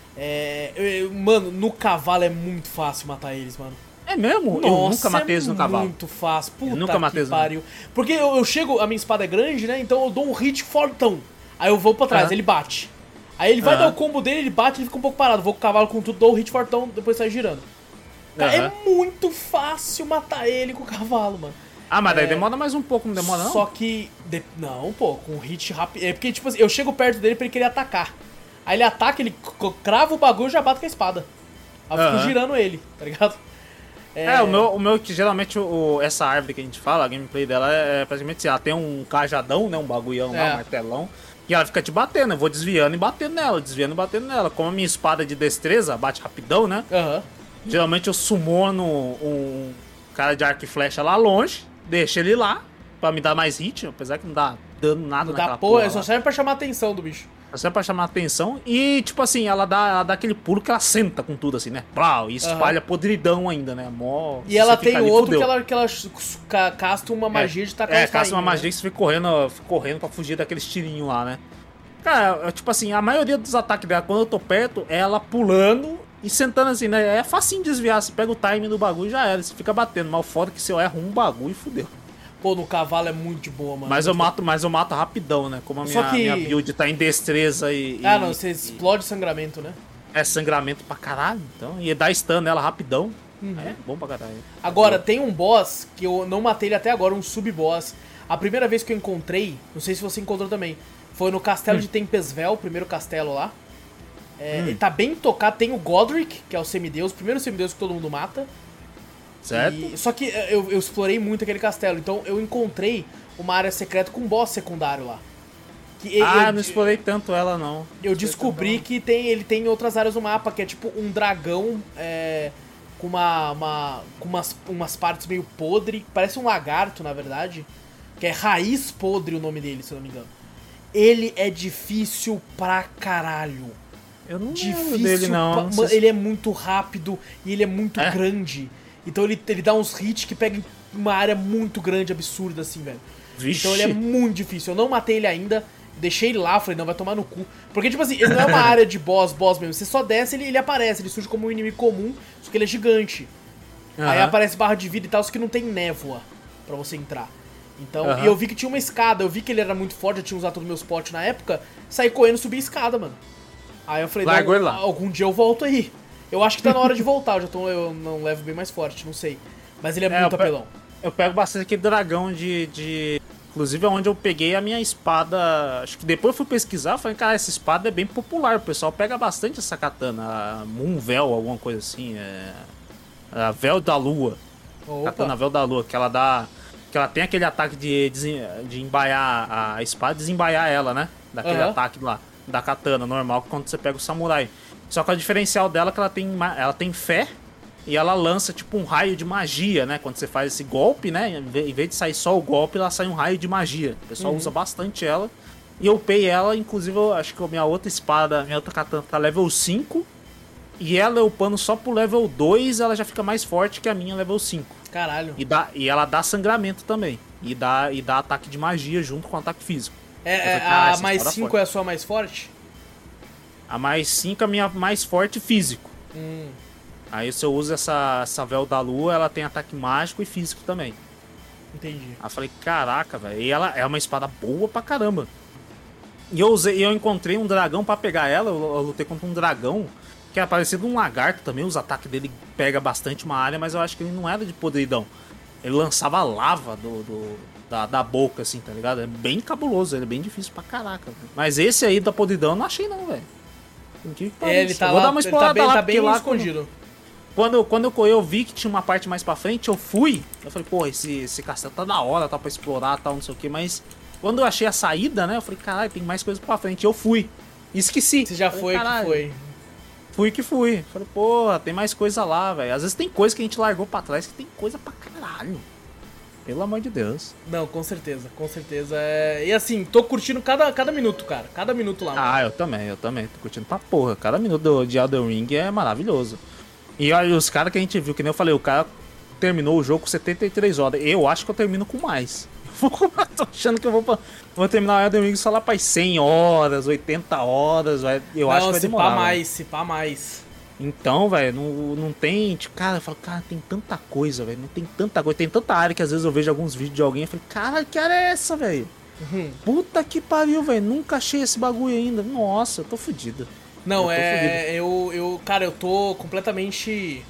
Mano, no cavalo é muito fácil matar eles, mano. É mesmo? Nossa, eu nunca matei eles no cavalo. É muito fácil. Puta, eu nunca matei que pariu. Porque eu chego, a minha espada é grande, né? Então eu dou um hit fortão. Aí eu vou pra trás, ele bate. Aí ele vai dar o combo dele, ele bate, ele fica um pouco parado. Vou com o cavalo com tudo, dou o hit fortão, depois sai girando. Cara, é muito fácil matar ele com o cavalo, mano. Ah, mas daí demora mais um pouco, não demora não? Só que... Não, pô, com um hit rápido... É porque, tipo assim, eu chego perto dele pra ele querer atacar. Aí ele ataca, ele crava o bagulho e já bato com a espada. Aí eu fico girando ele, tá ligado? O meu que geralmente essa árvore que a gente fala, a gameplay dela é praticamente assim, ela tem um cajadão, né, um bagulhão lá, um martelão, e ela fica te batendo, eu vou desviando e batendo nela, Como a minha espada de destreza bate rapidão, né, geralmente eu summono um cara de arco e flecha lá longe, deixo ele lá, pra me dar mais hit, apesar que não dá dano nada naquela porra, só serve pra chamar a atenção do bicho. Só pra chamar a atenção. E, tipo assim, ela dá aquele pulo que ela senta com tudo, assim, né? Plau, e espalha podridão ainda, né? E ela tem outro que ela casta uma magia de tacar casta uma magia que você fica correndo pra fugir daqueles tirinhos lá, né? Cara, tipo assim, a maioria dos ataques dela, quando eu tô perto, é ela pulando e sentando assim, né? É facinho desviar. Você pega o timing do bagulho e já era. Você fica batendo. Mas o foda é que se eu erro um bagulho, fudeu. Pô, no cavalo é muito de boa, mano. Mas eu mato rapidão, né? Como a minha build tá em destreza e... não, você explode sangramento, né? É sangramento pra caralho, então. E dá stun nela rapidão. É bom pra caralho. Agora, tem um boss que eu não matei ele até agora, um sub-boss. A primeira vez que eu encontrei, não sei se você encontrou também, foi no castelo de Tempestvel, o primeiro castelo lá. Ele tá bem tocado, tem o Godric, que é o semideus, o primeiro semideus que todo mundo mata. Certo. Só que eu explorei muito aquele castelo, então eu encontrei uma área secreta com um boss secundário lá. Eu não explorei tanto ela, não. Eu descobri que ele tem outras áreas do mapa, que é tipo um dragão com umas partes meio podre, parece um lagarto, na verdade. Que é Raiz Podre o nome dele, se eu não me engano. Ele é difícil pra caralho. Eu não Difícil lembro dele, não. Mano, ele é muito rápido e ele é muito grande. Então ele dá uns hits que pegam uma área muito grande, absurda, assim, velho. Vixe. Então ele é muito difícil. Eu não matei ele ainda, deixei ele lá, falei, não, vai tomar no cu. Porque, tipo assim, ele não é uma área de boss mesmo. Você só desce, ele aparece, ele surge como um inimigo comum, só que ele é gigante. Aí aparece barra de vida e tal, só que não tem névoa pra você entrar. Então, e eu vi que tinha uma escada, eu vi que ele era muito forte, eu tinha usado todos os meus potes na época, saí correndo e subi a escada, mano. Aí eu falei, não, algum dia eu volto aí. Eu acho que tá na hora de voltar, eu não levo bem mais forte, não sei. Mas ele é muito apelão. Eu pego bastante aquele dragão Inclusive é onde eu peguei a minha espada. Acho que depois eu fui pesquisar, falei, cara, essa espada é bem popular, o pessoal pega bastante essa katana, a Moonvel, alguma coisa assim, a Véu da Lua. Opa. Katana Véu da Lua, que ela dá... Que ela tem aquele ataque de embaiar a espada, desembaiar ela, né? Daquele ataque lá, da katana normal, quando você pega o samurai. Só que o diferencial dela é que ela tem fé e ela lança tipo um raio de magia, né? Quando você faz esse golpe, né? Em vez de sair só o golpe, ela sai um raio de magia. O pessoal usa bastante ela. E eu upei ela, inclusive eu acho que a minha outra espada, minha outra katana tá level 5. E ela upando só pro level 2, ela já fica mais forte que a minha level 5. Caralho. E ela dá sangramento também. E dá ataque de magia junto com o ataque físico. A mais 5 é a sua mais forte? A mais 5 é a minha mais forte físico. Aí se eu uso essa Véu da Lua, ela tem ataque mágico e físico também. Entendi. Aí eu falei, caraca, velho. E ela é uma espada boa pra caramba. E eu encontrei um dragão pra pegar ela. Eu lutei contra um dragão que é parecido um lagarto também. Os ataques dele pegam bastante uma área, mas eu acho que ele não era de podridão. Ele lançava lava da boca, assim, tá ligado? É bem cabuloso, ele é bem difícil pra caraca. Mas esse aí da podridão eu não achei não, velho. Ele tá lá, ele tá bem lá escondido. Quando eu vi que tinha uma parte mais pra frente, eu fui. Eu falei, pô, esse castelo tá da hora, tá pra explorar, tal, não sei o que. Mas quando eu achei a saída, né, eu falei, caralho, tem mais coisa pra frente. Eu fui. Esqueci. Você já foi que foi. Fui que fui. Falei, porra, tem mais coisa lá, velho. Às vezes tem coisa que a gente largou pra trás que tem coisa pra caralho. Pelo amor de Deus. Não, com certeza, com certeza. E assim, tô curtindo cada minuto, cara. Cada minuto lá. Mano. Eu também. Tô curtindo pra porra. Cada minuto de Elden Ring é maravilhoso. E olha, os caras que a gente viu, que nem eu falei, o cara terminou o jogo com 73 horas. Eu acho que eu termino com mais. Tô achando que eu vou terminar o Elden Ring só lá para 100 horas, 80 horas. Eu acho que vai demorar. Se pá mais. Então, velho, não tem... Tipo, cara, eu falo, cara, tem tanta coisa, velho. Não tem tanta coisa. Tem tanta área que às vezes eu vejo alguns vídeos de alguém e falo, cara, que área é essa, velho? Puta que pariu, velho. Nunca achei esse bagulho ainda. Nossa, eu tô fudido. Não, cara, eu tô completamente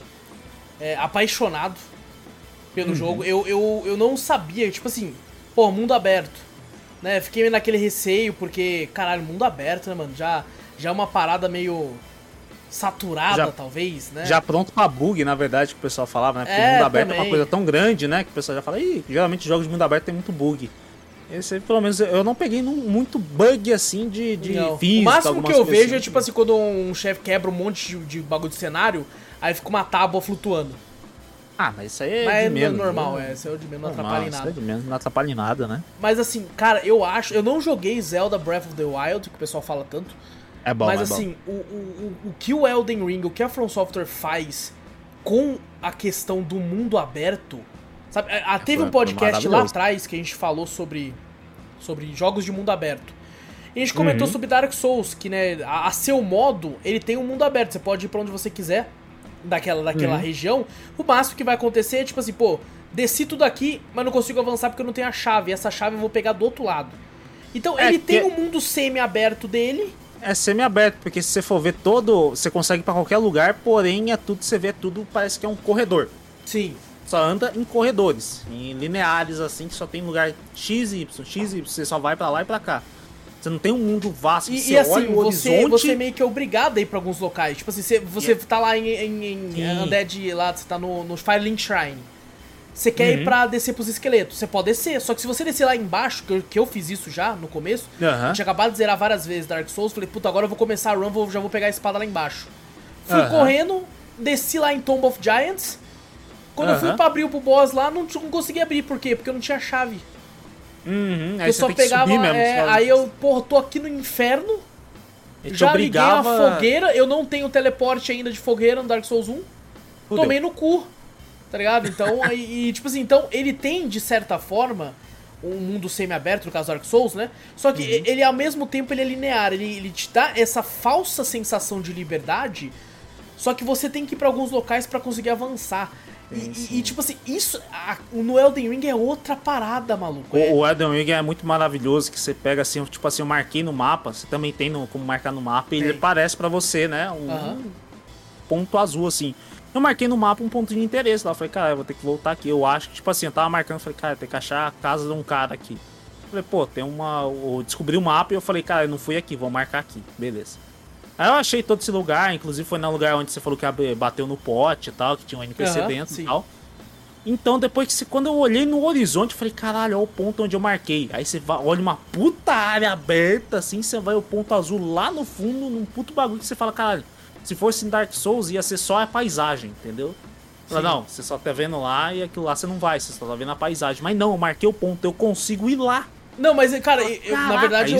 apaixonado pelo jogo. Eu não sabia, tipo assim, pô, mundo aberto, né? Fiquei naquele receio, porque, caralho, mundo aberto, né, mano? Já é uma parada meio saturada, talvez, né? Já pronto pra bug, na verdade, que o pessoal falava, né? Porque o mundo aberto é uma coisa tão grande, né? Que o pessoal já fala, geralmente jogos de mundo aberto tem muito bug. Esse, pelo menos, eu não peguei muito bug assim de física. O máximo que eu vejo é tipo assim, quando um chefe quebra um monte de bagulho de cenário, aí fica uma tábua flutuando. Ah, mas isso aí é de menos. Normal, esse é o de menos, não atrapalha em nada. Isso é de menos, não atrapalha em nada, né? Mas assim, cara, eu não joguei Zelda Breath of the Wild, que o pessoal fala tanto. É bom, mas assim, o que o Elden Ring, o que a From Software faz com a questão do mundo aberto, sabe? Teve um podcast lá atrás que a gente falou sobre jogos de mundo aberto. E a gente comentou sobre Dark Souls, que, né, a seu modo, ele tem um mundo aberto. Você pode ir pra onde você quiser, daquela região. O máximo que vai acontecer é, tipo assim, pô, desci tudo aqui, mas não consigo avançar porque eu não tenho a chave. E essa chave eu vou pegar do outro lado. Então, ele tem um mundo semi-aberto dele. É semi-aberto, porque se você for ver todo... Você consegue ir pra qualquer lugar, porém, você vê tudo, parece que é um corredor. Sim. Só anda em corredores, em lineares assim, que só tem lugar X, Y, você só vai pra lá e pra cá. Você não tem um mundo vasto que você assim, olha o horizonte. Você é meio que obrigado a ir pra alguns locais. Tipo assim, você tá lá em Undead, lá, você tá no Firelink Shrine. Você quer ir pra descer pros esqueletos. Você pode descer, só que se você descer lá embaixo, que eu fiz isso já no começo, eu tinha acabado de zerar várias vezes Dark Souls, falei, puta, agora eu vou começar a run, já vou pegar a espada lá embaixo. Fui correndo, desci lá em Tomb of Giants. Quando eu fui pra abrir pro boss lá, não consegui abrir. Por quê? Porque eu não tinha chave. Aí eu só pegava. Aí eu, porra, tô aqui no inferno. Já liguei uma fogueira. Eu não tenho teleporte ainda de fogueira no Dark Souls 1. Fudeu. Tomei no cu. Tá ligado? Então, tipo assim, então ele tem, de certa forma, um mundo semi-aberto, no caso do Dark Souls, né? Só que ele, ao mesmo tempo, ele é linear. Ele te dá essa falsa sensação de liberdade. Só que você tem que ir pra alguns locais pra conseguir avançar. E tipo assim, isso no Elden Ring é outra parada, maluco. O Elden Ring é muito maravilhoso, que você pega assim, tipo assim, eu marquei no mapa, você também tem como marcar no mapa, e ele aparece pra você, né, um ponto azul, assim. Eu marquei no mapa um ponto de interesse lá, eu falei, cara, eu vou ter que voltar aqui, eu acho que, tipo assim, eu tava marcando, eu falei, cara, tem que achar a casa de um cara aqui. Eu falei, pô, eu descobri o mapa e eu falei, cara, eu não fui aqui, vou marcar aqui, beleza. Aí eu achei todo esse lugar, inclusive foi no lugar onde você falou que bateu no pote e tal, que tinha um NPC dentro e tal. Então depois quando eu olhei no horizonte, eu falei, caralho, olha o ponto onde eu marquei. Aí você olha uma puta área aberta, assim, você vai o ponto azul lá no fundo, num puto bagulho que você fala, caralho, se fosse em Dark Souls ia ser só a paisagem, entendeu? Fala, não, você só tá vendo lá e aquilo lá você não vai, você só tá vendo a paisagem. Mas não, eu marquei o ponto, eu consigo ir lá. Não, mas, cara, na verdade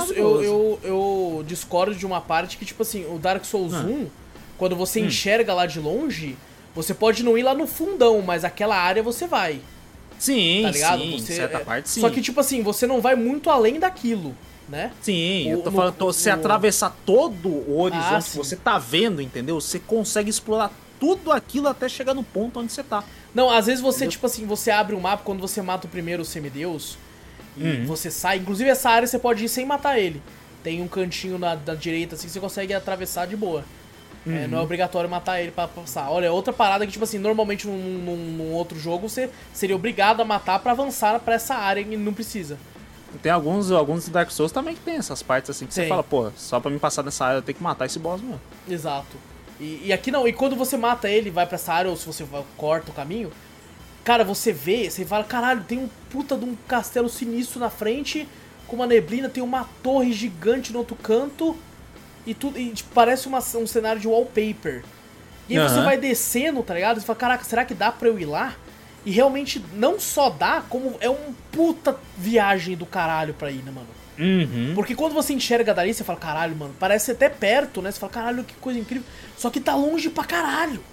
eu discordo de uma parte que, tipo assim, o Dark Souls 1, quando você enxerga lá de longe, você pode não ir lá no fundão, mas aquela área você vai. Sim, tá ligado? sim, certa parte sim. Só que, tipo assim, você não vai muito além daquilo, né? Sim, eu tô falando, você atravessar todo o horizonte que você tá vendo, entendeu? Você consegue explorar tudo aquilo até chegar no ponto onde você tá. Não, às vezes você, tipo assim, você abre o mapa quando você mata o primeiro semideus. E você sai, inclusive essa área você pode ir sem matar ele. Tem um cantinho na direita assim que você consegue atravessar de boa. Não é obrigatório matar ele pra passar. Olha, é outra parada que, tipo assim, normalmente num outro jogo você seria obrigado a matar pra avançar pra essa área e não precisa. Tem alguns Dark Souls também que tem essas partes assim que você fala, pô, só pra me passar nessa área eu tenho que matar esse boss mesmo. Exato. E aqui não, e quando você mata ele, vai pra essa área, ou se você corta o caminho, cara, você fala, caralho, tem um puta de um castelo sinistro na frente, com uma neblina, tem uma torre gigante no outro canto, e tudo, e tipo, parece um cenário de wallpaper. E aí você vai descendo, tá ligado? Você fala, caraca, será que dá pra eu ir lá? E realmente não só dá, como é um puta viagem do caralho pra ir, né, mano? Porque quando você enxerga dali, você fala, caralho, mano, parece até perto, né? Você fala, caralho, que coisa incrível. Só que tá longe pra caralho.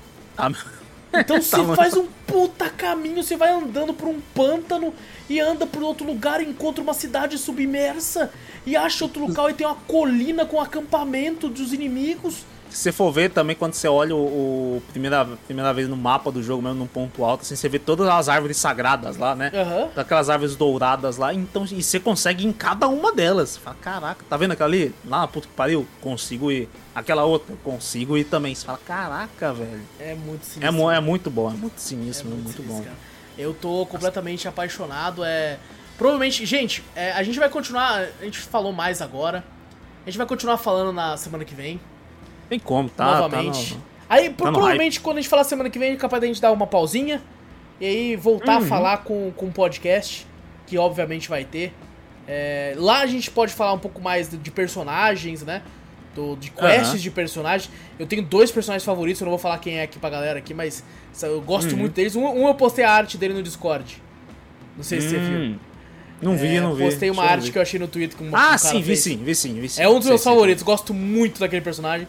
Então você faz um puta caminho, você vai andando por um pântano e anda por outro lugar, encontra uma cidade submersa e acha outro local e tem uma colina com acampamento dos inimigos. Se você for ver também, quando você olha primeira vez no mapa do jogo, mesmo num ponto alto, assim, você vê todas as árvores sagradas lá, né? Aquelas árvores douradas lá, então, e você consegue ir em cada uma delas. Você fala, caraca, tá vendo aquela ali? Lá na puta que pariu? Consigo ir. Aquela outra, consigo ir também. Você fala, caraca, velho. É muito sinistro. É muito bom, é muito sinistro, muito bom. Cara. Eu tô completamente apaixonado. Provavelmente, gente, a gente vai continuar. A gente falou mais agora. A gente vai continuar falando na semana que vem. Tem como, tá? Novamente. Aí, provavelmente, quando a gente falar semana que vem, é capaz da gente dar uma pausinha. E aí voltar a falar com o podcast. Que obviamente vai ter. Lá a gente pode falar um pouco mais de personagens, né? De quests de personagens. Eu tenho 2 personagens favoritos, eu não vou falar quem é aqui pra galera aqui, mas eu gosto muito deles. Um eu postei a arte dele no Discord. Não sei se você viu. Não vi. Postei uma arte que eu achei no Twitter com um sim, vi sim. É um dos meus favoritos, gosto muito daquele personagem.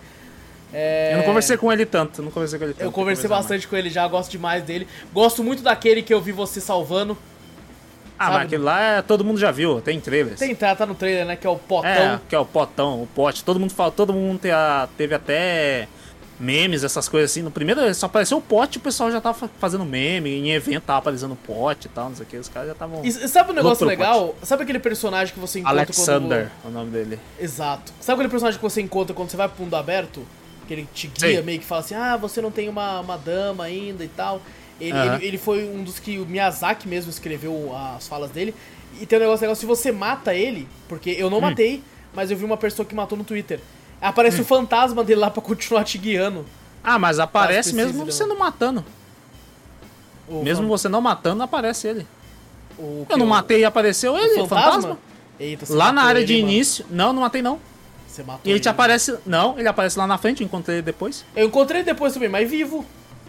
Eu não conversei com ele tanto, Eu conversei bastante com ele já, gosto demais dele. Gosto muito daquele que eu vi você salvando. Mas aquele lá todo mundo já viu, tem trailers. Tá no trailer, né? Que é o potão. Que é o potão, o pote. Todo mundo fala, teve até memes, essas coisas assim. No primeiro só apareceu o pote e o pessoal já tava fazendo meme, em evento tava aparecendo o pote e tal, não sei o que. Os caras já estavam. E sabe um negócio legal? Sabe aquele personagem que você encontra Alexander, é o nome dele. Exato. Sabe aquele personagem que você encontra quando você vai pro mundo aberto? Que ele te guia, meio que fala assim, você não tem uma dama ainda e tal. Ele foi um dos que o Miyazaki mesmo escreveu as falas dele. E tem um negócio legal, se você mata ele, porque eu não matei, mas eu vi uma pessoa que matou no Twitter. Aparece o fantasma dele lá pra continuar te guiando. Mas aparece mesmo você não matando. Mesmo você não matando, aparece ele. Eu não matei e apareceu ele, o fantasma. Eita, lá na área de início. Não matei não. Você matou ele te aparece. Não, ele aparece lá na frente, eu encontrei ele depois. Eu encontrei ele depois também, mas vivo.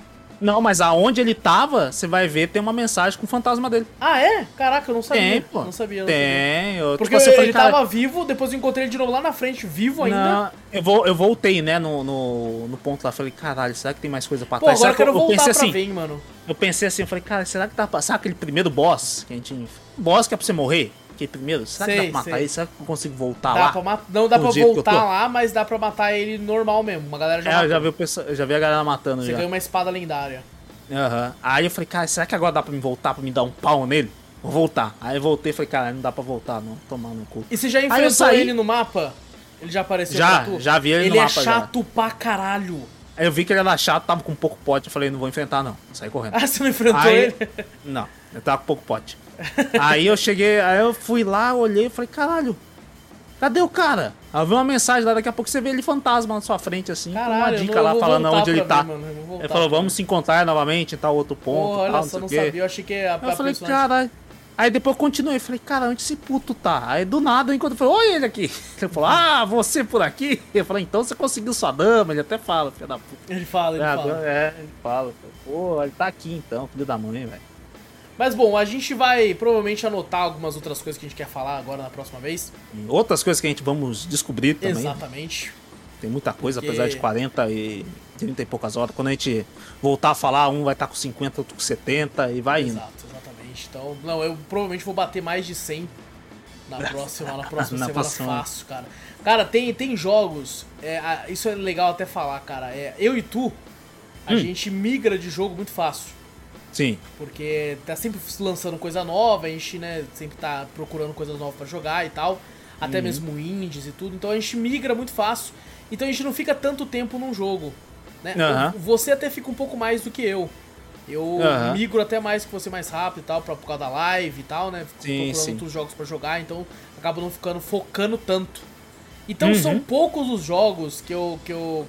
Não, mas aonde ele tava, você vai ver, tem uma mensagem com o fantasma dele. Ah, é? Caraca, eu não sabia. Tem, pô. Não sabia. Tem. Porque tipo, ele tava vivo, depois eu encontrei ele de novo lá na frente, vivo ainda. Não, eu voltei, né, no ponto lá. Falei, caralho, será que tem mais coisa pra Pô, trás? agora eu quero eu voltar pensei pra assim, ver, hein, mano. Eu pensei assim, eu falei, cara, será que tá passando aquele primeiro boss que a gente... Boss que é pra você morrer? Aquele primeiro? Será que dá pra matar ele? Será que eu consigo voltar lá? Não dá pra voltar lá, mas dá pra matar ele normal mesmo. Uma galera já matou. Eu já vi a galera matando. Você ganha uma espada lendária. Aham. Aí eu falei, cara, será que agora dá pra me voltar, pra me dar um pau nele? Vou voltar. Aí eu voltei e falei, cara, não dá pra voltar, não. Tomar no cu. E você já enfrentou ele no mapa? Ele já apareceu pra tu? Já vi ele no mapa. Ele é chato pra caralho. Aí eu vi que ele era chato, tava com pouco pote. Eu falei, não vou enfrentar, não. Saí correndo. Ah, você não enfrentou ele? Não, eu tava com pouco pote. Aí eu cheguei, aí eu fui lá, olhei e falei, caralho, cadê o cara? Aí eu vi uma mensagem lá, daqui a pouco você vê ele fantasma na sua frente, assim, caralho, com uma dica lá falando onde ele tá. Ele falou, vamos se encontrar novamente em tal outro ponto. Olha tal, só, não sabia, eu achei que a eu falei, caralho. Aí depois eu continuei, falei, cara, onde esse puto tá? Aí do nada, enquanto eu falei, oi ele aqui. Ele falou, você por aqui? Eu falei, então você conseguiu sua dama? Ele até fala, filho da puta. Ele fala. Ele fala. Pô, ele tá aqui então, filho da mãe, velho. Mas bom, a gente vai provavelmente anotar algumas outras coisas que a gente quer falar agora na próxima vez. Outras coisas que a gente vamos descobrir também. Exatamente. Tem muita coisa, apesar de 40 e 30 e poucas horas. Quando a gente voltar a falar, um vai estar com 50, outro com 70 e vai indo. Exatamente. Então, não, eu provavelmente vou bater mais de 100 na próxima semana fácil, cara. Cara, tem jogos, isso é legal até falar, cara. Eu e tu, a gente migra de jogo muito fácil. Sim. Porque tá sempre lançando coisa nova, a gente, né, sempre tá procurando coisas novas pra jogar e tal. Até mesmo indies e tudo. Então a gente migra muito fácil. Então a gente não fica tanto tempo num jogo, né? Você até fica um pouco mais do que eu. Eu migro até mais que você mais rápido e tal, por causa da live e tal, né? Fico procurando outros jogos pra jogar, então acabo não focando tanto. Então são poucos os jogos que eu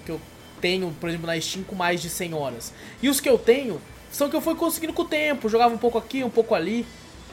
tenho, por exemplo, na Steam com mais de 100 horas. E os que eu tenho são que eu fui conseguindo com o tempo, jogava um pouco aqui, um pouco ali.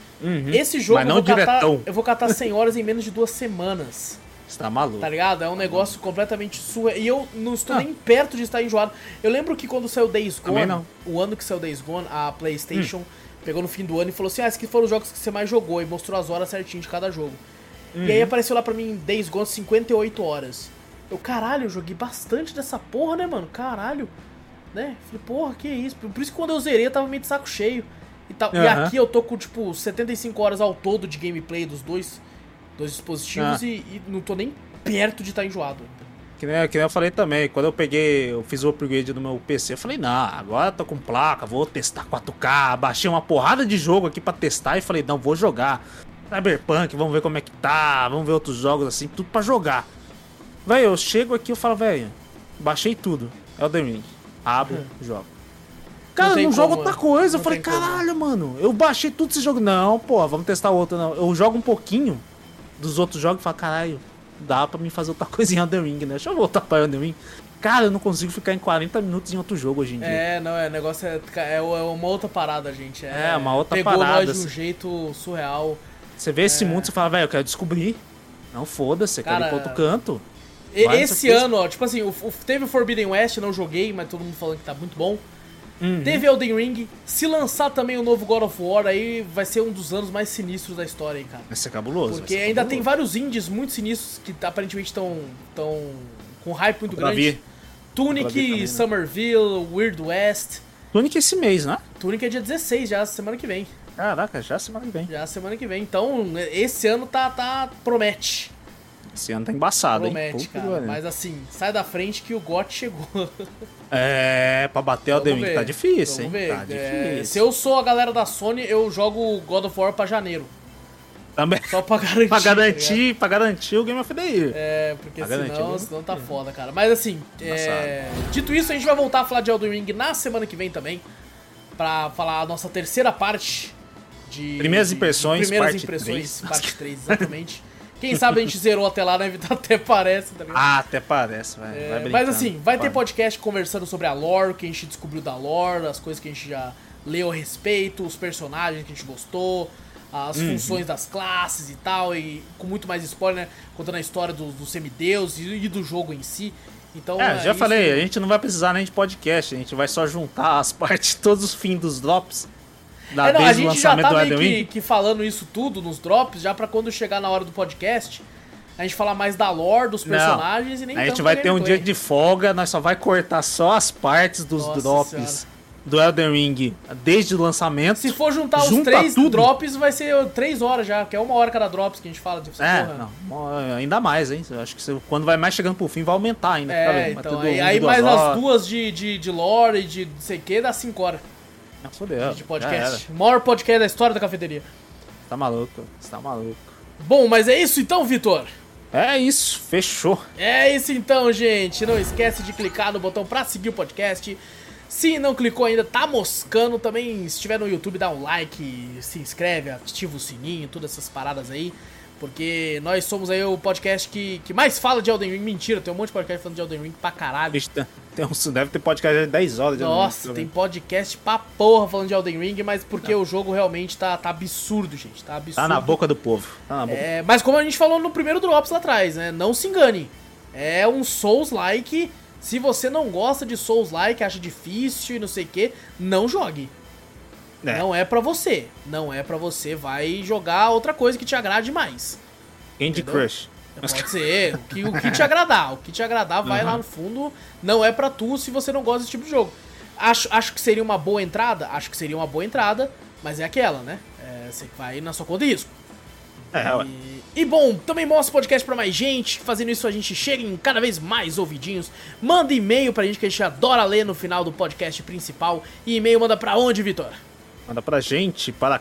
Esse jogo eu vou catar 100 horas em menos de 2 semanas. Você tá maluco. Tá ligado? É um negócio completamente surreal. E eu não estou nem perto de estar enjoado. Eu lembro que quando saiu Days Gone, o ano que saiu Days Gone, a PlayStation pegou no fim do ano e falou assim, esses aqui foram os jogos que você mais jogou, e mostrou as horas certinho de cada jogo. E aí apareceu lá pra mim Days Gone 58 horas. Eu, caralho, eu joguei bastante dessa porra, né, mano? Caralho. Né? Falei, porra, que isso? Por isso que quando eu zerei eu tava meio de saco cheio. E, tal. E aqui eu tô com, tipo, 75 horas ao todo de gameplay dos dois dispositivos e não tô nem perto de estar enjoado. Que nem eu falei também, quando eu fiz o upgrade do meu PC, eu falei, não, agora eu tô com placa, vou testar 4K, baixei uma porrada de jogo aqui pra testar e falei, não, vou jogar. Cyberpunk, vamos ver como é que tá, vamos ver outros jogos assim, tudo pra jogar. Velho, eu chego aqui e falo, velho, baixei tudo, Elden Ring, abro, jogo. Cara, não jogo outra coisa, eu falei, caralho, mano, eu baixei tudo esse jogo. Não, pô, vamos testar outro, não. Eu jogo um pouquinho dos outros jogos e falo, caralho, dá pra mim fazer outra coisinha em Elden Ring, né? Deixa eu voltar pra Elden Ring. Cara, eu não consigo ficar em 40 minutos em outro jogo hoje em dia. O negócio é uma outra parada, gente. Uma outra pegou parada. Pegou nós de um jeito surreal. Você vê esse mundo e você fala, velho, eu quero descobrir. Não, foda-se, eu quero ir pra outro canto. Esse ano, ó, tipo assim, teve o Forbidden West, não joguei, mas todo mundo falando que tá muito bom. Teve Elden Ring. Se lançar também o novo God of War, aí vai ser um dos anos mais sinistros da história, hein, cara. Vai ser cabuloso. Porque ainda tem vários indies muito sinistros que aparentemente estão com hype muito grande. Tunic também, né? Somerville, Weird West. Tunic esse mês, né? Tunic é dia 16, já semana que vem. Caraca, já semana que vem. Já semana que vem. Então, esse ano promete. Esse ano tá embaçado, promete, cara. Mas assim, sai da frente que o GOT chegou. Pra bater o Elden Ring tá difícil, hein? Ver. Tá difícil. Se eu sou a galera da Sony, eu jogo God of War pra janeiro. Também. Só pra garantir. pra garantir o Game of the Year. Porque senão tá foda, cara. Mas assim, dito isso, a gente vai voltar a falar de Elden Ring na semana que vem também. Pra falar a nossa terceira parte de... Primeiras impressões, parte 3, exatamente. Quem sabe a gente zerou até lá, né? Até parece, tá ligado? Até parece, vai mas assim, vai ter podcast conversando sobre a lore, o que a gente descobriu da lore, as coisas que a gente já leu a respeito, os personagens que a gente gostou, as funções das classes e tal, e com muito mais spoiler, né? Contando a história do semideus e do jogo em si. Então, já falei, a gente não vai precisar nem de podcast, a gente vai só juntar as partes, todos os fins dos drops. A gente já tá meio que falando isso tudo nos drops, já pra quando chegar na hora do podcast, a gente falar mais da lore, dos personagens e nem tanto. A gente vai ter um dia de folga, nós só vai cortar só as partes dos drops do Elden Ring desde o lançamento. Se for juntar os 3 drops, vai ser 3 horas já, que é 1 hora cada drops que a gente fala. Ainda mais, hein? Eu acho que quando vai mais chegando pro fim, vai aumentar ainda. Então, aí mais as 2 de lore e de não sei o que, dá 5 horas. Fodeu. De podcast. O maior podcast da história da cafeteria. Você tá maluco. Bom, mas é isso então, Vitor? É isso, fechou. É isso então, gente. Não esquece de clicar no botão pra seguir o podcast. Se não clicou ainda, tá moscando. Também, se estiver no YouTube, dá um like, se inscreve, ativa o sininho, todas essas paradas aí. Porque nós somos aí o podcast que mais fala de Elden Ring. Mentira, tem um monte de podcast falando de Elden Ring pra caralho. Deve ter podcast de 10 horas de Elden Ring. Nossa, tem podcast pra porra falando de Elden Ring, mas porque o jogo realmente tá absurdo, gente. Tá absurdo. Tá na boca do povo. Mas como a gente falou no primeiro Drops lá atrás, né? Não se engane. É um Souls-like. Se você não gosta de Souls-like, acha difícil e não sei o que, não jogue. Não é pra você. Não é pra você. Vai jogar outra coisa que te agrade mais. Candy Crush. Pode ser. O que te agradar. O que te agradar vai lá no fundo. Não é pra tu se você não gosta desse tipo de jogo. Acho que seria uma boa entrada? Acho que seria uma boa entrada. Mas é aquela, né? Você vai na sua conta e risco. E bom, também mostra o podcast pra mais gente. Fazendo isso a gente chega em cada vez mais ouvidinhos. Manda e-mail pra gente que a gente adora ler no final do podcast principal. E e-mail manda pra onde, Vitor? Manda pra gente para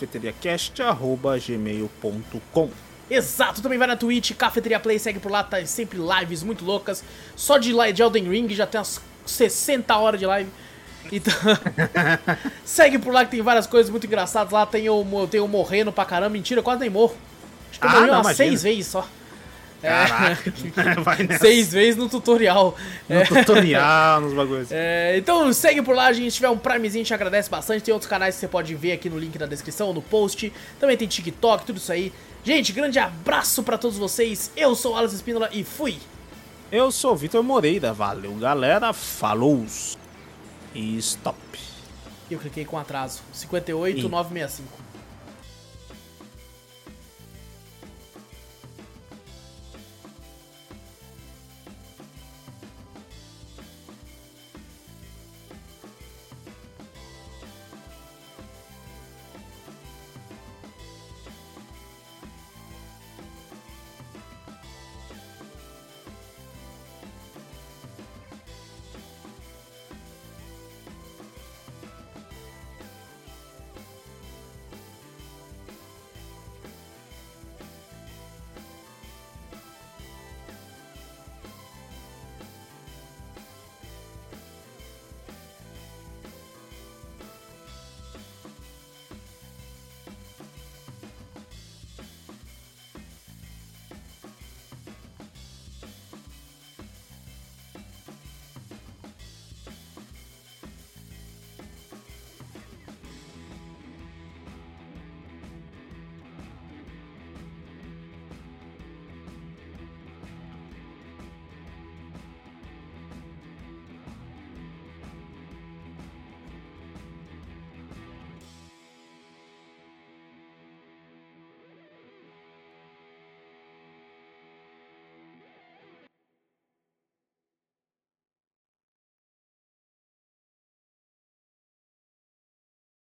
cafeteriacast@gmail.com. Exato, também vai na Twitch, Cafeteria Play, segue por lá, tá sempre lives muito loucas. Só de Elden Ring já tem umas 60 horas de live. Então, segue por lá que tem várias coisas muito engraçadas lá. Tem eu morrendo pra caramba, mentira, eu quase nem morro. Acho que eu morri umas 6 vezes só. Caraca, vai nessa. 6 vezes no tutorial. Tutorial, nos bagulhos. Então segue por lá, a gente. Se tiver um Primezinho, a gente agradece bastante. Tem outros canais que você pode ver aqui no link na descrição, no post. Também tem TikTok, tudo isso aí. Gente, grande abraço pra todos vocês. Eu sou o Alex Espínola e fui. Eu sou o Vitor Moreira. Valeu, galera. Falou. E stop. Eu cliquei com atraso. 58,965.